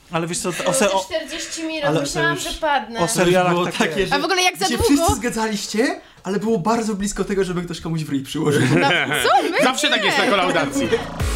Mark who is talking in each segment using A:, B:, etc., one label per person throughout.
A: Ale wiesz co,
B: 40 minut, myślałam, że padnę.
A: O serialach
C: było
A: takie,
C: że
D: A w ogóle jak za
C: się
D: długo?
C: wszyscy zgadzaliście, ale było bardzo blisko tego, żeby ktoś komuś w ryj przyłożył.
D: No, co my?
E: Zawsze tak jest na kolaudacji.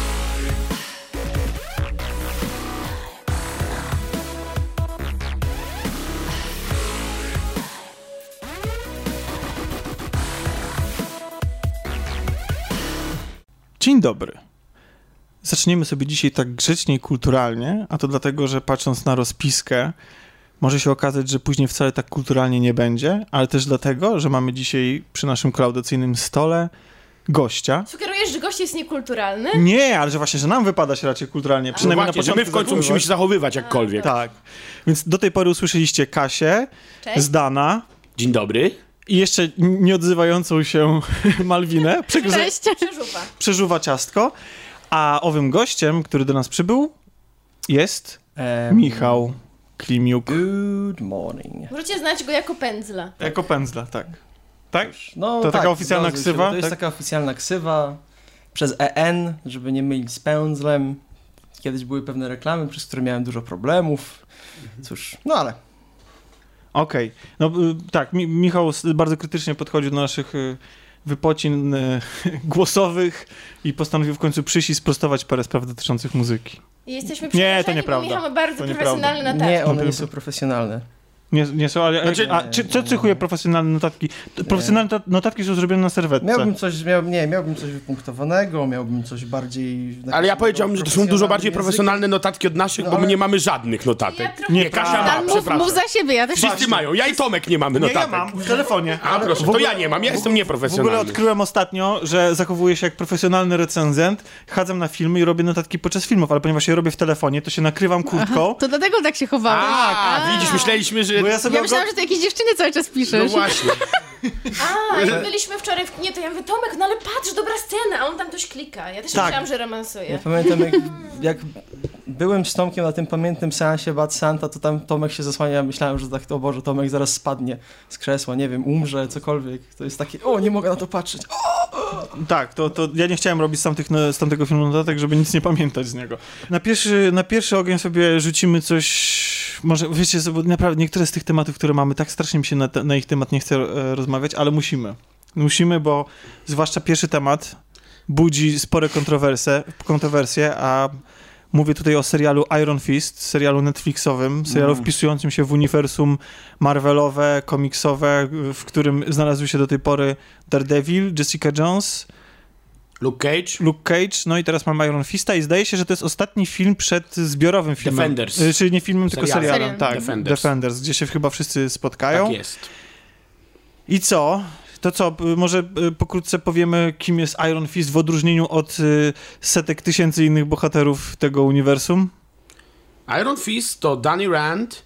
A: Dzień dobry. Zaczniemy sobie dzisiaj tak grzecznie i kulturalnie, a to dlatego, że patrząc na rozpiskę, może się okazać, że później wcale tak kulturalnie nie będzie, ale też dlatego, że mamy dzisiaj przy naszym kolaudacyjnym stole gościa.
B: Sugerujesz, że gość jest niekulturalny?
A: Nie, ale że właśnie, że nam wypada się raczej kulturalnie, przynajmniej
E: Właśnie,
A: na
E: że
A: początku
E: my w końcu musimy się zachowywać jakkolwiek.
A: Tak. Więc do tej pory usłyszeliście Kasię,
B: Cześć.
A: Zdana
E: Dzień dobry.
A: i jeszcze nieodzywającą się Malwinę.
D: Cześć.
B: Przeżuwa.
A: Przeżuwa ciastko. A owym gościem, który do nas przybył, jest Michał Klimiuk.
C: Good morning.
B: Możecie znać go jako pędzla.
A: Jako pędzla, tak. Tak?
C: No,
A: To
C: tak,
A: taka oficjalna
C: zgodzę się,
A: ksywa,
C: To jest
A: tak?
C: taka oficjalna ksywa przez EN, żeby nie mylić z pędzlem. Kiedyś były pewne reklamy, przez które miałem dużo problemów. Cóż, no ale...
A: Okej. No tak, Michał bardzo krytycznie podchodził do naszych wypocin głosowych i postanowił w końcu przyjść i sprostować parę spraw dotyczących muzyki.
B: I jesteśmy
A: Nie, to
B: przepraszani,
A: nieprawda.
B: bo Michał ma bardzo
A: To
B: profesjonalne
A: nieprawda.
B: notatki.
C: Nie, one nie są profesjonalne.
A: Nie są, ale...
E: Znaczy-
A: co cechuje profesjonalne notatki? Profesjonalne notatki są zrobione na serwetce.
C: Miałbym coś wypunktowanego, miałbym coś bardziej...
E: Ale ja powiedziałbym, że to są dużo bardziej
C: językiem.
E: profesjonalne notatki od naszych,
C: No,
E: bo my
C: ale-
E: nie mamy żadnych notatek.
B: Ja trochę-
E: Nie, Kasia ma,
D: Mów
E: przepraszam.
D: za siebie, ja też
E: Wszyscy mają, ja i Tomek nie mamy
A: Nie,
E: notatek.
A: ja mam w telefonie.
E: A proszę, to ja nie mam, ja jestem
A: W ogóle
E: nieprofesjonalny.
A: odkryłem ostatnio, że zachowuję się jak profesjonalny recenzent, chadzam na filmy i robię notatki podczas filmów, ale ponieważ je robię w telefonie, to się nakrywam kurtką.
D: To dlatego tak się chowałeś.
E: Widzisz, myśleliśmy, że...
A: Bo ja sobie
D: Ja myślałam, że to jakieś dziewczyny cały czas
E: No
D: piszesz.
E: właśnie.
B: Jak byliśmy wczoraj w kinie, to ja mówię, Tomek, no ale patrz, dobra scena, a on tam coś klika. Ja też
A: Tak.
B: myślałam, że
C: Ja
B: romansuje.
C: pamiętam, jak byłem z Tomkiem na tym pamiętnym seansie Bad Santa, to tam Tomek się zasłania, myślałem, że tak, o Boże, Tomek zaraz spadnie z krzesła, nie wiem, umrze, cokolwiek. To jest takie, o, nie mogę na to patrzeć.
A: Tak, to ja nie chciałem robić z tamtego filmu notatek, żeby nic nie pamiętać z niego. Na pierwszy ogień sobie rzucimy coś, może wiecie, bo naprawdę niektóre z tych tematów, które mamy, tak strasznie mi się na ich temat nie chce rozmawiać, ale musimy. Musimy, bo zwłaszcza pierwszy temat budzi spore kontrowersje, a mówię tutaj o serialu Iron Fist, serialu Netflixowym, serialu wpisującym się w uniwersum Marvelowe, komiksowe, w którym znalazły się do tej pory Daredevil, Jessica Jones,
E: Luke Cage.
A: no i teraz mamy Iron Fista i zdaje się, że to jest ostatni film przed zbiorowym filmem.
E: Defenders.
A: Czyli nie filmem, tylko serialem.
D: Serial.
A: Tak,
E: Defenders.
A: gdzie się chyba wszyscy spotkają.
E: Tak jest.
A: I co? To co, może pokrótce powiemy, kim jest Iron Fist w odróżnieniu od setek tysięcy innych bohaterów tego uniwersum?
E: Iron Fist to Danny Rand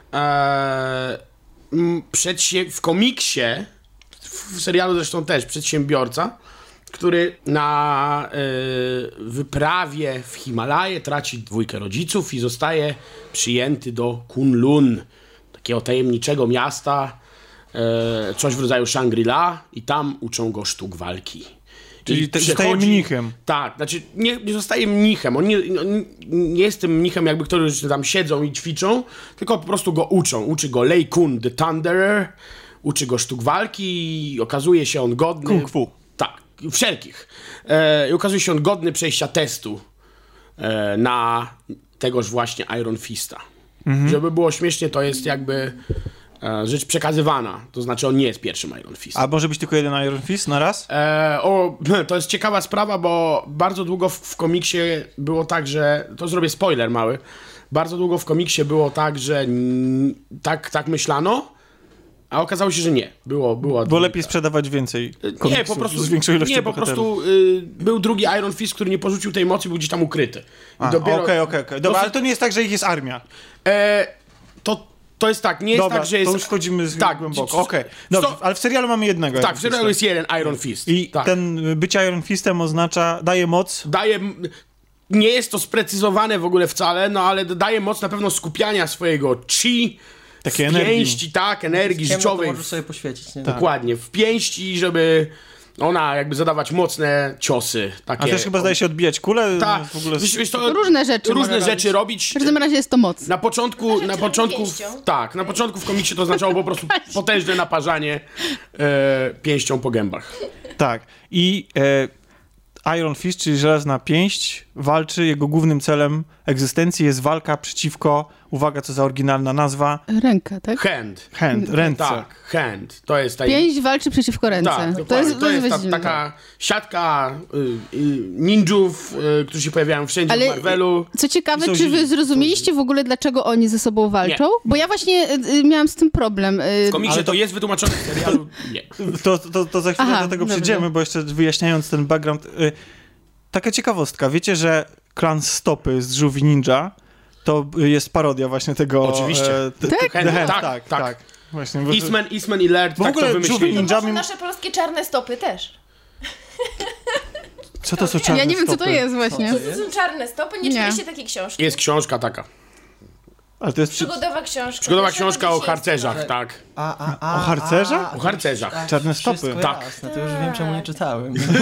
E: w komiksie, w serialu zresztą też, przedsiębiorca, który na wyprawie w Himalaje traci dwójkę rodziców i zostaje przyjęty do Kunlun, takiego tajemniczego miasta, coś w rodzaju Shangri-La, i tam uczą go sztuk walki.
A: Czyli
E: I
A: zostaje mnichem.
E: Tak, znaczy nie zostaje mnichem. On nie jest tym mnichem, jakby którzy tam siedzą i ćwiczą, tylko po prostu go uczą. Uczy go Lei Kun, the Thunderer, uczy go sztuk walki i okazuje się on godny...
A: Kung fu.
E: Tak, wszelkich. I okazuje się on godny przejścia testu na tegoż właśnie Iron Fista. Żeby było śmiesznie, to jest jakby rzecz przekazywana. To znaczy on nie jest pierwszym Iron Fistem.
A: A może być tylko jeden Iron Fist na raz?
E: To jest ciekawa sprawa, bo bardzo długo w komiksie było tak, że... To zrobię spoiler mały. Bardzo długo w komiksie było tak, że tak myślano, a okazało się, że nie.
A: Bo lepiej sprzedawać więcej komiksów,
E: nie, po prostu,
A: z większą ilością
E: nie, po
A: bohaterów.
E: prostu był drugi Iron Fist, który nie porzucił tej mocy, był gdzieś tam ukryty.
A: Okej. Dobra, ale to nie jest tak, że ich jest armia.
E: To jest tak, nie jest
A: Dobra,
E: tak, że jest...
A: to już wchodzimy głęboko. Okej.
E: Dobrze,
A: Ale w serialu mamy jednego
E: Tak,
A: Iron
E: w serialu
A: Fista.
E: jest jeden Iron Fist.
A: I
E: tak.
A: ten bycie Iron Fistem daje moc...
E: Nie jest to sprecyzowane w ogóle wcale, no ale daje moc na pewno skupiania swojego chi,
A: Takiej
E: w
A: energii.
E: pięści, tak, energii
C: Ciemno to
E: życiowej.
C: możesz sobie poświecić, nie?
E: Dokładnie, w pięści, żeby Ona jakby zadawać mocne ciosy. Takie.
A: A też chyba zdaje się odbijać kulę.
E: Tak,
A: W ogóle...
E: wiesz to,
D: Różne rzeczy
E: różne
D: może
E: rzeczy robić.
D: W każdym razie jest to moc.
E: Na początku
B: pięścią.
E: tak, na początku w komiksie to oznaczało po prostu potężne naparzanie pięścią po gębach.
A: Tak. I Iron Fist, czyli żelazna pięść, walczy, jego głównym celem egzystencji jest walka przeciwko, uwaga, co za oryginalna nazwa,
D: Ręka, tak?
E: Hand,
A: ręce.
E: tak, hand. To jest ta...
D: Pięść walczy przeciwko ręce.
E: Tak,
D: to
E: dokładnie.
D: jest,
E: To jest
D: dziwne.
E: taka siatka ninjów, którzy się pojawiają wszędzie
D: Ale
E: w Marvelu.
D: co ciekawe,
A: I są
D: czy wy
A: źli.
D: zrozumieliście w ogóle, dlaczego oni ze sobą walczą? Bo ja właśnie miałam z tym problem.
E: W komiksie to jest wytłumaczone, w serialu nie.
A: To za chwilę
D: Aha,
A: do tego
D: dobrze.
A: przejdziemy, bo jeszcze wyjaśniając ten background. Taka ciekawostka. Wiecie, że klan Stopy z Żółwi Ninja to jest parodia właśnie tego...
E: Oczywiście.
A: The Hand,
E: Tak.
A: tak. Właśnie, bo-
E: Eastman i Laird
A: W
E: tak
A: ogóle
E: to wymyślili.
A: Żółwi
B: To
A: Ninja...
B: może nasze polskie czarne stopy też.
A: Co to są czarne
D: Ja nie wiem, co to
A: stopy?
D: jest właśnie.
B: To są czarne stopy, nie
D: Nie.
B: czytaliście takiej książki.
E: Jest książka taka.
A: Ale to jest
B: Przygodowa książka.
E: Przygodowa
B: Też
E: książka o
B: nawet
E: harcerzach, tak.
A: O harcerzach?
E: O harcerzach.
A: Czarne
C: Wszystko
A: stopy.
E: Tak.
C: jasne, to już wiem, czemu nie czytałem.
B: Nie,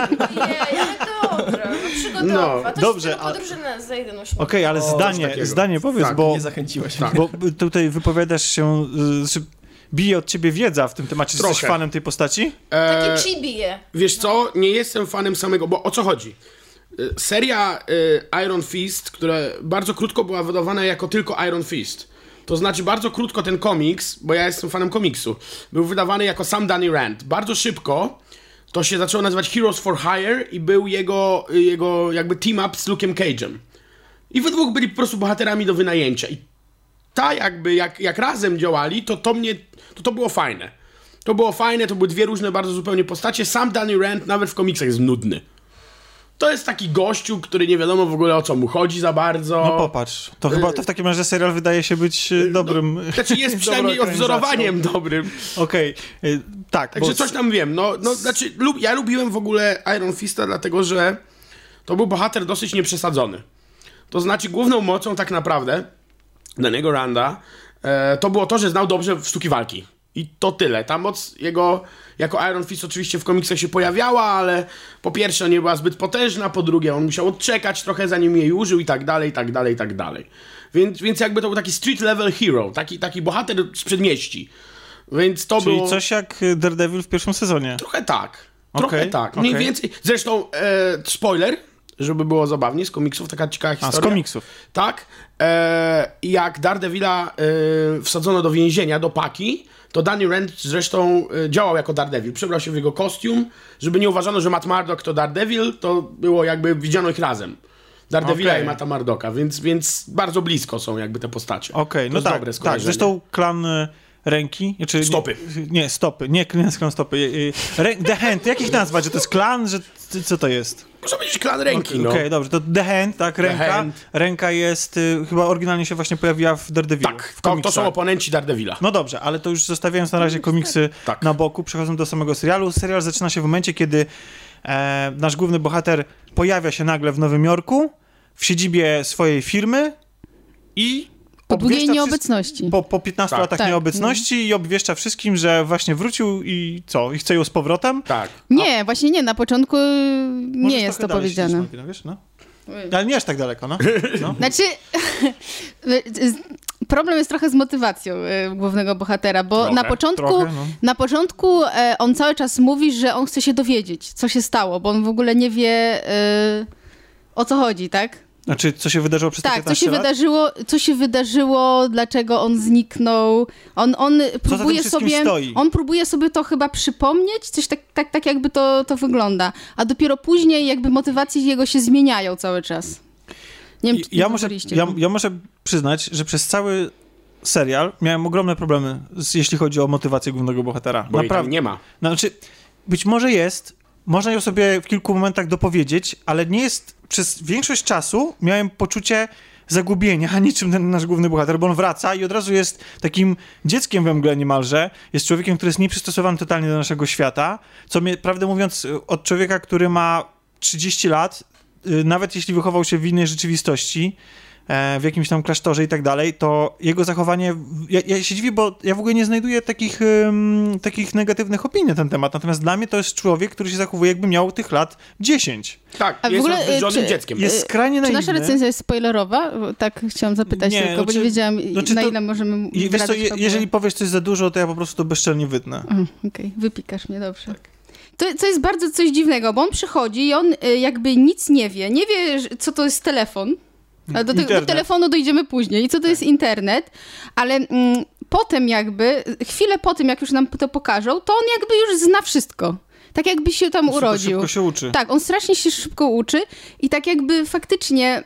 B: ale dobra, no przygodowa. To
A: dobrze,
B: jest
A: a-
B: podróży za jeden uśmiech.
A: Okej, ale
E: takiego.
A: zdanie powiedz,
E: Tak,
A: bo...
C: Nie zachęciłeś
E: Tak.
C: mnie.
A: Bo tutaj wypowiadasz się, bije od ciebie wiedza w tym temacie. Czy jesteś
E: Trochę.
A: fanem tej postaci?
B: Takie chibie.
E: Wiesz co, nie jestem fanem samego, bo o co chodzi? Seria Iron Fist, która bardzo krótko była wydawana jako tylko Iron Fist. To znaczy bardzo krótko ten komiks, bo ja jestem fanem komiksu, był wydawany jako sam Danny Rand. Bardzo szybko to się zaczęło nazywać Heroes for Hire i był jego jakby team-up z Luke'em Cage'em. I we dwóch byli po prostu bohaterami do wynajęcia. I ta jakby, jak razem działali, to było fajne. To było fajne, to były dwie różne bardzo zupełnie postacie. Sam Danny Rand nawet w komiksach jest nudny. To jest taki gościu, który nie wiadomo w ogóle o co mu chodzi za bardzo.
A: No popatrz, to chyba to w takim razie serial wydaje się być dobrym...
E: Znaczy jest przynajmniej
A: dobrą
E: odwzorowaniem dobrym.
A: Okej, tak.
E: Także coś tam wiem. Znaczy, ja lubiłem w ogóle Iron Fista, dlatego że to był bohater dosyć nieprzesadzony. To znaczy główną mocą tak naprawdę Danny'ego Randa to było to, że znał dobrze sztuki walki. I to tyle. Ta moc jego jako Iron Fist oczywiście w komiksach się pojawiała, ale po pierwsze nie była zbyt potężna, po drugie on musiał odczekać trochę zanim jej użył i tak dalej, i tak dalej, i tak dalej. Więc jakby to był taki street level hero, taki bohater z przedmieści. Więc to
A: Czyli
E: było...
A: coś jak Daredevil w pierwszym sezonie.
E: Trochę tak.
A: Okej,
E: Mniej
A: okej.
E: więcej. Zresztą spoiler, żeby było zabawnie, z komiksów, taka ciekawa historia.
A: Z komiksów.
E: Tak. Jak Daredevila wsadzono do więzienia, do paki, to Danny Rand zresztą działał jako Daredevil. Przebrał się w jego kostium, żeby nie uważano, że Matt Murdock to Daredevil, to było jakby widziano ich razem. Daredevila
A: Okej.
E: i Matta Murdocka, więc bardzo blisko są jakby te postacie.
A: Okej,
E: To
A: no
E: jest
A: tak,
E: dobre
A: tak.
E: skojarzenie.
A: Zresztą klan ręki... Czy
E: Stopy.
A: Nie, stopy. Nie stopy. The Hand. Jak ich nazwać? Że to jest klan? Że co to jest?
E: Można powiedzieć klan ręki, no.
A: Okej, dobrze. To The Hand, tak? Ręka.
E: Hand.
A: Ręka jest... chyba oryginalnie się właśnie pojawiła w Daredevilu.
E: Tak,
A: w
E: to
A: komiksach.
E: są oponenci Daredevila.
A: No dobrze, ale to już zostawiając na razie komiksy
E: Tak.
A: na boku, przechodząc do samego serialu. Serial zaczyna się w momencie, kiedy nasz główny bohater pojawia się nagle w Nowym Jorku, w siedzibie swojej firmy i
D: Po długiej
A: obwieszcza
D: nieobecności.
A: Po 15
E: Tak.
A: latach
D: Tak.
A: nieobecności i obwieszcza wszystkim, że właśnie wrócił i co? I chce ją z powrotem?
E: Tak.
D: Nie, właśnie nie, na początku nie
A: Możesz
D: jest
A: trochę
D: to
A: dalej
D: powiedziane.
A: siedzieć, Malwina, wiesz, no? Ale nie aż tak daleko, no. no.
D: Znaczy, problem jest trochę z motywacją głównego bohatera, bo
E: Trochę,
A: trochę, no.
D: na początku on cały czas mówi, że on chce się dowiedzieć, co się stało, bo on w ogóle nie wie, o co chodzi, tak?
A: Znaczy, co się wydarzyło przez te
D: Tak,
A: 15 lat?
D: co się wydarzyło, dlaczego on zniknął. On próbuje
A: wszystkim
D: sobie,
A: stoi?
D: on próbuje sobie to chyba przypomnieć, coś tak jakby to wygląda. A dopiero później jakby motywacje jego się zmieniają cały czas. Nie wiem, czy
A: Ja muszę przyznać, że przez cały serial miałem ogromne problemy, jeśli chodzi o motywację głównego bohatera.
E: Bo jej tam nie ma.
A: Znaczy, być może jest, można ją sobie w kilku momentach dopowiedzieć, ale nie jest, przez większość czasu miałem poczucie zagubienia, niczym ten nasz główny bohater, bo on wraca i od razu jest takim dzieckiem we mgle niemalże, jest człowiekiem, który jest nieprzystosowany totalnie do naszego świata, co mnie, prawdę mówiąc, od człowieka, który ma 30 lat, nawet jeśli wychował się w innej rzeczywistości, w jakimś tam klasztorze i tak dalej, to jego zachowanie, ja się dziwię, bo ja w ogóle nie znajduję takich negatywnych opinii na ten temat, natomiast dla mnie to jest człowiek, który się zachowuje, jakby miał tych lat 10.
E: Tak,
D: A w
E: jest
D: ogóle,
E: rozwyżonym
D: czy-
E: dzieckiem.
A: Jest skrajnie
D: Czy
A: naiwny.
D: nasza recenzja jest spoilerowa? Bo tak chciałam zapytać
A: Nie,
D: tylko, bo
A: znaczy-
D: nie wiedziałam,
A: znaczy
D: na
A: to-
D: ile możemy
A: I wiesz co,
D: zdradzić fabułę.
A: jeżeli powiesz coś za dużo, to ja po prostu to bezczelnie wytnę.
D: Okej, wypikasz mnie, dobrze. To jest bardzo coś dziwnego, bo on przychodzi i on jakby nic nie wie. Nie wie, co to jest telefon. A do
A: Internet.
D: telefonu dojdziemy później. I co to jest internet. Ale potem jakby, chwilę po tym, jak już nam to pokażą, to on jakby już zna wszystko. Tak jakby się tam urodził.
A: Szybko się uczy.
D: Tak, on strasznie się szybko uczy i tak jakby faktycznie...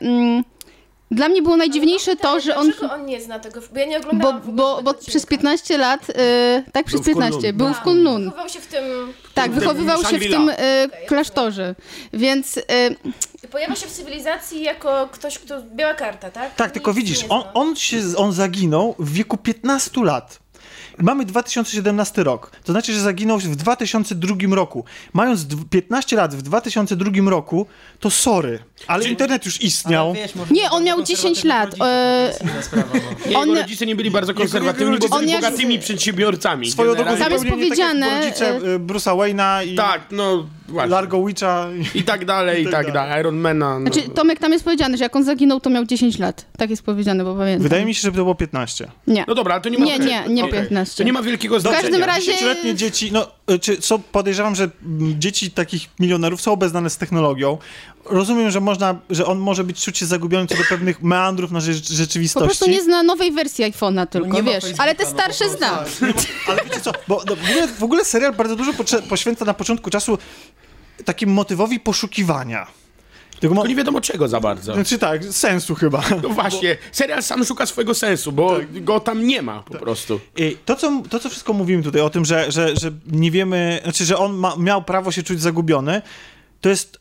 D: Dla mnie było najdziwniejsze to, że on...
B: Dlaczego on nie zna tego? Bo ja nie oglądałam w ogóle
D: Bo
B: tego
D: przez
B: odcinka.
D: 15 lat, tak, przez
E: w
D: 15,
E: Kunlun.
D: był w Kunlun.
B: Wychował się w tym...
D: Tak, wychowywał się w
E: Shangri-La.
D: tym klasztorze. Więc
B: Pojawia się w cywilizacji jako ktoś, kto... Biała karta, tak?
A: Tak, tylko
B: Nic
A: widzisz,
B: nie zna.
A: on zaginął w wieku 15 lat. Mamy 2017 rok. To znaczy, że zaginął w 2002 roku. Mając 15 lat w 2002 roku, to sorry, ale internet już istniał.
C: Ale wiesz, może
D: Nie, on miał
C: konserwatywnych
D: 10 lat,
C: rodziców, to jest inna sprawa, bo...
E: Jego
D: on-
E: rodzice nie byli bardzo konserwatywni,
A: rodzice-
E: bo byli
D: on jak-
E: bogatymi przedsiębiorcami.
A: Swoją drogą
E: Generalnie-
D: Tam jest
A: zupełnie nie tak jak
D: powiedziane,
A: rodzice Bruce'a Wayne'a i
E: Tak, no właśnie.
A: Largo Witcha.
E: I tak dalej, i tak dalej. Ironmana. No.
D: Znaczy, Tomek, tam jest powiedziane, że jak on zaginął, to miał 10 lat. Tak jest powiedziane, bo pamiętam.
A: Wydaje mi się, że to było 15.
D: Nie.
E: No dobra, ale to nie ma...
D: Nie
E: Okej.
D: 15.
E: To nie ma wielkiego znaczenia.
D: każdym razie-
A: 10-letnie dzieci, podejrzewam, że dzieci takich milionerów są obeznane z technologią. Rozumiem, że on może czuć się zagubiony co do pewnych meandrów naszej
D: Po
A: rzeczywistości.
D: prostu nie zna nowej wersji iPhone'a tylko,
C: nie ma
D: wiesz.
C: Facebooka,
D: Ale te
C: no
D: starsze
C: po prostu.
D: zna.
A: Ale wiecie co, bo w ogóle serial bardzo dużo poświęca na początku czasu takim motywowi poszukiwania.
E: Tylko nie wiadomo czego za bardzo.
A: Znaczy tak, sensu chyba.
E: No właśnie, serial sam szuka swojego sensu, bo go tam nie ma po prostu.
A: I to, co wszystko mówimy tutaj o tym, że nie wiemy, znaczy, że on miał prawo się czuć zagubiony, to jest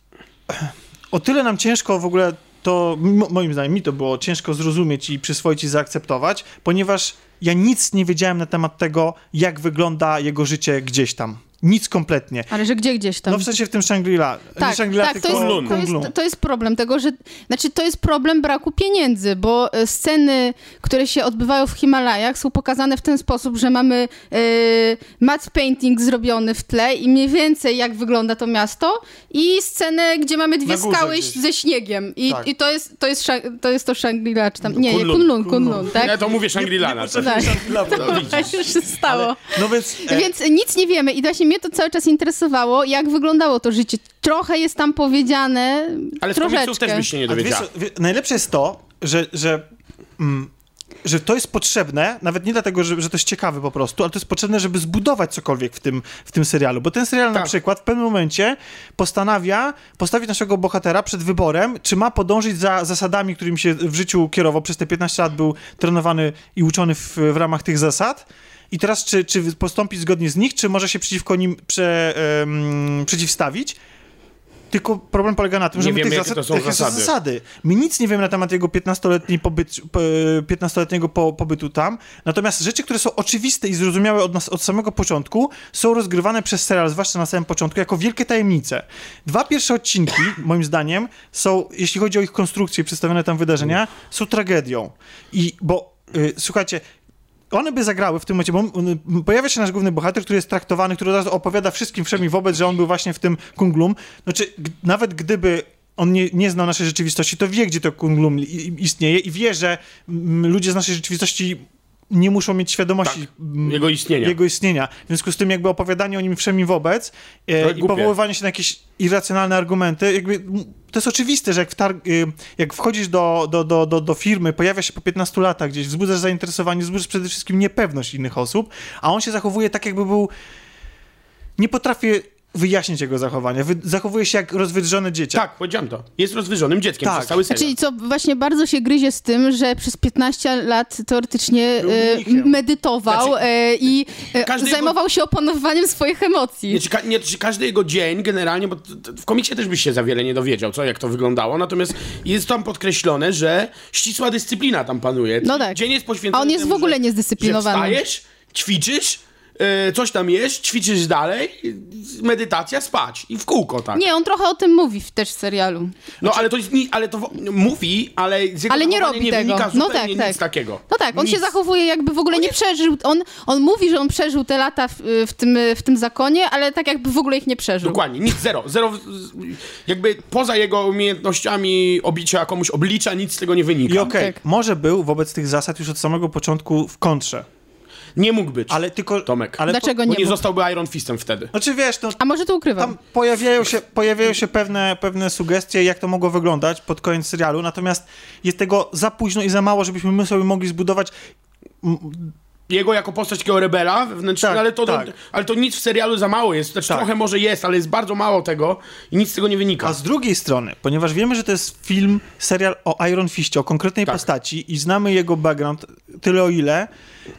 A: o tyle nam ciężko w ogóle to, moim zdaniem, mi to było ciężko zrozumieć i przyswoić i zaakceptować, ponieważ ja nic nie wiedziałem na temat tego, jak wygląda jego życie gdzieś tam. Nic kompletnie.
D: Ale że gdzieś tam.
A: No w sensie w tym Shangri-La.
D: Tak,
A: Nie Shangri-La,
D: tak,
A: tylko
E: Kunlun.
D: to jest problem tego, że... Znaczy, to jest problem braku pieniędzy, bo sceny, które się odbywają w Himalajach są pokazane w ten sposób, że mamy matte painting zrobiony w tle i mniej więcej jak wygląda to miasto i scenę, gdzie mamy dwie
A: Na górze
D: skały
A: gdzieś.
D: ze śniegiem. I,
A: Tak.
D: i to jest to Shangri-La, czy tam... Nie,
E: Kunlun.
D: Kunlun, tak?
E: Ja to mówię Shangri-La na to.
D: Tak.
E: No, widzisz.
D: Już się stało.
A: No więc...
D: Więc nic nie wiemy i właśnie mnie to cały czas interesowało, jak wyglądało to życie. Trochę jest tam powiedziane,
E: Ale z
D: troszeczkę.
E: komiksów też byś się nie
A: A wiesz,
E: dowiedziała.
A: najlepsze jest to, że to jest potrzebne, nawet nie dlatego, że to jest ciekawe po prostu, ale to jest potrzebne, żeby zbudować cokolwiek w tym serialu. Bo ten serial na
E: Tak.
A: przykład w pewnym momencie postawić naszego bohatera przed wyborem, czy ma podążyć za zasadami, którymi się w życiu kierował. Przez te 15 lat był trenowany i uczony w ramach tych zasad. I teraz czy postąpić zgodnie z nich, czy może się przeciwko nim przeciwstawić. Tylko problem polega na tym, że
E: Nie
A: my
E: wiemy,
A: tych
E: jakie to są
A: tych
E: zasady.
A: zasady. My nic nie wiemy na temat jego 15-letniego pobytu tam, natomiast rzeczy, które są oczywiste i zrozumiałe od samego początku, są rozgrywane przez serial, zwłaszcza na samym początku, jako wielkie tajemnice. 2 pierwsze odcinki, moim zdaniem, są, jeśli chodzi o ich konstrukcję i przedstawione tam wydarzenia, są tragedią. Słuchajcie, one by zagrały w tym momencie, bo pojawia się nasz główny bohater, który jest traktowany, który od razu opowiada wszystkim wszemi wobec, że on był właśnie w tym Kunlun. Znaczy, nawet gdyby on nie znał naszej rzeczywistości, to wie, gdzie to Kunlun istnieje i wie, że ludzie z naszej rzeczywistości nie muszą mieć świadomości
E: Jego istnienia.
A: W związku z tym jakby opowiadanie o nim wszemi wobec i
E: głupie.
A: powoływanie się na jakieś irracjonalne argumenty, jakby to jest oczywiste, że jak wchodzisz do firmy, pojawia się po 15 latach gdzieś, wzbudzasz zainteresowanie, wzbudzasz przede wszystkim niepewność innych osób, a on się zachowuje tak, jakby był... Nie potrafię wyjaśnić jego zachowania. Zachowuje się jak rozwydrzone dzieciak.
E: Tak, powiedziałem to. Jest rozwyżonym dzieckiem
A: Tak.
E: przez cały serial.
D: Czyli co właśnie bardzo się gryzie z tym, że przez 15 lat teoretycznie
A: Był mnichem.
D: medytował i
E: każdy
D: zajmował się opanowywaniem swoich emocji.
E: Każdy jego dzień generalnie, bo w komiksie też byś się za wiele nie dowiedział, jak to wyglądało, natomiast jest tam podkreślone, że ścisła dyscyplina tam panuje.
D: No tak.
E: Dzień jest poświęcony
D: A on jest
E: temu,
D: w ogóle
E: że
D: niezdyscyplinowany.
E: wstajesz, ćwiczysz, coś tam jesz, ćwiczysz dalej, medytacja, spać i w kółko, tak.
D: Nie, on trochę o tym mówi też w serialu.
E: No ale to jest, mówi, ale z jego
D: Ale nie
E: zachowania
D: robi
E: nie
D: tego.
E: wynika
D: No
E: zupełnie
D: tak,
E: nic takiego.
D: No tak, on
E: Nic.
D: się zachowuje jakby w ogóle nie przeżył. On mówi, że on przeżył te lata w tym zakonie, ale tak jakby w ogóle ich nie przeżył.
E: Dokładnie, nic, zero, jakby poza jego umiejętnościami obicia komuś oblicza, nic z tego nie wynika.
A: I okej,
D: Tak.
A: może był wobec tych zasad już od samego początku w kontrze,
E: Nie mógł być,
A: ale tylko...
E: Tomek.
A: Ale
D: Dlaczego
E: bo
D: nie
E: nie
D: mógł?
E: zostałby Iron Fistem wtedy.
A: Znaczy wiesz, no
D: A może to ukrywał?
A: tam pojawiają się pewne sugestie, jak to mogło wyglądać pod koniec serialu, natomiast jest tego za późno i za mało, żebyśmy my sobie mogli zbudować...
E: Jego jako postać takiego rebela wewnętrznego,
A: Tak,
E: ale to nic w serialu za mało jest. Znaczy
A: Tak.
E: trochę może jest, ale jest bardzo mało tego i nic z tego nie wynika.
A: A z drugiej strony, ponieważ wiemy, że to jest serial o Iron Fistie, o konkretnej
E: Tak.
A: postaci i znamy jego background tyle o ile,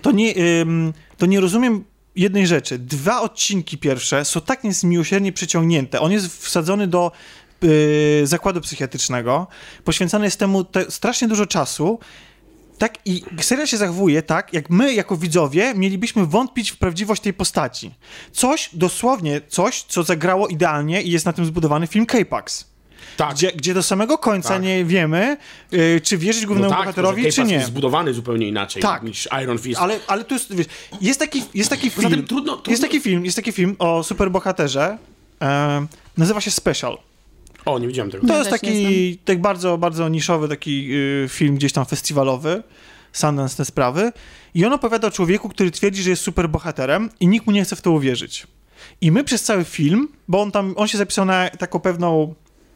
A: to nie rozumiem jednej rzeczy. 2 odcinki pierwsze są tak niemiłosiernie przeciągnięte. On jest wsadzony do zakładu psychiatrycznego, poświęcane jest temu strasznie dużo czasu. Tak, i serial się zachowuje tak, jak my jako widzowie mielibyśmy wątpić w prawdziwość tej postaci. Dosłownie coś, co zagrało idealnie i jest na tym zbudowany film K-Pax.
E: Tak.
A: Gdzie do samego końca
E: Tak.
A: nie wiemy, czy wierzyć głównemu bohaterowi,
E: tylko, że
A: czy
E: K-Pax
A: nie.
E: jest zbudowany zupełnie inaczej
A: Tak.
E: niż Iron Fist.
A: Ale tu jest, wiesz, jest taki
E: Poza
A: film,
E: tym trudno-
A: jest taki film o superbohaterze, nazywa się Special.
E: O, nie widziałem tego.
A: To
D: Ja
A: jest
D: też nie
A: taki tak bardzo, bardzo niszowy taki film gdzieś tam festiwalowy, Sundance, te sprawy. I on opowiada o człowieku, który twierdzi, że jest superbohaterem i nikt mu nie chce w to uwierzyć. I my przez cały film, bo on się zapisał na taką pewną,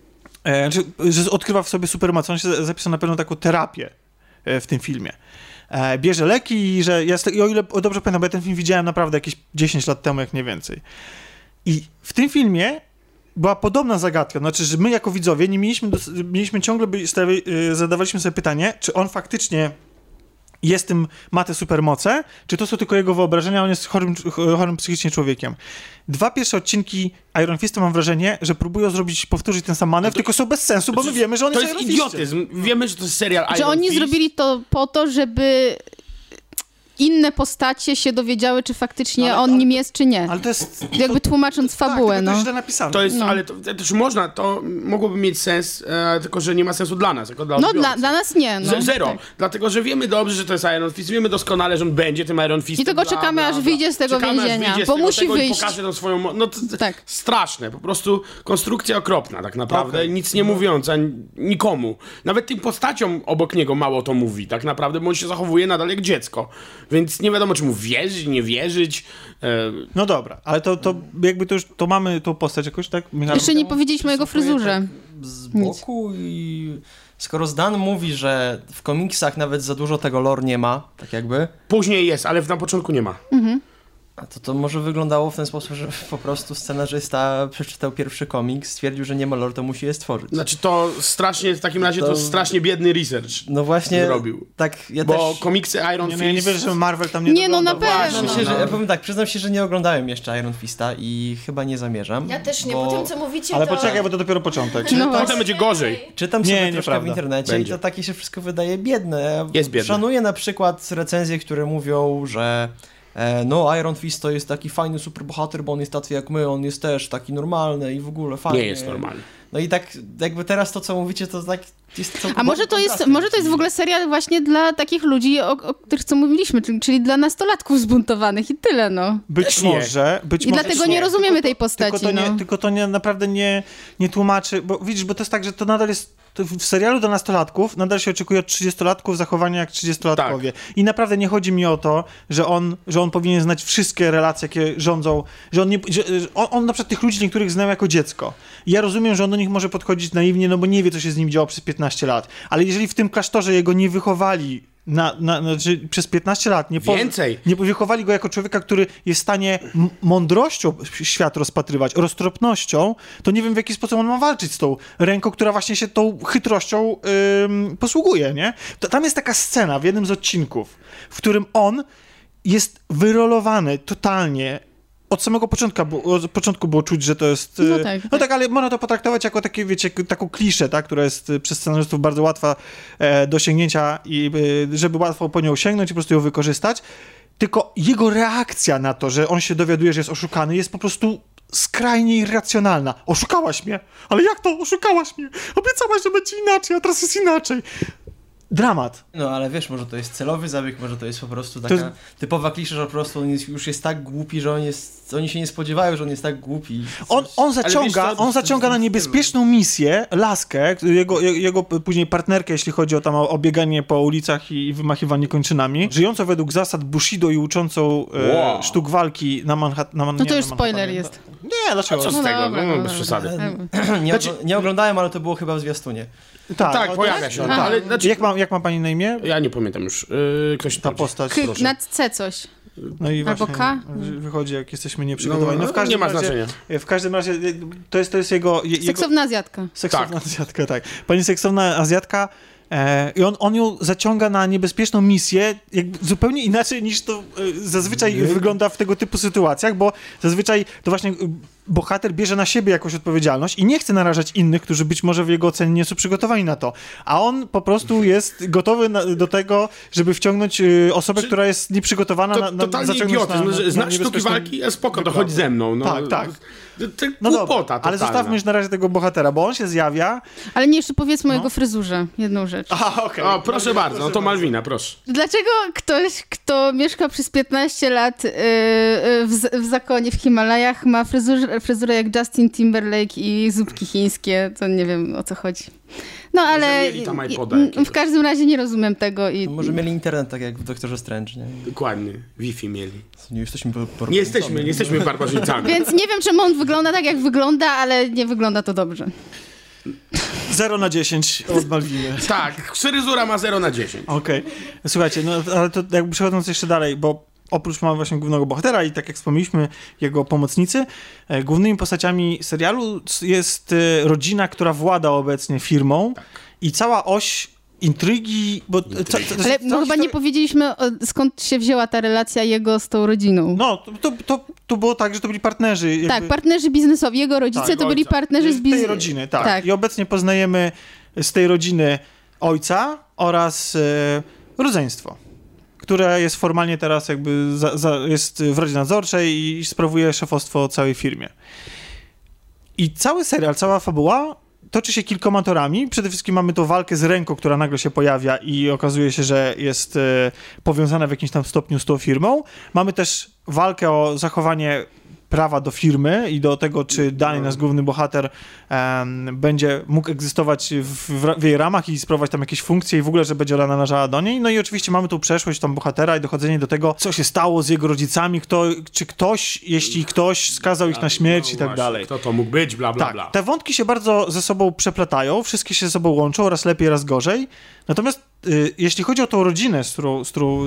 A: że odkrywa w sobie supermoc, on się zapisał na pewną taką terapię w tym filmie. Bierze leki i i o ile dobrze pamiętam, bo ja ten film widziałem naprawdę jakieś 10 lat temu, jak nie więcej. I w tym filmie była podobna zagadka, znaczy, że my jako widzowie nie mieliśmy ciągle, zadawaliśmy sobie pytanie, czy on faktycznie ma te supermoce, czy to są tylko jego wyobrażenia, on jest chorym psychicznie człowiekiem. 2 pierwsze odcinki Iron Fista mam wrażenie, że próbują powtórzyć ten sam manewr, tylko są bez sensu, bo my wiemy, że on
E: To
A: jest
E: jest
A: Iron Fistem.
E: idiotyzm. Wiemy, że to jest serial
D: Że
E: Iron
D: oni
E: Fist.
D: zrobili to po to, żeby inne postacie się dowiedziały, czy faktycznie on nim jest, czy nie.
A: Ale to jest...
D: Jakby tłumacząc fabułę,
A: tak,
D: no.
A: to jest źle napisane.
E: To jest, ale to też można, to mogłoby mieć sens, tylko że nie ma sensu dla nas, jako dla
D: No
E: odbiorcy.
D: dla nas nie, no.
E: Zero.
D: Tak.
E: Dlatego, że wiemy dobrze, że to jest Iron Fist, wiemy doskonale, że on będzie tym Iron Fistem.
D: I tylko czekamy, aż wyjdzie z tego więzienia, bo musi
E: I
D: wyjść.
E: pokaże tą swoją... No to
D: Tak.
E: straszne, po prostu konstrukcja okropna tak naprawdę,
A: Okej.
E: nic nie mówiąca nikomu. Nawet tym postaciom obok niego mało to mówi, tak naprawdę, bo on się zachowuje nadal jak dziecko. Więc nie wiadomo, czy mu wierzyć, nie wierzyć.
A: No dobra, ale to jakby to mamy tą postać jakoś, tak? Michał?
D: Jeszcze nie powiedzieliśmy o jego fryzurze.
C: Z boku i skoro Zdan mówi, że w komiksach nawet za dużo tego lore nie ma, tak jakby,
E: Później jest, ale na początku nie ma.
C: a to może wyglądało w ten sposób, że po prostu scenarzysta przeczytał pierwszy komiks, stwierdził, że nie ma lore, to musi je stworzyć.
E: Znaczy to strasznie, w takim razie to strasznie biedny research
C: No właśnie,
E: zrobił.
C: tak, ja
E: Bo
C: też...
E: komiksy Iron
A: Nie,
E: Fist...
A: no ja nie wierzę, że Marvel tam nie
D: Nie, no na
A: doglądał.
D: pewno.
C: Przyznam się, że, ja powiem tak, przyznam się, że nie oglądałem jeszcze Iron Fista i chyba nie zamierzam.
B: Ja też nie,
C: bo
B: po tym co mówicie,
A: Ale
B: to...
A: poczekaj, bo to dopiero początek.
D: No właśnie.
E: Potem będzie gorzej.
C: Czytam
A: Nie,
C: sobie troszkę
A: nieprawda.
C: w internecie
E: Będzie.
C: i to takie się wszystko wydaje biedne. Ja
E: Jest biedne.
C: Szanuję na przykład recenzje, które mówią, że no Iron Fist to jest taki fajny superbohater, bo on jest tacy jak my, on jest też taki normalny i w ogóle fajny.
E: Nie jest normalny.
C: No i tak jakby teraz to, co mówicie, to tak jest...
D: A może to jest w ogóle serial właśnie dla takich ludzi, o których co mówiliśmy, czyli dla nastolatków zbuntowanych i tyle, no.
A: Być
E: Też nie.
A: może...
D: I dlatego nie rozumiemy tej postaci,
A: Tylko to naprawdę nie tłumaczy, bo widzisz, bo to jest tak, że to nadal jest... To w serialu do nastolatków nadal się oczekuje od 30-latków zachowania jak 30-latkowie. I naprawdę nie chodzi mi o to, że on powinien znać wszystkie relacje, jakie rządzą, że on na przykład tych ludzi niektórych znał jako dziecko. I ja rozumiem, że on do nich może podchodzić naiwnie, no bo nie wie, co się z nim działo przez 15 lat. Ale jeżeli w tym klasztorze jego nie wychowali znaczy przez 15 lat
E: Więcej.
A: nie wychowali go jako człowieka, który jest w stanie mądrością świat rozpatrywać, roztropnością, to nie wiem, w jaki sposób on ma walczyć z tą ręką, która właśnie się tą chytrością posługuje, nie? Tam jest taka scena w jednym z odcinków, w którym on jest wyrolowany totalnie. Od samego początku było czuć, że to jest...
D: No tak.
A: Ale można to potraktować jako takie, wiecie, taką kliszę, tak, która jest przez scenarzystów bardzo łatwa do osiągnięcia i żeby łatwo po nią sięgnąć i po prostu ją wykorzystać. tylko jego reakcja na to, że on się dowiaduje, że jest oszukany, jest po prostu skrajnie irracjonalna. Oszukałaś mnie! Ale jak to? Oszukałaś mnie! Obiecałaś, że będzie inaczej, a teraz jest inaczej. Dramat.
C: No ale wiesz, może to jest celowy zabieg, może to jest po prostu
A: To
C: taka typowa klisza, że po prostu już jest tak głupi, że oni się nie spodziewają, że on jest tak głupi.
A: On zaciąga na niebezpieczną misję laskę, jego później partnerkę, jeśli chodzi o tam o bieganie po ulicach i wymachiwanie kończynami, żyjącą według zasad Bushido i uczącą sztuk walki na Manhattan.
D: No to już spoiler jest.
A: Nie, dlaczego?
E: Co z tego?
D: dobra,
E: No,
D: no
E: bez przesady.
C: Nie oglądałem, ale to było chyba w zwiastunie.
E: Tak, pojawia się. Ale, znaczy,
A: Jak ma pani na imię?
E: ja nie pamiętam już. Ktoś
A: Ta postać.
D: Nad C coś.
A: No i
D: Albo
A: właśnie
D: K?
A: wychodzi, jak jesteśmy nieprzygotowani. No, w każdym
E: nie ma
A: razie,
E: znaczenia.
A: W każdym razie to jest jego...
D: Seksowna Azjatka.
A: Seksowna Azjatka, tak. Pani seksowna Azjatka i on ją zaciąga na niebezpieczną misję jakby zupełnie inaczej niż to zazwyczaj wygląda w tego typu sytuacjach, bo zazwyczaj to właśnie bohater bierze na siebie jakąś odpowiedzialność i nie chce narażać innych, którzy być może w jego ocenie nie są przygotowani na to. A on po prostu jest gotowy do tego, żeby wciągnąć osobę, która jest nieprzygotowana na
E: totalnie idiotyzm. Znasz sztuki walki? Spoko, to chodź ze mną. No,
A: tak.
E: No dobra,
A: ale zostawmy już na razie tego bohatera, bo on się zjawia.
D: Ale nie, jeszcze powiedzmy o jego fryzurze. Jedną rzecz.
A: Aha, okej.
E: O, proszę bardzo, no to Malwina, proszę.
D: Dlaczego ktoś, kto mieszka przez 15 lat w zakonie w Himalajach, ma fryzurę jak Justin Timberlake i zupki chińskie? To nie wiem, o co chodzi. No ale
E: mieli tam iPoda jakiegoś.
D: w każdym razie nie rozumiem tego.
C: Może mieli internet, tak jak w Doktorze Strange, nie?
E: Dokładnie, Wi-Fi mieli.
C: Nie jesteśmy
E: Nie jesteśmy barbarzyńcami.
D: Więc nie wiem, czemu on wygląda tak, jak wygląda, ale nie wygląda to dobrze.
A: 0 na 10 od Malwiny.
E: Tak, fryzura ma 0 na 10.
A: Okej. Słuchajcie, no ale to jakby przechodząc jeszcze dalej, bo oprócz mamy właśnie głównego bohatera i tak jak wspomnieliśmy, jego pomocnicy, głównymi postaciami serialu jest rodzina, która włada obecnie firmą i cała oś intrygi, bo...
D: Ale chyba nie powiedzieliśmy, skąd się wzięła ta relacja jego z tą rodziną.
A: No, to było tak, że to byli partnerzy. Jakby,
D: Tak, partnerzy biznesowi. Jego rodzice
E: Tak,
D: to byli partnerzy z
A: tej
D: biznesu.
A: rodziny, tak. I obecnie poznajemy z tej rodziny ojca oraz rodzeństwo, które jest formalnie teraz jakby jest w Radzie Nadzorczej i sprawuje szefostwo całej firmie. I cały serial, cała fabuła toczy się kilkoma torami. Przede wszystkim mamy tą walkę z ręką, która nagle się pojawia i okazuje się, że jest powiązana w jakimś tam stopniu z tą firmą. Mamy też walkę o zachowanie prawa do firmy i do tego, czy dalej nasz główny bohater będzie mógł egzystować w jej ramach i sprawować tam jakieś funkcje i w ogóle, że będzie ona należała do niej. No i oczywiście mamy tu przeszłość tam bohatera i dochodzenie do tego, co się stało z jego rodzicami, jeśli ktoś skazał ich na śmierć i tak dalej.
E: Kto to mógł być, bla, bla, bla.
A: Te wątki się bardzo ze sobą przeplatają, wszystkie się ze sobą łączą, raz lepiej, raz gorzej. Natomiast jeśli chodzi o tą rodzinę, z którą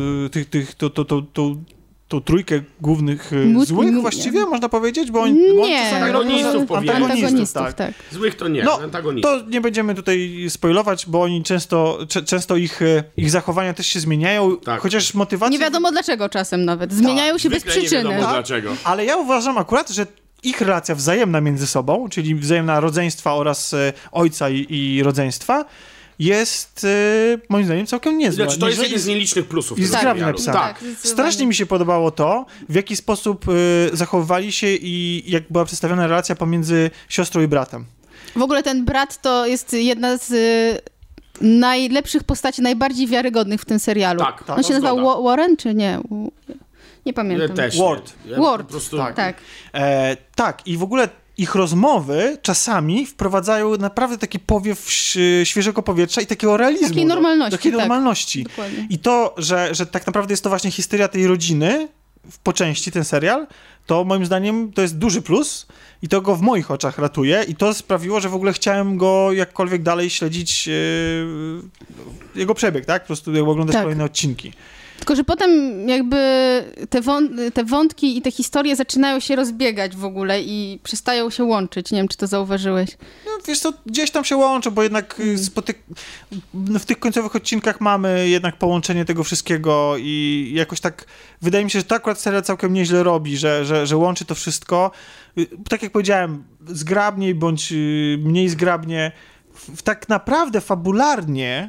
A: tą trójkę głównych złych właściwie, można powiedzieć, bo oni
E: antagonistów,
D: tak.
E: Złych to nie,
A: no,
E: antagonistów.
A: To nie będziemy tutaj spoilować, bo oni często ich zachowania też się zmieniają, chociaż motywacje...
D: Nie wiadomo dlaczego czasem nawet. Zmieniają się bez przyczyny.
E: Nie wiadomo dlaczego.
A: Ale ja uważam akurat, że ich relacja wzajemna między sobą, czyli wzajemna rodzeństwa oraz ojca i rodzeństwa, jest moim zdaniem całkiem niezła.
E: Znaczy, to jest jeden z nielicznych plusów.
A: Jest zgrabnie napisane.
E: Tak.
A: Strasznie mi się podobało to, w jaki sposób zachowywali się i jak była przedstawiona relacja pomiędzy siostrą i bratem.
D: W ogóle ten brat to jest jedna z najlepszych postaci, najbardziej wiarygodnych w tym serialu.
E: Tak,
D: on się nazywał Warren, czy nie? Nie pamiętam.
A: Ward.
D: Ward,
E: po prostu...
D: tak.
A: Tak, i w ogóle ich rozmowy czasami wprowadzają naprawdę taki powiew świeżego powietrza i takiego realizmu. Takiej normalności.
D: Dokładnie.
A: I to, że tak naprawdę jest to właśnie historia tej rodziny, po części ten serial, to moim zdaniem to jest duży plus i to go w moich oczach ratuje i to sprawiło, że w ogóle chciałem go jakkolwiek dalej śledzić jego przebieg, tak? Po prostu oglądać kolejne odcinki.
D: Tylko, że potem jakby te wątki i te historie zaczynają się rozbiegać w ogóle i przestają się łączyć. Nie wiem, czy to zauważyłeś.
A: No wiesz co, gdzieś tam się łączą, bo jednak w tych końcowych odcinkach mamy jednak połączenie tego wszystkiego i jakoś tak wydaje mi się, że to akurat serial całkiem nieźle robi, że łączy to wszystko. Tak jak powiedziałem, zgrabniej bądź mniej zgrabnie, tak naprawdę fabularnie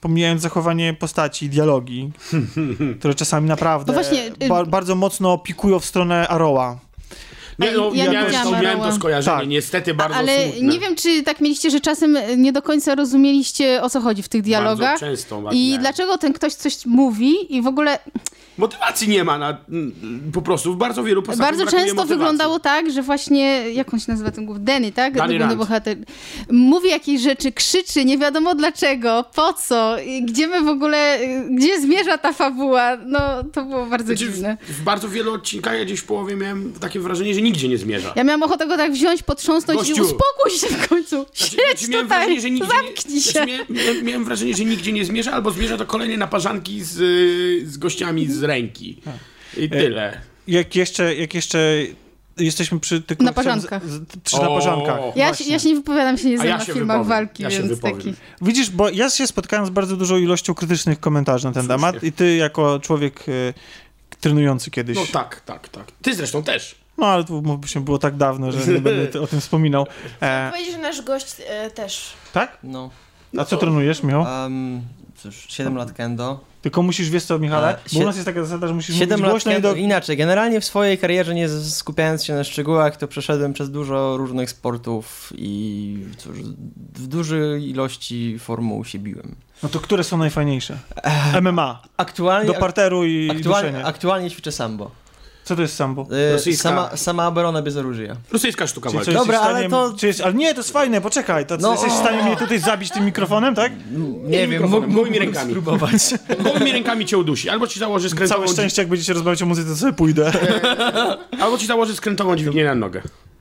A: pomijając zachowanie postaci, dialogi, które czasami naprawdę
D: No właśnie,
A: bardzo mocno pikują w stronę Arrowa.
E: Nie, no,
D: ja
E: miałem to
D: Arrowa.
E: skojarzenie,
A: Tak.
E: niestety bardzo
D: Ale
E: smutne.
D: nie wiem, czy tak mieliście, że czasem nie do końca rozumieliście, o co chodzi w tych dialogach.
E: Bardzo często. tak
D: I
E: miałem.
D: dlaczego ten ktoś coś mówi i w ogóle
E: Motywacji nie ma po prostu w bardzo wielu postaciach
D: bardzo
E: brakuje
D: często
E: motywacji.
D: wyglądało tak, że właśnie, jak on się nazywa ten główny, Danny, tak?
E: Danny
D: Główny
E: Rand.
D: bohater. Mówi jakieś rzeczy, krzyczy, nie wiadomo dlaczego, po co, i gdzie my w ogóle, gdzie zmierza ta fabuła. No, to było bardzo
E: Znaczy,
D: dziwne.
E: w bardzo wielu odcinkach, ja gdzieś w połowie miałem takie wrażenie, że nigdzie nie zmierza.
D: Ja miałam ochotę go tak wziąć, potrząsnąć i
E: Gościu.
D: uspokój się w końcu. Siedź
E: miałem
D: tutaj,
E: wrażenie, że nigdzie
D: zamknij się.
E: miałem wrażenie, że nigdzie nie zmierza, albo zmierza do kolejnej naparzanki z gościami z ręki. I tyle.
A: Jak jeszcze jesteśmy przy tych
D: Naparzankach.
A: Przy naparzankach.
D: Ja się nie wypowiadam, się nie znam
E: ja
D: na
E: się
D: filmach
E: wypowiem.
D: walki,
E: Ja się
D: więc
E: wypowiem.
D: taki...
A: Widzisz, bo ja się spotkałem z bardzo dużą ilością krytycznych komentarzy na ten
E: Słusznie.
A: temat i ty jako człowiek trenujący kiedyś.
E: No tak. Ty zresztą też.
A: No ale to było tak dawno, że nie będę o tym wspominał.
B: Powiedzieć, że nasz gość też.
A: Tak?
C: No.
A: A co trenujesz, Michał?
C: Cóż, 7 lat kendo.
A: Tylko musisz, wiesz co, Michale? Bo u
C: sie-
A: nas jest taka zasada, że musisz
C: 7
A: mówić
C: lat
A: głośno i
C: kendo,
A: do...
C: inaczej. Generalnie w swojej karierze, nie skupiając się na szczegółach, to przeszedłem przez dużo różnych sportów i cóż, w dużej ilości formuł się biłem.
A: No to które są najfajniejsze? MMA.
C: Aktualnie,
A: Do parteru i duszenie.
C: aktualnie ćwiczę sambo.
A: Co to jest sambo?
E: Rosyjska.
C: Sama obrona bez oręża.
E: Rosyjska sztuka
A: Czyli
E: walki.
A: co,
C: Dobra,
A: jesteś w
C: ale
A: stanie,
C: to-
A: Czy jest, ale nie, to jest fajne, poczekaj. To,
C: No.
A: jesteś w stanie mnie tutaj zabić tym mikrofonem, tak?
C: Nie wiem,
E: Gołymi rękami.
C: spróbować.
E: Gołymi rękami cię udusi. Albo ci założy skrętową...
A: Całe szczęście, jak będziecie rozmawiać o muzyce, to sobie pójdę.
E: Albo ci założy skrętową dźwignię na nogę.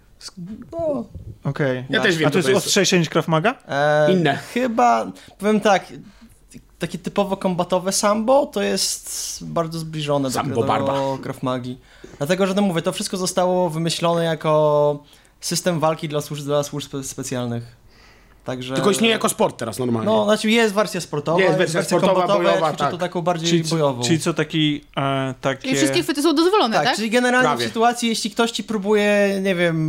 A: Okej.
E: Ja też wiem,
A: A to
E: co
A: jest ostrzejsze niż Krav Maga?
E: Inne.
C: Chyba, powiem tak, takie typowo kombatowe sambo to jest bardzo zbliżone
E: Sambo
C: do
E: barba.
C: Krav Magi. Dlatego, że no mówię, to wszystko zostało wymyślone jako system walki dla służb specjalnych. Także...
E: Tylko istnieje jako sport teraz normalnie.
C: No, znaczy jest wersja sportowa,
E: Jest wersja sportowa,
C: kombatowa,
E: bojowa,
C: ja ćwiczę
E: tak.
C: to taką bardziej bojową.
A: Czyli co taki... takie...
D: I wszystkie chwyty są dozwolone,
C: Tak,
D: tak?
C: czyli generalnie
E: Prawie.
C: w sytuacji, jeśli ktoś ci próbuje, nie wiem,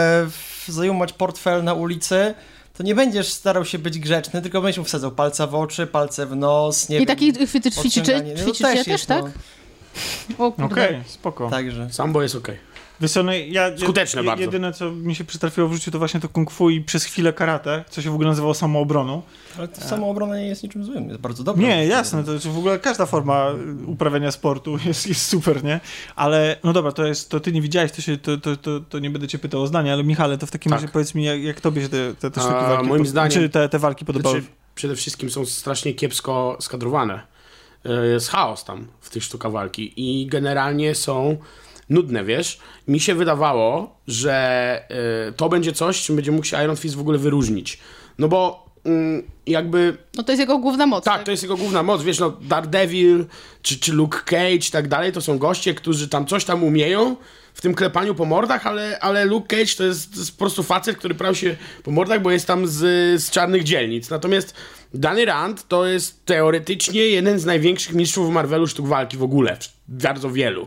C: zajumać portfel na ulicy, to nie będziesz starał się być grzeczny, tylko będziesz mu wsadzał palca w oczy, palce w nos, nie
D: I
C: wiem,
D: takie chwyty
C: odciąganie. No,
D: ćwiczycie też,
C: jest,
D: tak?
C: no.
D: O kurde.
A: Okej, spoko.
C: Także.
E: Sambo jest okej.
A: Wiesz co, no ja,
E: Skuteczne bardzo.
A: Jedyne, co mi się przytrafiło w życiu, to właśnie to kung fu i przez chwilę karate, co się w ogóle nazywało samoobroną.
C: Ale to samoobrona nie jest niczym złym, jest bardzo dobra.
A: Nie, jasne, to w ogóle każda forma uprawiania sportu jest super, nie? Ale, no dobra, to ty nie widziałeś, to nie będę cię pytał o zdanie, ale Michale, to w takim
E: Tak.
A: razie powiedz mi, jak tobie się te sztuki walki,
E: moim zdaniem-
A: czy te walki podobały?
E: Znaczy, przede wszystkim są strasznie kiepsko skadrowane. Jest chaos tam w tych sztukach walki i generalnie są nudne, wiesz. Mi się wydawało, że to będzie coś, czym będzie mógł się Iron Fist w ogóle wyróżnić. No bo jakby...
D: No to jest jego główna moc.
E: Tak, to jest jego główna moc, wiesz, no Daredevil czy Luke Cage i tak dalej, to są goście, którzy tam coś tam umieją w tym klepaniu po mordach, ale Luke Cage to jest po prostu facet, który prał się po mordach, bo jest tam z czarnych dzielnic. Natomiast Danny Rand to jest teoretycznie jeden z największych mistrzów w Marvelu sztuk walki w ogóle, bardzo wielu.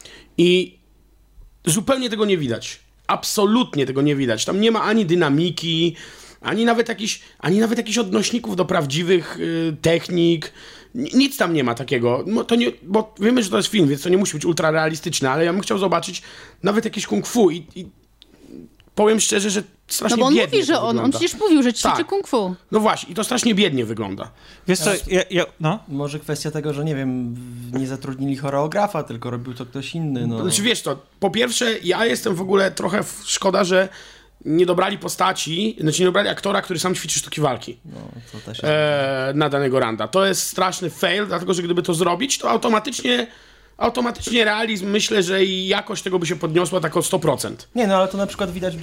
E: I zupełnie tego nie widać. Absolutnie tego nie widać. Tam nie ma ani dynamiki, ani nawet jakichś odnośników do prawdziwych technik. Nic tam nie ma takiego. To nie, bo wiemy, że to jest film, więc to nie musi być ultra realistyczne, ale ja bym chciał zobaczyć nawet jakieś kung fu i powiem szczerze, że strasznie
D: No bo on
E: biednie
D: mówi, że
E: to
D: on
E: wygląda.
D: przecież mówił, że ćwiczy
E: Tak.
D: kung fu.
E: No właśnie, i to strasznie biednie wygląda.
A: Wiesz co, no?
C: Może kwestia tego, że nie wiem, nie zatrudnili choreografa, tylko robił to ktoś inny, no.
E: Znaczy wiesz to, po pierwsze ja jestem w ogóle trochę szkoda, że nie dobrali postaci, znaczy nie dobrali aktora, który sam ćwiczy sztuki walki
C: No, to też jest...
E: na danego Randa. To jest straszny fail, dlatego że gdyby to zrobić, to automatycznie realizm, myślę, że i jakość tego by się podniosła tak o 100%.
C: Nie, no ale to na przykład widać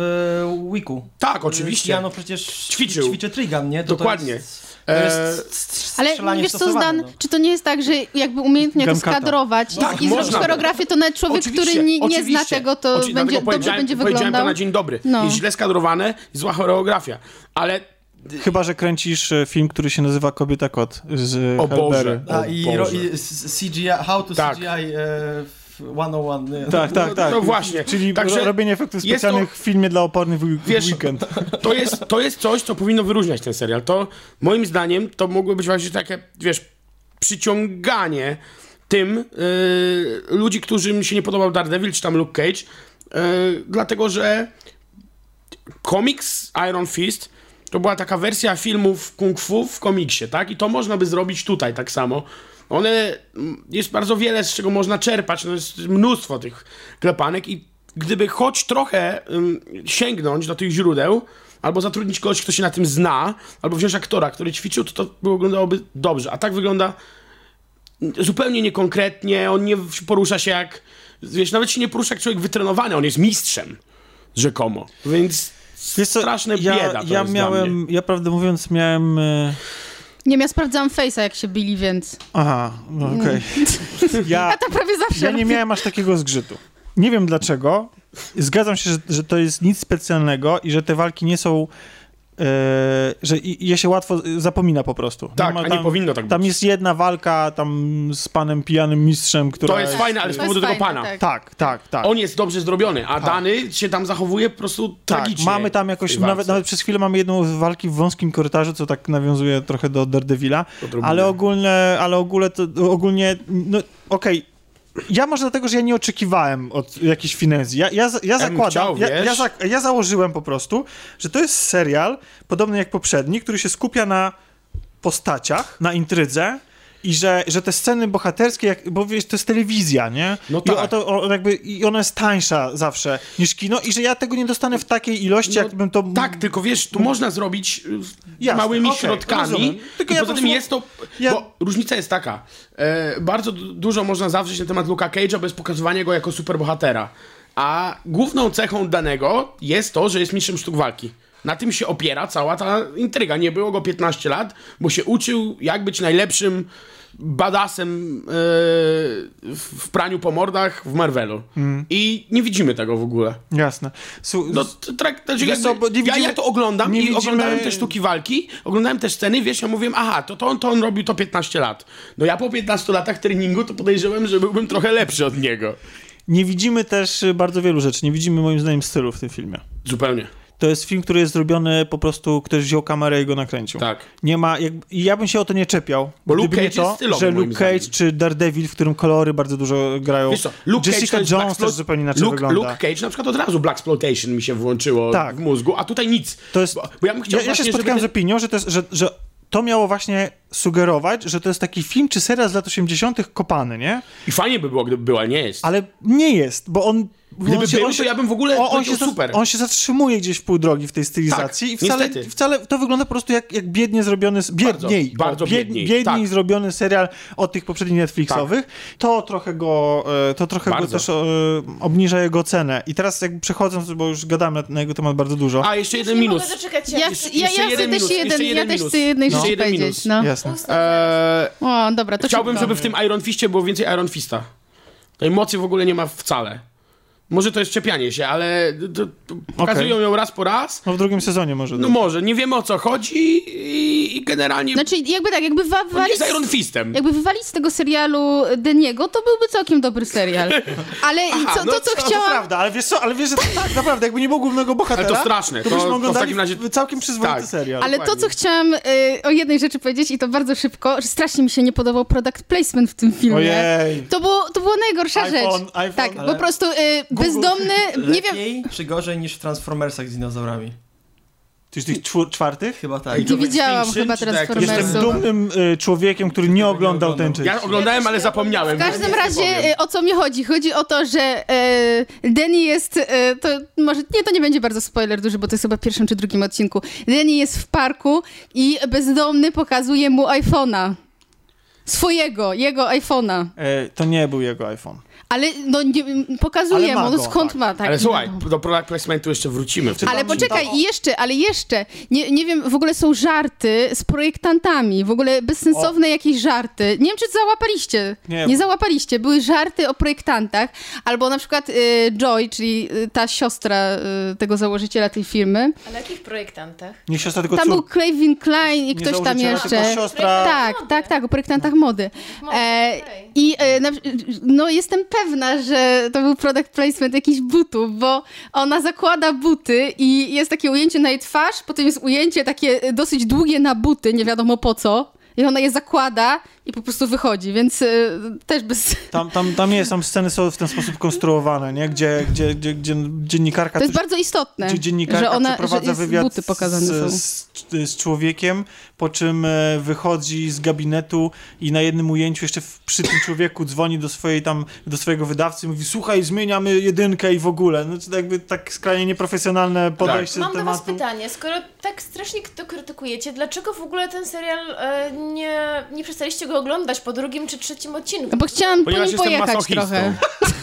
C: w Wiku.
E: Tak, oczywiście.
C: Jano przecież ćwiczy Trigan, nie?
E: Dokładnie.
C: To jest
D: Ale
C: strzelanie
D: wiesz co,
C: stosowane,
D: Zdan,
C: no.
D: czy to nie jest tak, że jakby umiejętnie to
A: Gamkata.
D: skadrować
E: Tak,
D: i zrobić
E: można.
D: choreografię, to nawet człowiek,
E: Oczywiście,
D: który nie zna
E: oczywiście.
D: tego, to
E: Dlatego
D: będzie, dobrze
E: powiedziałem-
D: będzie
E: Powiedziałem to
D: wyglądał.
E: na dzień dobry.
D: No.
E: Jest źle skadrowane, zła choreografia. Ale
A: Chyba, że kręcisz film, który się nazywa Kobieta Kot z
E: O Boże.
A: Hellberry.
C: A
E: O
C: i,
E: Boże.
C: CGI, how to
E: Tak.
C: CGI 101, nie?
A: Tak, tak, tak.
E: No właśnie.
A: Czyli
E: Także
A: robienie efektów
E: jest
A: specjalnych w filmie dla opornych w
E: Wiesz,
A: weekend.
E: to jest coś, co powinno wyróżniać ten serial. To moim zdaniem to mogło być właśnie takie, wiesz, przyciąganie tym ludzi, którym się nie podobał Daredevil czy tam Luke Cage, dlatego że komiks Iron Fist to była taka wersja filmów kung fu w komiksie, tak? I to można by zrobić tutaj tak samo. Jest bardzo wiele, z czego można czerpać, no jest mnóstwo tych klepanek i gdyby choć trochę sięgnąć do tych źródeł, albo zatrudnić kogoś, kto się na tym zna, albo wziąć aktora, który ćwiczył, to wyglądałoby dobrze. A tak wygląda zupełnie niekonkretnie, on nie porusza się jak... Wiesz, nawet się nie porusza jak człowiek wytrenowany, on jest mistrzem, rzekomo. Więc straszne bieda to jest dla mnie.
A: Ja prawdę mówiąc miałem...
D: Nie, ja sprawdzałam Face'a, jak się bili, więc...
A: Aha, no okej.
D: Ja to prawie zawsze
A: Ja nie miałem aż takiego zgrzytu. Nie wiem dlaczego. Zgadzam się, że to jest nic specjalnego i że te walki nie są... że je się łatwo zapomina po prostu.
E: Tak, a nie powinno tak być.
A: Tam jest jedna walka tam z panem pijanym mistrzem, która...
E: To jest fajne, ale z powodu tego pana.
A: Tak.
E: On jest dobrze zrobiony, a Dany się tam zachowuje po prostu tragicznie.
A: Mamy tam jakoś, nawet przez chwilę mamy jedną walki w wąskim korytarzu, co tak nawiązuje trochę do Daredevila, ale ogólnie, no okej. Ja może dlatego, że ja nie oczekiwałem od jakiejś finezji. Ja zakładam, ja założyłem po prostu, że to jest serial, podobny jak poprzedni, który się skupia na postaciach, na intrydze i że te sceny bohaterskie, bo wiesz, to jest telewizja, nie?
E: No tak.
A: I ona jest tańsza zawsze niż kino i że ja tego nie dostanę w takiej ilości, jakbym to...
E: Tak, tylko wiesz, tu można zrobić małymi środkami. Tylko poza tym jest to... Bo różnica jest taka. Bardzo dużo można zawrzeć na temat Luke'a Cage'a bez pokazywania go jako superbohatera. A główną cechą Danego jest to, że jest mistrzem sztuk walki. Na tym się opiera cała ta intryga. Nie było go 15 lat, bo się uczył, jak być najlepszym badassem w praniu po mordach w Marvelu. I nie widzimy tego w ogóle.
A: Jasne.
E: Ja to oglądam oglądałem te sztuki walki, oglądałem te sceny, wiesz, ja mówiłem, aha, to on robił to 15 lat. No ja po 15 latach treningu to podejrzewam, że byłbym trochę lepszy od niego. Nie
A: widzimy też bardzo wielu rzeczy. Nie widzimy moim zdaniem stylu w tym filmie.
E: Zupełnie.
A: To jest film, który jest zrobiony po prostu, ktoś wziął kamerę i go nakręcił.
E: Tak.
A: Nie ma, ja bym się o to nie czepiał.
E: Bo Luke Cage jest stylowy,
A: że Luke Cage czy Daredevil, w którym kolory bardzo dużo grają.
E: Wiesz co, Luke
A: Jessica
E: Cage
A: Jones też zupełnie inaczej wygląda.
E: Luke Cage na przykład od razu Blaxploitation mi się włączyło w mózgu, a tutaj nic.
A: To jest,
E: bo ja bym chciał
A: ja się spotkałem z opinią, że to miało właśnie sugerować, że to jest taki film czy serial z lat 80. kopany, nie?
E: I fajnie by było, gdyby był, ale nie jest.
A: Ale nie jest, bo on...
E: Gdyby był, to ja bym w ogóle super.
A: On się zatrzymuje gdzieś w pół drogi w tej stylizacji
E: tak,
A: i wcale to wygląda po prostu jak biednie zrobiony...
E: Bardzo
A: biedniej zrobiony serial od tych poprzednich Netflixowych. Tak. To trochę go też obniża jego cenę. I teraz jakby przechodząc, bo już gadamy na jego temat bardzo dużo.
E: A, jeszcze jeden minus.
D: Ja też chcę jednej rzeczy powiedzieć. No.
A: Jasne.
D: O, dobra, to
E: chciałbym, żeby w tym Iron Fistie było więcej Iron Fista. Tej mocy w ogóle nie ma wcale. Może to jest czepianie się, ale pokazują ją raz po raz.
A: No w drugim sezonie może.
E: No może, nie wiemy o co chodzi i generalnie...
D: Znaczy jakby wywalić...
E: z Iron Fistem.
D: Jakby wywalić z tego serialu Deniego, to byłby całkiem dobry serial. Ale co chciałam...
A: To prawda, ale wiesz, że tak naprawdę, jakby nie było głównego bohatera,
E: ale to straszne.
A: To byśmy oglądali
E: w takim razie...
A: całkiem przyzwoity serial.
D: Ale dokładnie. To, co chciałam o jednej rzeczy powiedzieć i to bardzo szybko, że strasznie mi się nie podobał product placement w tym filmie.
A: Ojej.
D: To była najgorsza rzecz. Tak, po prostu... bezdomny, nie wiem...
C: Lepiej czy gorzej niż w Transformersach z dinozaurami?
A: Tych czwartych?
C: Chyba tak.
D: Nie widziałam chyba Transformersów.
A: Jestem dumnym człowiekiem, który nie oglądał ten część.
E: Ja oglądałem, ale zapomniałem.
D: W każdym razie o co mi chodzi? Chodzi o to, że Denny jest... to nie będzie bardzo spoiler duży, bo to jest chyba w pierwszym czy drugim odcinku. Denny jest w parku i bezdomny pokazuje mu iPhone'a. Jego iPhone'a.
A: To nie był jego iPhone.
D: Ale pokazuje mu, skąd ma tak.
E: Ale słuchaj, do product placementu jeszcze wrócimy.
D: Ale poczekaj, jeszcze, nie wiem, w ogóle są żarty z projektantami, w ogóle bezsensowne jakieś żarty. Nie wiem, czy załapaliście. Nie załapaliście. Były żarty o projektantach, albo na przykład Joy, czyli ta siostra tego założyciela tej firmy.
B: Ale jakich projektantach?
A: Nie siostra, tylko
D: tam był Kevin Kline i ktoś tam jeszcze.
A: Siostra...
D: Tak, o projektantach mody.
B: Okej.
D: I no jestem pewna, że to był product placement jakichś butów, bo ona zakłada buty i jest takie ujęcie na jej twarz, potem jest ujęcie takie dosyć długie na buty, nie wiadomo po co. I ona je zakłada i po prostu wychodzi, więc też bez...
A: Tam sceny są w ten sposób konstruowane, nie? Gdzie dziennikarka...
D: To jest bardzo istotne,
A: gdzie dziennikarka
D: że ona,
A: przeprowadza
D: że
A: wywiad
D: buty pokazane
A: z człowiekiem, po czym wychodzi z gabinetu i na jednym ujęciu jeszcze przy tym człowieku dzwoni do swojego wydawcy i mówi: słuchaj, zmieniamy 1 i w ogóle. No to jakby tak skrajnie nieprofesjonalne podejście do
B: Mam do
A: tematu.
B: was pytanie, skoro tak strasznie to krytykujecie, dlaczego w ogóle ten serial nie przestaliście go oglądać po 2. czy 3. odcinku?
D: No bo chciałam
E: Ponieważ
D: po nim
E: jestem
D: pojechać
E: masochistą.
D: trochę.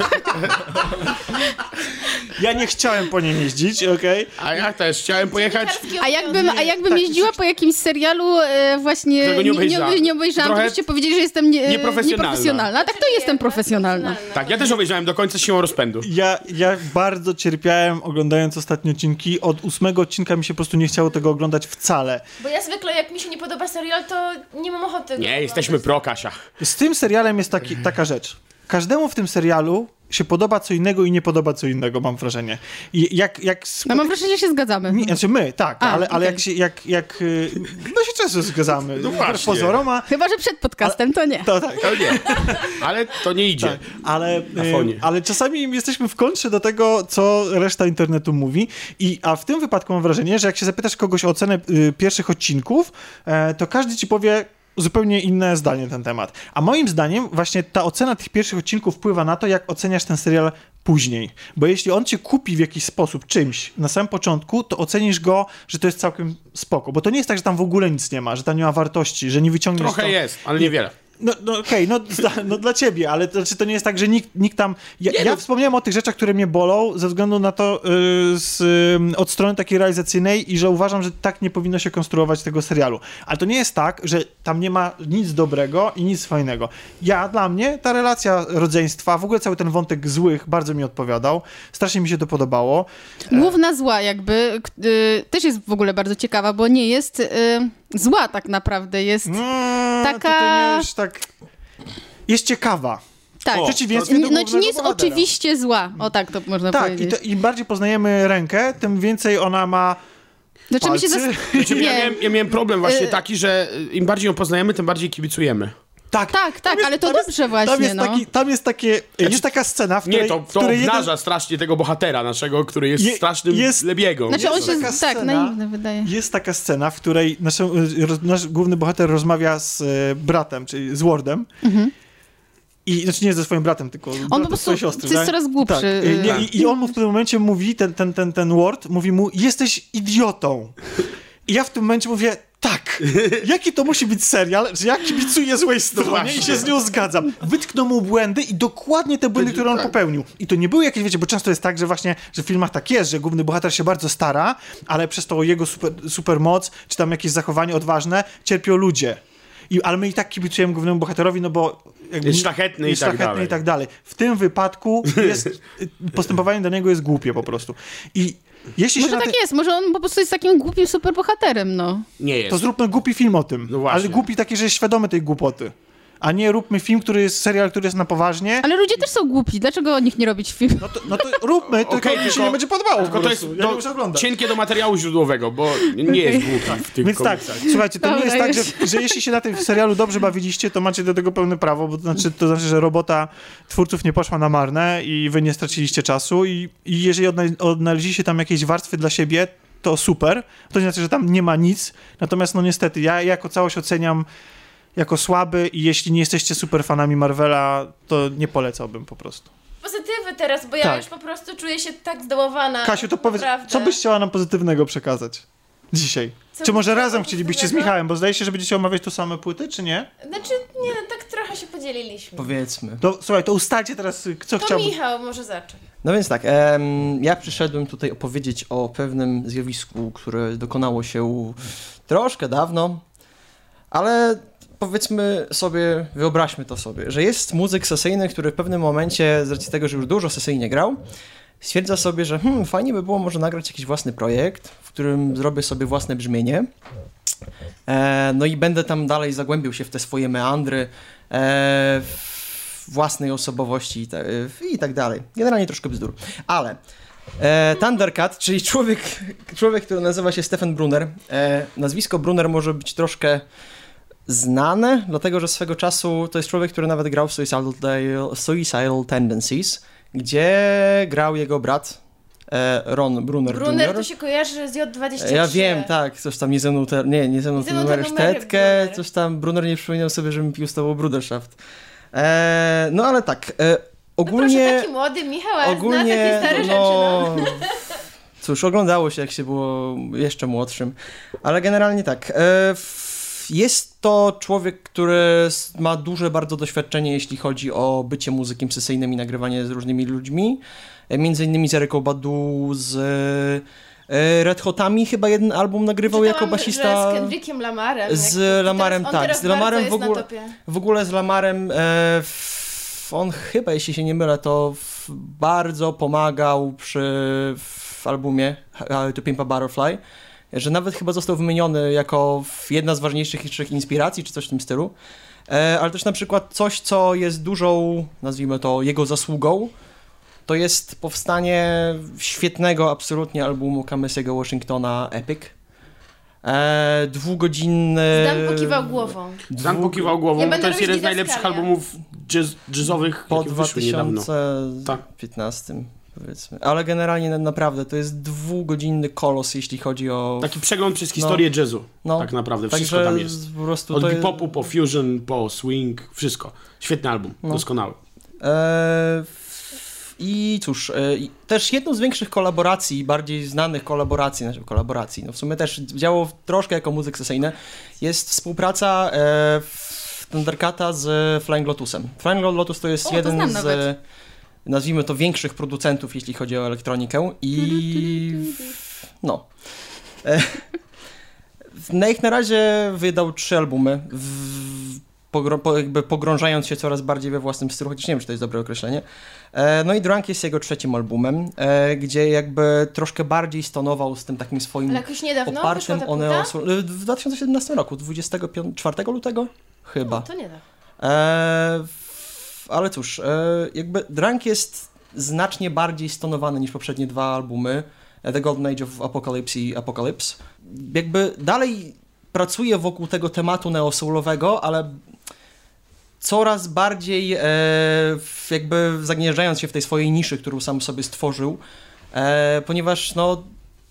A: Ja nie chciałem po nim jeździć, okej?
E: A ja też chciałem pojechać...
D: A jakbym jeździła po jakimś serialu właśnie
E: Którego nie obejrzałam.
D: to
E: Trochę
D: byście powiedzieli, że jestem
E: nieprofesjonalna.
D: A tak to jestem profesjonalna.
E: Tak, ja też obejrzałem do końca Siłą rozpędu.
A: Ja bardzo cierpiałem oglądając ostatnie odcinki. Od 8 odcinka mi się po prostu nie chciało tego oglądać wcale.
B: Bo ja zwykle, jak mi się nie podoba serial, to nie mam ochoty go
E: Nie, jesteśmy pro, Kasia.
A: Z tym serialem jest taka rzecz. Każdemu w tym serialu się podoba co innego i nie podoba co innego, mam wrażenie. I
D: No mam wrażenie, że się zgadzamy.
A: Znaczy my, tak, ale
D: okej.
A: no się często zgadzamy.
E: No właśnie.
A: Pozorom,
D: Chyba, że przed podcastem, to nie.
A: to tak.
E: To nie. Ale to nie idzie.
A: Tak,
E: Na fonie.
A: ale czasami jesteśmy w kontrze do tego, co reszta internetu mówi. A w tym wypadku mam wrażenie, że jak się zapytasz kogoś o ocenę pierwszych odcinków, to każdy ci powie zupełnie inne zdanie na ten temat. A moim zdaniem właśnie ta ocena tych pierwszych odcinków wpływa na to, jak oceniasz ten serial później. Bo jeśli on cię kupi w jakiś sposób czymś na samym początku, to ocenisz go, że to jest całkiem spoko. Bo to nie jest tak, że tam w ogóle nic nie ma, że tam nie ma wartości, że nie wyciągniesz...
E: Trochę jest, ale niewiele.
A: No okej, no dla ciebie, ale to nie jest tak, że nikt tam... Ja wspomniałem o tych rzeczach, które mnie bolą ze względu na to od strony takiej realizacyjnej i że uważam, że tak nie powinno się konstruować tego serialu. Ale to nie jest tak, że tam nie ma nic dobrego i nic fajnego. Dla mnie ta relacja rodzeństwa, w ogóle cały ten wątek złych bardzo mi odpowiadał. Strasznie mi się to podobało.
D: Główna zła jakby też jest w ogóle bardzo ciekawa, bo nie jest zła tak naprawdę, jest taka...
A: Już tak... Jest ciekawa.
D: Tak.
A: W przeciwieństwie do
D: nie
A: głównego
D: jest
A: bohatera.
D: oczywiście zła, o tak to można
A: Tak,
D: powiedzieć.
A: im bardziej poznajemy rękę, tym więcej ona ma
D: Znaczy mi się
A: palcy.
E: Ja miałem problem właśnie taki, że im bardziej ją poznajemy, tym bardziej kibicujemy.
D: Tak, ale to dobrze właśnie,
A: jest taka scena, w której...
E: Nie, to obnaża strasznie tego bohatera naszego, który jest strasznym lebiegą.
D: Znaczy on się
A: taka
D: naiwny wydaje.
A: Jest taka scena, w której nasz główny bohater rozmawia z bratem, czyli z Wardem. I znaczy nie ze swoim bratem, tylko
D: on po prostu
A: siostry,
D: jest coraz głupszy.
A: Tak. I on mu w tym momencie mówi, ten Ward mówi mu: jesteś idiotą. I ja w tym momencie mówię: tak, jaki to musi być serial, że ja kibicuję złej stronie i się z nią zgadzam. Wytknął mu błędy i dokładnie te błędy, które on popełnił. I to nie były jakieś, wiecie, bo często jest tak, że właśnie, że w filmach tak jest, że główny bohater się bardzo stara, ale przez to jego super moc, czy tam jakieś zachowanie odważne, cierpią ludzie. Ale my i tak kibicujemy głównemu bohaterowi, no bo...
E: Jest szlachetny i tak dalej.
A: W tym wypadku postępowanie do niego jest głupie po prostu. I jeśli
D: może tak jest, może on po prostu jest takim głupim superbohaterem, no.
E: Nie jest.
A: To zróbmy głupi film o tym.
E: No
A: ale głupi taki, że jest świadomy tej głupoty. A nie róbmy film, serial, który jest na poważnie.
D: Ale ludzie też są głupi, dlaczego o nich nie robić film?
A: No to róbmy, tylko mi się nie będzie podobało.
E: Tylko to jest cienkie do materiału źródłowego, bo nie jest głupi w tych
A: Więc
E: komiksach.
A: tak, słuchajcie, to nie jest tak, że jeśli się na tym serialu dobrze bawiliście, to macie do tego pełne prawo, bo to znaczy, że robota twórców nie poszła na marne i wy nie straciliście czasu i jeżeli odnaleźliście tam jakieś warstwy dla siebie, to super. To nie znaczy, że tam nie ma nic. Natomiast no niestety, ja jako całość oceniam jako słaby i jeśli nie jesteście super fanami Marvela, to nie polecałbym po prostu.
B: Pozytywy teraz, bo ja już po prostu czuję się tak zdołowana.
A: Kasiu, to powiedz, co byś chciała nam pozytywnego przekazać dzisiaj? Czy może razem chcielibyście z Michałem, bo zdaje się, że będziecie omawiać tu same płyty, czy nie?
B: Znaczy, nie, tak trochę się podzieliliśmy.
C: Powiedzmy.
A: Słuchaj, to ustalcie teraz, co chciałbym...
B: Michał może zacząć.
C: No więc tak, ja przyszedłem tutaj opowiedzieć o pewnym zjawisku, które dokonało się troszkę dawno, ale powiedzmy sobie, wyobraźmy to sobie, że jest muzyk sesyjny, który w pewnym momencie, z racji tego, że już dużo sesyjnie grał, stwierdza sobie, że fajnie by było może nagrać jakiś własny projekt, w którym zrobię sobie własne brzmienie No i będę tam dalej zagłębił się w te swoje meandry własnej osobowości i tak dalej. Generalnie troszkę bzdur. Ale Thundercat, czyli człowiek, który nazywa się Stephen Brunner. Nazwisko Brunner może być troszkę znane, dlatego że swego czasu to jest człowiek, który nawet grał w Suicidal Tendencies, gdzie grał jego brat Ron Brunner Jr.
B: Brunner to się kojarzy z J23.
C: Ja wiem, tak, coś tam nie ze mną numer sztetkę, coś tam Brunner nie przypominał sobie, że mi pił z tobą Bruderschaft. No ale tak, ogólnie...
B: No proszę, taki młody Michał, a zna takie stare rzeczy, no.
C: Cóż, oglądało się, jak się było jeszcze młodszym, ale generalnie tak, jest to człowiek, który ma duże bardzo doświadczenie, jeśli chodzi o bycie muzykiem sesyjnym i nagrywanie z różnymi ludźmi, między innymi z Eryk'ą Badu, z Red Hotami chyba jeden album nagrywał jako basista.
B: Z Kendrickiem Lamarem.
C: Z Lamarem, tak. Z Lamarem
B: w ogóle
C: z Lamarem on chyba, jeśli się nie mylę, to bardzo pomagał w albumie To Pimp a Butterfly, że nawet chyba został wymieniony jako jedna z ważniejszych inspiracji, czy coś w tym stylu. Ale też na przykład coś, co jest dużą, nazwijmy to, jego zasługą, to jest powstanie świetnego absolutnie albumu Kamesiego Washingtona Epic. Dwugodzinny...
B: Zdan pokiwał głową.
E: Zdan pokiwał głową, bo to jest jeden z najlepszych albumów jazzowych,
C: po
E: jakie wyszły niedawno.
C: 2015 powiedzmy. Ale generalnie naprawdę to jest dwugodzinny kolos, jeśli chodzi o...
E: Taki przegląd przez historię jazzu. Tak naprawdę, wszystko tam jest.
C: Po prostu
E: od hip-hopu po fusion, po swing, wszystko. Świetny album, doskonały.
C: I cóż, też jedną z większych kolaboracji, bardziej znanych kolaboracji, no w sumie też działo troszkę jako muzyk sesyjny, jest współpraca Thundercata z Flying Lotusem. Flying Lotus to jest jeden z, nazwijmy to, większych producentów, jeśli chodzi o elektronikę i no. Na razie wydał 3 albumy, jakby pogrążając się coraz bardziej we własnym stylu, chociaż nie wiem, czy to jest dobre określenie. No i Drunk jest jego 3. albumem, gdzie jakby troszkę bardziej stonował z tym takim swoim
B: ale jakoś niedawno
C: opartym w 2017 roku, 24 lutego? Chyba.
B: No, to nie da.
C: Ale cóż, jakby Drunk jest znacznie bardziej stonowany niż poprzednie 2 albumy, The Golden Age of Apocalypse i Apocalypse. Jakby dalej pracuje wokół tego tematu neosoulowego, ale coraz bardziej jakby zagnieżdżając się w tej swojej niszy, którą sam sobie stworzył, ponieważ no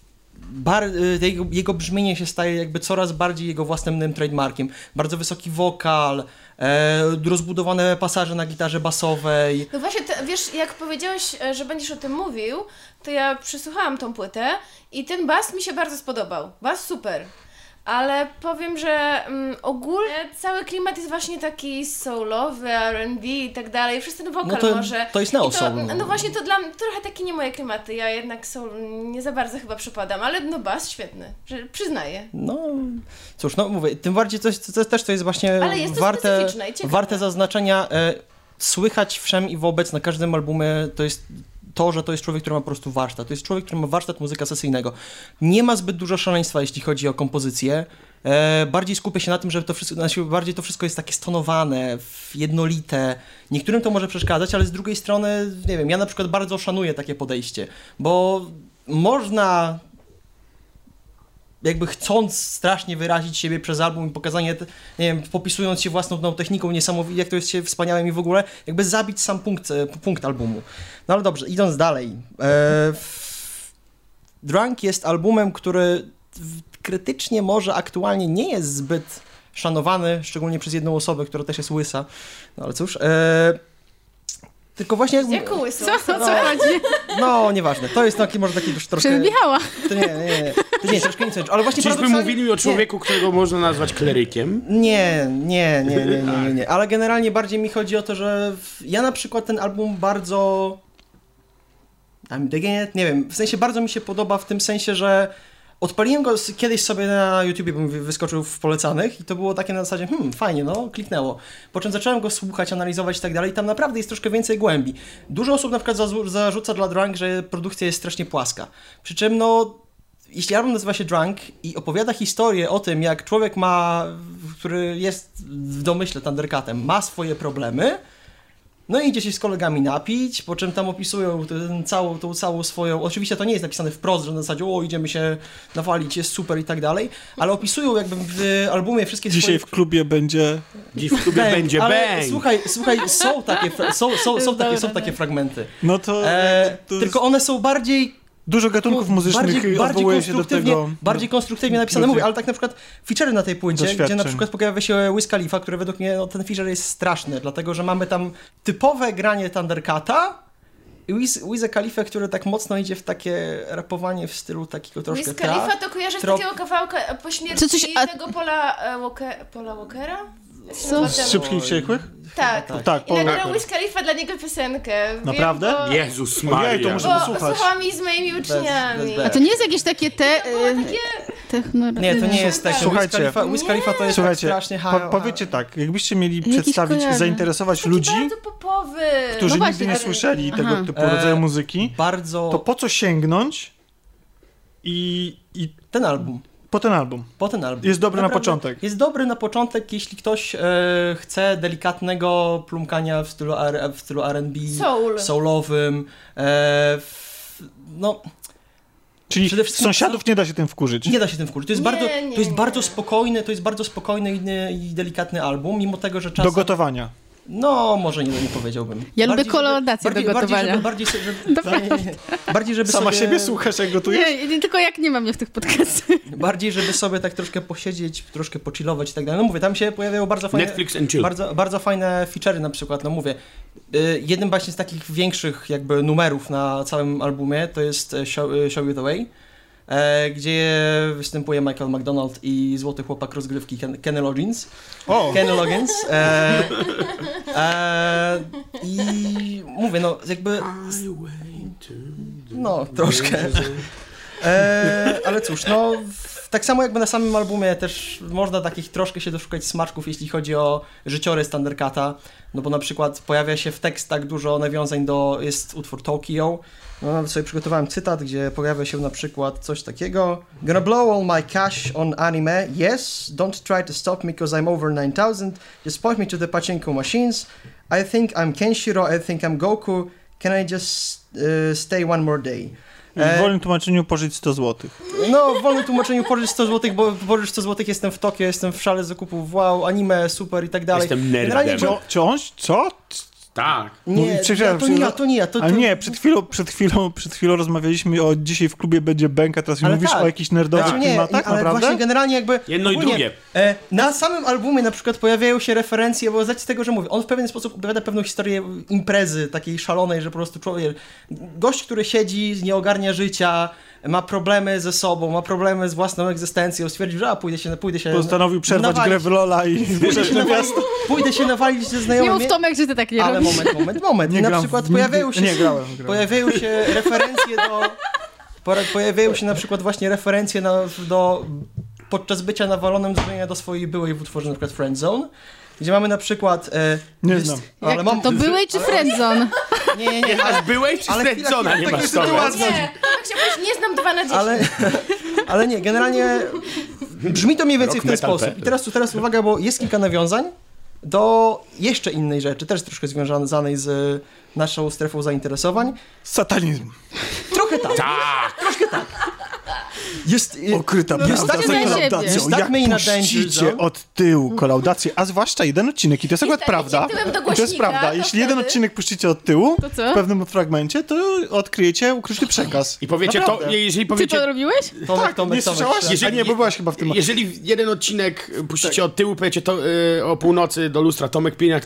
C: jego brzmienie się staje jakby coraz bardziej jego własnym trademarkiem. Bardzo wysoki wokal, rozbudowane pasaże na gitarze basowej.
B: No właśnie, wiesz, jak powiedziałeś, że będziesz o tym mówił, to ja przesłuchałam tą płytę i ten bas mi się bardzo spodobał. Bas super. Ale powiem, że ogólnie cały klimat jest właśnie taki soulowy, R&B i tak dalej. Wszyscy ten wokal może.
C: To jest neo-soul.
B: No właśnie, to dla mnie trochę takie nie moje klimaty. Ja jednak soul nie za bardzo chyba przypadam, ale no bas świetny, przyznaję.
C: No cóż, no mówię, tym bardziej to też to jest właśnie
B: ale jest to
C: warte zaznaczenia. Słychać wszem i wobec na każdym albumie to jest to, że to jest człowiek, który ma po prostu warsztat. To jest człowiek, który ma warsztat muzyka sesyjnego. Nie ma zbyt dużo szaleństwa, jeśli chodzi o kompozycję. Bardziej skupia się na tym, że to wszystko, bardziej to wszystko jest takie stonowane, jednolite. Niektórym to może przeszkadzać, ale z drugiej strony, nie wiem, ja na przykład bardzo szanuję takie podejście, bo można jakby chcąc strasznie wyrazić siebie przez album i pokazanie, nie wiem, popisując się własną techniką niesamowicie, jak to jest się wspaniałym i w ogóle, jakby zabić sam punkt albumu. No ale dobrze, idąc dalej. Drunk jest albumem, który krytycznie może aktualnie nie jest zbyt szanowany, szczególnie przez jedną osobę, która też jest łysa. No ale cóż... Tylko właśnie jak...
B: Jaką łysą?
D: Co chodzi?
C: No, nieważne. To jest może taki już troszkę...
D: Przez Michała.
C: To nie, troszkę nic. Ale właśnie
E: czyżby mówili o człowieku, którego można nazwać klerykiem?
C: Nie. Ale generalnie bardziej mi chodzi o to, że ja na przykład ten album bardzo... Nie wiem, w sensie bardzo mi się podoba w tym sensie, że odpaliłem go kiedyś sobie na YouTubie, bo mi wyskoczył w polecanych i to było takie na zasadzie, fajnie, no, kliknęło. Po czym zacząłem go słuchać, analizować i tak dalej, tam naprawdę jest troszkę więcej głębi. Dużo osób na przykład zarzuca dla Drunk, że produkcja jest strasznie płaska. Przy czym, no, jeśli album nazywa się Drunk i opowiada historię o tym, jak człowiek który jest w domyśle Thundercatem, ma swoje problemy, no i idzie się z kolegami napić, po czym tam opisują tą całą swoją... Oczywiście to nie jest napisane wprost, że na zasadzie idziemy się nawalić, jest super i tak dalej, ale opisują jakby w albumie wszystkie
A: Dzisiaj
C: swoje...
A: w klubie będzie...
E: Dziś w klubie będzie
C: ale
E: bang.
C: Słuchaj, są takie fragmenty.
A: No to
C: Tylko one są bardziej...
A: Dużo gatunków muzycznych odwołuje się do tego.
C: Bardziej konstruktywnie napisane. Mówię, ale tak na przykład feature'y na tej płycie, gdzie na przykład pojawia się Wiz Khalifa, który według mnie, ten feature jest straszny, dlatego, że mamy tam typowe granie Thundercata i Wiza Khalifa, który tak mocno idzie w takie rapowanie w stylu takiego troszkę
B: Wiz Khalifa to kojarzę z takiego kawałka po śmierci tego Paula Walkera?
D: Co?
A: Z Szybkich Wściekłych?
B: Tak. I nagrał Wiz Khalifa dla niego piosenkę.
A: Naprawdę?
E: Jezus
A: Ojej, to
E: Maria.
A: muszę posłuchać.
B: Słuchałam jej z moimi uczniami.
D: A to nie jest jakieś takie
C: Nie, to nie jest tak.
A: Słuchajcie,
C: Wiz Khalifa to jest tak strasznie
A: powiedzcie tak, jakbyście mieli przedstawić, zainteresować ludzi,
B: Bardzo popowy.
A: którzy
D: No
A: nigdy nie
D: właśnie.
A: słyszeli tego typu rodzaju muzyki,
C: bardzo...
A: to po co sięgnąć i
C: Ten album.
A: po ten album? Jest dobry na początek.
C: Jest dobry na początek, jeśli ktoś chce delikatnego plumkania w stylu R&B, soulowym.
A: Czyli
C: przede wszystkim
A: sąsiadów nie da się tym wkurzyć.
C: Nie da się tym wkurzyć. To jest bardzo spokojny i delikatny album, mimo tego, że czasem...
A: Do gotowania.
C: No, może nie powiedziałbym.
D: Ja lubię kolaudację do gotowania.
C: Bardziej, żeby
A: Sama
C: sobie...
A: siebie słuchasz, jak gotujesz?
D: Nie, tylko jak nie mam mnie w tych podcastach.
C: Bardziej, żeby sobie tak troszkę posiedzieć, troszkę pochillować i tak dalej. No mówię, tam się pojawiają bardzo fajne...
E: Netflix and chill.
C: Bardzo fajne feature'y na przykład, no mówię. Jednym właśnie z takich większych jakby numerów na całym albumie to jest Show You The Way, gdzie występuje Michael McDonald i złoty chłopak rozgrywki Kenny Loggins. Kenny Loggins. I mówię, no jakby... No, troszkę. Ale cóż, no tak samo jakby na samym albumie też można takich troszkę się doszukać smaczków, jeśli chodzi o życiorys Thundercata, no bo na przykład pojawia się w tekstach dużo nawiązań jest utwór Tokyo. No nawet sobie przygotowałem cytat, gdzie pojawia się na przykład coś takiego. Gonna blow all my cash on anime, yes, don't try to stop me cause I'm over 9000, just point me to the pachinko machines, I think I'm Kenshiro, I think I'm Goku, can I just stay one more day?
A: W wolnym tłumaczeniu pożyć 100 zł.
C: No, w wolnym tłumaczeniu pożyć 100 zł, bo pożyć 100 zł, jestem w Tokio, jestem w szale zakupów, wow, anime, super i tak dalej.
E: Jestem nerdem.
A: Czy on? Co?
E: Tak.
C: Nie, to nie ja.
A: Ale nie, przed chwilą rozmawialiśmy o dzisiaj w klubie będzie bęk, a teraz mówisz o jakichś nerdowych klimatach,
C: ale
A: naprawdę?
C: Właśnie generalnie jakby...
E: Jedno i drugie.
C: Na samym albumie na przykład pojawiają się referencje, bo z tego, że mówię, on w pewien sposób opowiada pewną historię imprezy takiej szalonej, że po prostu człowiek, gość, który siedzi, nie ogarnia życia, ma problemy ze sobą, ma problemy z własną egzystencją, stwierdził, że pójdę się
A: postanowił przerwać grę w Lola i wyjść na miasto.
C: Pójdę się nawalić ze znajomymi.
D: Nie mów Tomek, że ty tak nie
C: ale
D: robisz.
C: moment.
A: Nie
C: na
A: gram
C: przykład
A: grałem.
C: pojawiają się referencje pojawiają się na przykład właśnie referencje do podczas bycia nawalonym dzwonienia do swojej byłej w utworze na przykład Friendzone, gdzie mamy na przykład...
A: nie znam.
C: Ale mam...
D: To byłej czy friendzone?
C: Nie.
E: Masz byłej czy friendzona nie masz sobie?
B: Nie znam 2 na 10.
C: Ale nie, generalnie brzmi to mniej więcej w ten sposób. I teraz uwaga, bo jest kilka nawiązań do jeszcze innej rzeczy, też troszkę związanej z naszą strefą zainteresowań.
A: Satanizm.
C: Trochę tak. Troszkę tak. Jest
A: okryta prawda za kolaudacją. Jak puścicie od tyłu kolaudację, a zwłaszcza jeden odcinek, i to jest akurat prawda. To jest prawda. Jeśli jeden odcinek puścicie od tyłu, w pewnym fragmencie, to odkryjecie ukryty przekaz.
E: I powiecie to, jeżeli powiecie...
D: Ty to robiłeś?
C: Tomek,
A: nie słyszałaś?
E: Jeżeli,
A: nie, bo byłaś chyba w tym.
E: Jeżeli jeden odcinek puścicie od tyłu, powiecie to o północy do lustra Tomek Pieniak,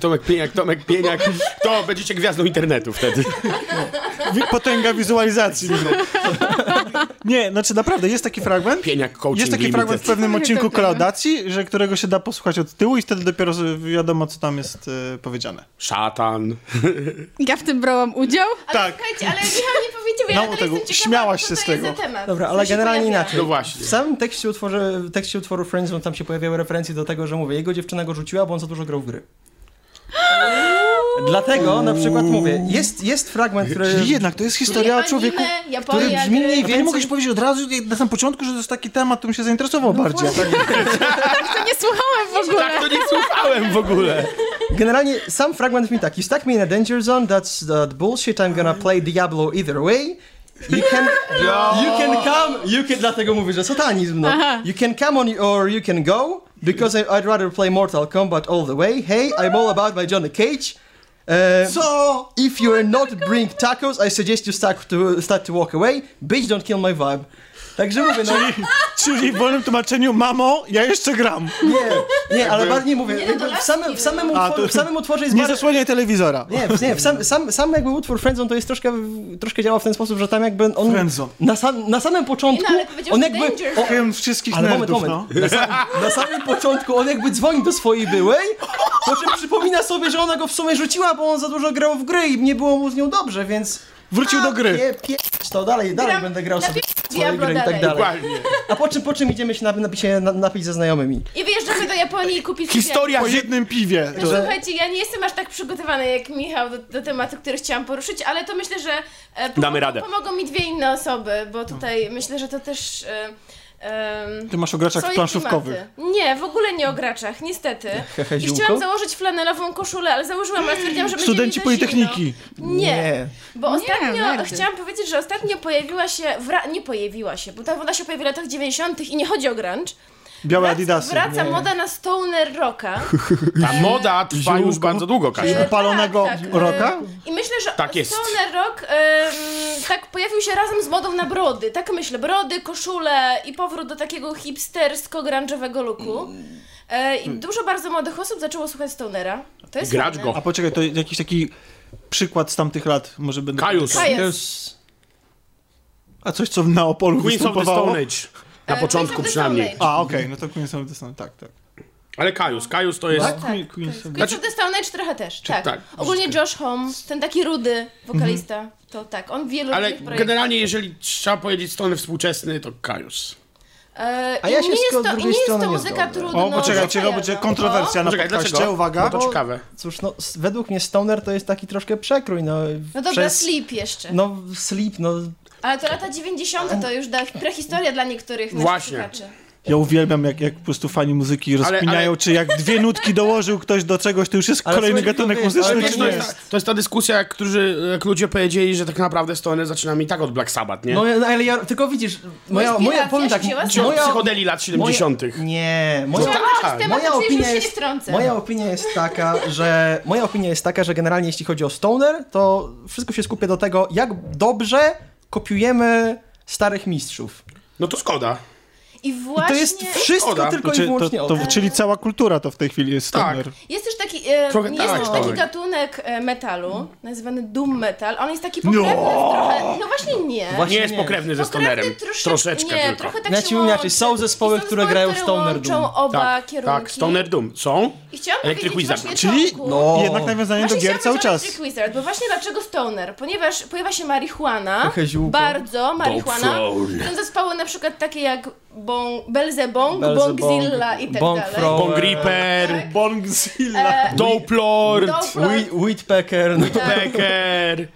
E: to będziecie gwiazdą internetu wtedy.
A: Potęga wizualizacji. Nie, znaczy naprawdę, jest taki fragment. Jest taki fragment w pewnym odcinku kolaudacji, którego się da posłuchać od tyłu i wtedy dopiero wiadomo, co tam jest powiedziane.
E: Szatan.
D: Ja w tym brałam udział.
B: Tak. Słuchajcie, ale Michał nie powiedział, ja nadal jestem ciekawa,
A: śmiałaś się z tego.
C: Dobra, ale generalnie inaczej.
E: No właśnie.
C: W samym tekście utworu Friendzone tam się pojawiały referencje do tego, że mówię, jego dziewczyna go rzuciła, bo on za dużo grał w gry. Dlatego na przykład mówię, jest fragment, który...
A: Czyli jednak to jest historia o człowieku,
B: Japonia,
C: który brzmi mniej
A: a to nie
C: więcej...
A: mogłeś powiedzieć od razu na samym początku, że to jest taki temat, to bym się zainteresował bardziej.
D: To nie słuchałem w ogóle.
E: Tak, to nie słuchałem w ogóle.
C: Generalnie sam fragment brzmi tak: You stuck me in a danger zone, that's that bullshit, I'm gonna play Diablo either way. You can, dlatego mówię, że satanizm, no.
D: Aha.
C: You can come on or you can go, because I'd rather play Mortal Kombat all the way. Hey, I'm all about my Johnny Cage.
A: Co?
C: If you are not bring tacos, I suggest you start to walk away. Bitch, don't kill my vibe. Także mówię, no...
A: Czyli w wolnym tłumaczeniu, mamo, ja jeszcze gram.
C: Nie, ale bardziej mówię,
B: Nie,
C: jakby
B: to
C: w samym utworze jest
A: Nie
C: bardzo...
A: zasłaniaj telewizora.
C: Nie, sam jakby utwór Friendzone to jest troszkę działa w ten sposób, że tam jakby on...
A: Friendzone.
C: Na samym początku
B: Nie, no, ale powiedział,
C: on
B: że
C: jakby...
B: danger.
A: Film wszystkich
C: Ale
A: nerdów,
C: moment.
A: no.
C: Na samym początku on jakby dzwoni do swojej byłej, po czym przypomina sobie, że ona go w sumie rzuciła, bo on za dużo grał w gry i nie było mu z nią dobrze, więc...
A: Wrócił do gry.
C: To dalej będę grał sobie w swoje
B: Diablo
C: gry i tak
B: dalej.
C: dalej.
E: Dokładnie.
C: A po czym idziemy się napić ze znajomymi.
B: I wyjeżdżamy do Japonii i kupić
E: Historia
A: Po jednym piwie.
B: No słuchajcie, ja nie jestem aż tak przygotowana jak Michał do tematu, który chciałam poruszyć, ale to myślę, że
E: Damy radę.
B: pomogą mi dwie inne osoby, bo tutaj myślę, że to też...
A: Ty masz o graczach
B: są ich
A: planszówkowych.
B: klimaty. Nie, w ogóle nie o graczach, niestety.
C: Hehe,
B: I
C: ziółko?
B: chciałam założyć flanelową koszulę, ale założyłam, ale stwierdziłam, że
A: Studenci
B: będzie mi za
A: Politechniki.
B: zimno. Nie, bo
D: Nie,
B: ostatnio,
D: nerdy.
B: chciałam powiedzieć, że ostatnio pojawiła się, nie pojawiła się, bo ona się pojawiła w latach 90. i nie chodzi o grunge.
A: Białe adidasy.
B: Wraca moda na stoner rocka.
E: Ta moda trwa już bardzo długo, Kasia.
A: Upalonego rocka?
B: I myślę, że
E: Tak jest.
B: stoner rock tak pojawił się razem z modą na brody. Tak myślę, brody, koszule i powrót do takiego hipstersko-grunge'owego looku. I dużo bardzo młodych osób zaczęło słuchać stonera. To jest
E: Grać
B: fajne.
E: go.
A: A poczekaj, to jakiś taki przykład z tamtych lat może będę...
E: Kajus.
B: Kajus.
A: A coś, co na Opolu
E: Queens of the
A: występowało?
E: Stone Age. Na początku
B: Queens of the
E: przynajmniej.
B: Stone
A: A, okej, no to Queens of the Stone, tak.
E: Ale Kajus to jest...
B: Tak.
A: Queens of
B: Queens
E: Znaczy-
B: of the Stone Age trochę też, tak.
E: tak.
B: Ogólnie Josh Holmes, ten taki rudy wokalista, to tak, on w wielu
E: Ale
B: różnych projektach.
E: generalnie, jeżeli trzeba powiedzieć stoner współczesny, to Kajus.
C: A ja się
B: nie jest
C: z
B: to,
C: drugiej
B: i nie jest
C: strony
B: to
C: nie
B: muzyka
C: zgodzę.
B: trudno.
A: O, poczekajcie, to będzie kontrowersja na
E: Poczekaj,
A: podcaście,
E: dlaczego?
A: uwaga.
E: Bo to ciekawe.
C: Cóż, no według mnie stoner to jest taki troszkę przekrój, no.
B: No dobra, Sleep jeszcze.
C: No sleep, no.
B: Ale to lata 90. to już prehistoria dla niektórych naszych
E: Właśnie.
B: słuchaczy.
A: Ja uwielbiam, jak po prostu fani muzyki rozkminiają,
E: ale-
A: czy jak dwie nutki dołożył ktoś do czegoś, to już jest
C: Ale
A: kolejny
C: słuchaj,
A: gatunek
C: to wiesz,
A: muzyczny,
C: ale
A: czy
C: wiesz,
E: To
A: nie?
E: jest, to jest ta dyskusja, jak ludzie powiedzieli, że tak naprawdę stoner zaczyna mi tak od Black Sabbath, nie?
C: No ale ja, tylko widzisz,
B: inspiracja
C: powiem tak,
B: się wzięła
E: Czy od
B: moja-
E: psychodeli lat 70.
C: Nie,
E: No tak,
C: moja opinia jest taka, że generalnie jeśli chodzi o stoner, to wszystko się skupia do tego, jak dobrze kopiujemy starych mistrzów.
E: No to szkoda.
B: I
C: I
B: właśnie...
C: to jest wszystko
E: Szkoda.
C: tylko i
A: Czy
C: wyłącznie o tym.
A: czyli cała kultura to w tej chwili jest
E: Tak.
A: stoner.
B: Jest też taki,
E: Trochę
B: jest
E: tak,
B: też taki
E: Tomek.
B: gatunek metalu, nazywany doom metal. On jest taki pokrewny trochę... No właśnie nie.
C: Właśnie
E: Nie jest
C: nie.
E: pokrewny ze stonerem. Troszeczkę
B: nie,
E: tylko.
B: trochę tak
C: Znaczy
B: się
C: inaczej,
B: łączy.
C: są zespoły,
B: I są
C: które
B: zespoły,
C: grają
B: które
C: stoner
B: łączą
C: doom.
B: oba
E: Tak,
B: kierunki.
E: tak, Stoner Doom. Są?
B: I chciałam
E: Electric
B: powiedzieć
E: Wizard.
B: właśnie,
A: Czyli
B: Tomku,
C: no,
A: jednak nawiązanie do
B: Właśnie
A: gier cały
B: chciałam
A: czas.
B: powiedzieć Electric Wizard, bo właśnie dlaczego stoner? Ponieważ pojawia się marihuana,
C: Trochę ziółko.
B: bardzo marihuana.
E: Dope
B: Są zespoły na przykład takie jak Belzebong,
C: Belzebong,
B: Bongzilla i tak
C: Bong
B: dalej.
C: Thrower.
E: Bong Reaper,
A: Bongzilla.
E: Dope Lord,
B: Dope Lord.
C: Weedpecker, no.
E: Becker.